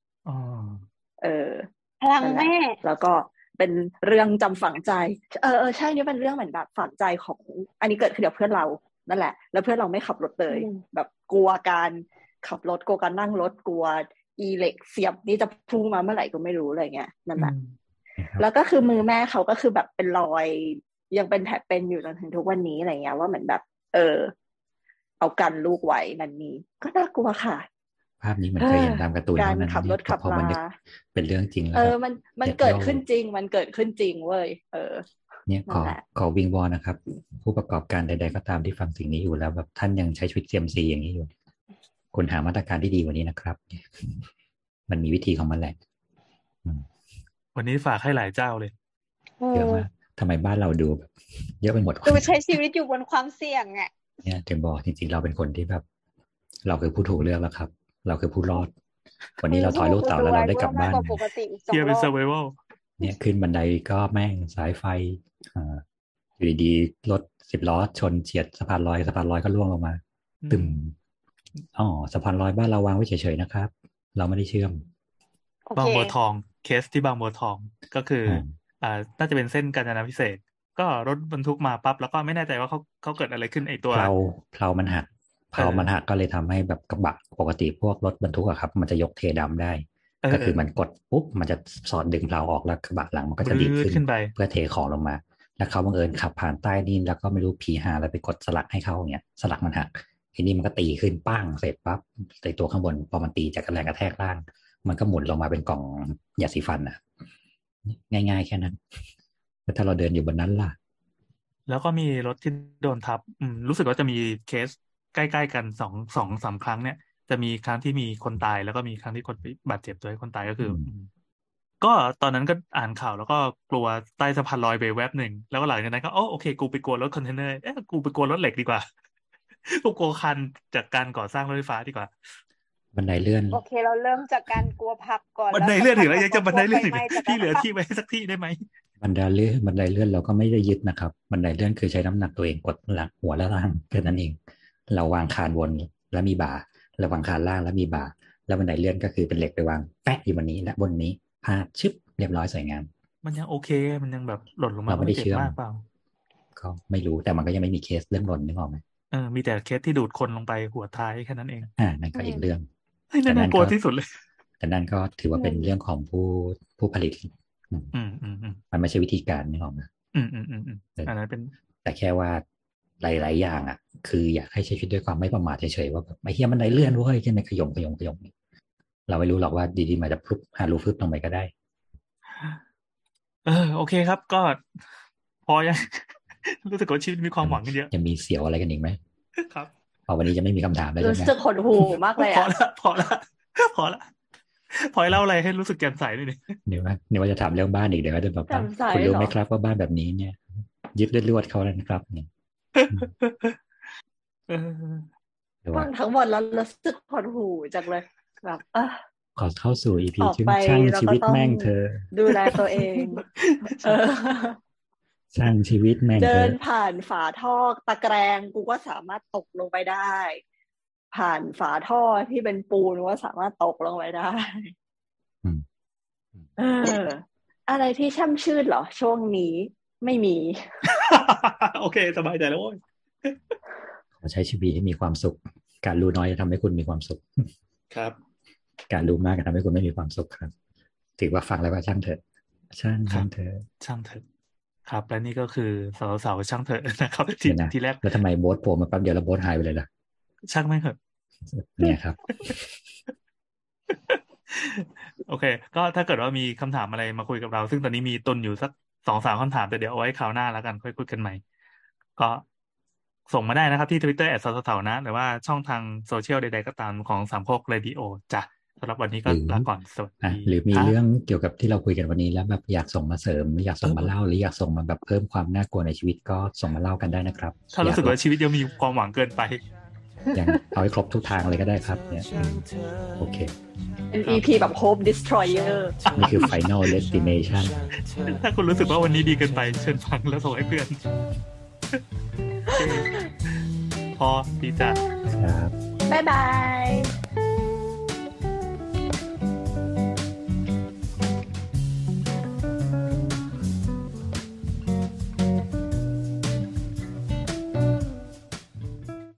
พลังแม่แล้วก็เป็นเรื่องจำฝังใจใช่นี่เป็นเรื่องเหมือนแบบฝังใจของอันนี้เกิดขึ้นกับเพื่อนเรานั่นแหละแล้วเพื่อนเราไม่ขับรถเลยแบบกลัวการขับรถกลัวการนั่งรถกลัวอีเหล็กเสียบนี่จะพุ่งมาเมื่อไหร่ก็ไม่รู้อะไรเงี้ยนั่นแหละแล้วก็คือมือแม่เขาก็คือแบบเป็นรอยยังเป็นแผลเป็นอยู่จนถึงทุกวันนี้อะไรเงี้ยว่าเหมือนแบบเอากันลูกไว้นั่นนี่ก็น่ากลัวค่ะภาพนี้มันเคยเห็นตามการ์ตูนการขับรถขับลาเป็นเรื่องจริงแล้วมันเกิดขึ้นจริงมันเกิดขึ้นจริงเว้ยเนี่ยขอวิงวอนนะครับผู้ประกอบการใดๆก็ตามที่ฟังสิ่งนี้อยู่แล้วแบบท่านยังใช้ชีวิต CMC อย่างนี้อยู่คุณหามาตรการที่ดีกว่านี้นะครับมันมีวิธีของมันแหละวันนี้ฝากให้หลายเจ้าเลยเยอะมากทำไมบ้านเราดูแบบเยอะไปหมดดูใช้ชีวิตอยู่บนความเสี่ยงอ่ะเนี่ยถึงบอกจริงๆเราเป็นคนที่แบบเราคือผู้ถูกเลือกแล้วครับเราคือผู้รอดวันนี้เราถอยลูกเต่าแล้วเราได้กลับบ้านเทียบเป็น survival เนี่ยขึ้นบันไดก็แม่งสายไฟอยู่ดีๆรถ10 ล้อชนเฉียดสะพานลอยก็ล่วงลงมาตึมสะพานลอยบ้านเราวางไว้เฉยๆนะครับเราไม่ได้เชื่อมบางบัวทองเคสที่บางบัวทองก็คือน่าจะเป็นเส้นกาญจนาภิเษกก็รถบรรทุกมาปั๊บแล้วก็ไม่แน่ใจว่าเขาเกิดอะไรขึ้นไอตัวเพลามันหักก็เลยทำให้แบบกระบะปกติพวกรถบรรทุกอะครับมันจะยกเทดำได้ก็คือมันกดปุ๊บมันจะสอดดึงเพลาออกแล้วกระบะหลังมันก็จะดีดขึ้นเพื่อเทของลงมาแล้วเขาบังเอิญขับผ่านใต้ดินแล้วก็ไม่รู้ผีหาอะไรไปกดสลักให้เขาอย่างเงี้ยสลักมันหักทีนี้มันก็ตีขึ้นปั้งเสร็จปั๊บในตัวข้างบนพอมันตีจากแรงกระแทกล่างมันก็หมุนลงมาเป็นกล่องยาสีฟันอะง่ายๆแค่นั้นแล้วถ้าเราเดินอยู่บนนั้นล่ะแล้วก็มีรถที่โดนทับรู้สึกว่าจะมีเคสใกล้ๆกัน2-3 ครั้งเนี่ยจะมีครั้งที่มีคนตายแล้วก็มีครั้งที่คนบาดเจ็บด้วยคนตายก็คือก็ตอนนั้นก็อ่านข่าวแล้วก็กลัวใต้สะพานลอยไปแวบหนึ่งแล้วก็หลังจากนั้นก็โอเคกูไปกลัวรถคอนเทนเนอร์กูไปกลัวรถเหล็กดีกว่ากูกลัวคันจากการก่อสร้างรถไฟฟ้าดีกว่าบันไดเลื่อนโอเคเราเริ่มจากการกลัวผักก่อนบันไดเลื่อนถึงแล้วยังจะบันไดเลื่อนถึงที่เหลือที่ไว้สักที่ได้ไหมบันไดเลื่อนเราก็ไม่ได้ยึดนะครับบันไดเลื่อนคือใช้น้ำหนักตัวเองกดหลังหัวและล่างแค่นั้นเองเราวางคานบนแล้วมีบ่าเราวางคานล่างแล้วมีบ่าแล้วบันไดเลื่อนก็คือเป็นเหล็กไปวางแปะอยู่บนนี้และบนนี้พาดชึบเรียบร้อยสวยงามมันยังโอเคมันยังแบบหล่นลงมาเราไม่ได้เชื่อมมากเปล่าก็ไม่รู้แต่มันก็ยังไม่มีเคสเรื่องหล่นนึกออกไหมมีแต่เคสที่ดูดคนลงไปหัวท้ายแค่นั้นเองนั่นก็อีกเรื่องแต่นั่นกลัวที่สุดเลยแต่นั่นก็ถือว่าเป็นเรื่องของผู้ผลิตมันไม่ใช่วิธีการนึกออกไหมอันนั้นเป็นแต่แค่ว่าหลายๆอย่างอ่ะคืออยากให้ใช้ชีวิตด้วยความไม่ประมาทเฉยๆว่าแบบไอ้เหี้ยมันได้เลื่อนเว้ยแค่ไหนขยมเราไม่รู้หรอกว่าดีๆมาจะพลุบหารูฟึบลงไปก็ได้โอเคครับก็พอยังรู้สึกว่าชีวิตมีความหวังกันเยอะจะมีเสียวอะไรกันอีกไหมครับวันนี้จะไม่มีคำถามแล้วใช่ไหมรู้สึกหดหู่มากเลยพอละพอยเล่าอะไรให้รู้สึกแจ่มใสด้วยนี่เดี๋ยวว่าจะถามเรื่องบ้านอีกเดี๋ยวก็จะแบบว่าคุณรู้ไหมครับว่าบ้านแบบนี้เนี่ย ยึดลวดเขาแล้วนะครับเนี่ยฟังทั้งหมดแล้วรู้สึกหดหู่จังเลยแบบขอเข้าสู่ EP ช่างชีวิตแม่งเธอดูแลตัวเองช่างชีวิตแม่งเธอเดินผ่านฝาท่อตะแกรงกูก็สามารถตกลงไปได้ผ่านฝาท่อที่เป็นปูนก็สามารถตกลงไปได้อะไรที่ช่ำชื่นเหรอช่วงนี้ไม่มีโอเคสบายใจแล้วโว้ยขอใช้ชีวิตให้มีความสุขการรู้น้อยจะทำให้คุณมีความสุขครับการรู้มากจะทำให้คุณไม่มีความสุขครับถือว่าฟังแล้วก็ช่างเถอะช่างเถอะครับและนี่ก็คือสาวช่างเถอะนะครับทีแรกแล้วทำไมโบ๊ทโผล่มาแป๊บเดียวแล้วโบ๊ทหายไปเลยล่ะช่างไม่เถอะเนี่ยครับโอเคก็ถ้าเกิดว่ามีคำถามอะไรมาคุยกับเราซึ่งตอนนี้มีตุนอยู่สัก 2-3 คำถามแต่เดี๋ยวเอาไว้คราวหน้าแล้วกันค่อยคุยกันใหม่ก็ส่งมาได้นะครับที่ Twitter @สาวๆนะหรือว่าช่องทางโซเชียลใดๆก็ตามของสามโคกเรดิโอจ้ะสำหรับวันนี้ก็ลาก่อนสวัสดีหรือมีเรื่องเกี่ยวกับที่เราคุยกันวันนี้แล้วแบบอยากส่งมาเสริมอยากส่งมาเล่าหรืออยากส่งมาแบบเพิ่มความน่ากลัวในชีวิตก็ส่งมาเล่ากันได้นะครับถ้ารู้สึกว่าชีวิตยังมีความหวังเกินไปอย่างเอาให้ครบทุกทางเลยก็ได้ครับเนี่ยโอเคเป็น EP แบบ Hope Destroyer นี่คือ Final Destination ถ้าคุณรู้สึกว่าวันนี้ดีเกินไปเชิญฟังแล้วส่งให้เพื่อนพอดีจ้ะครับบ๊ายบาย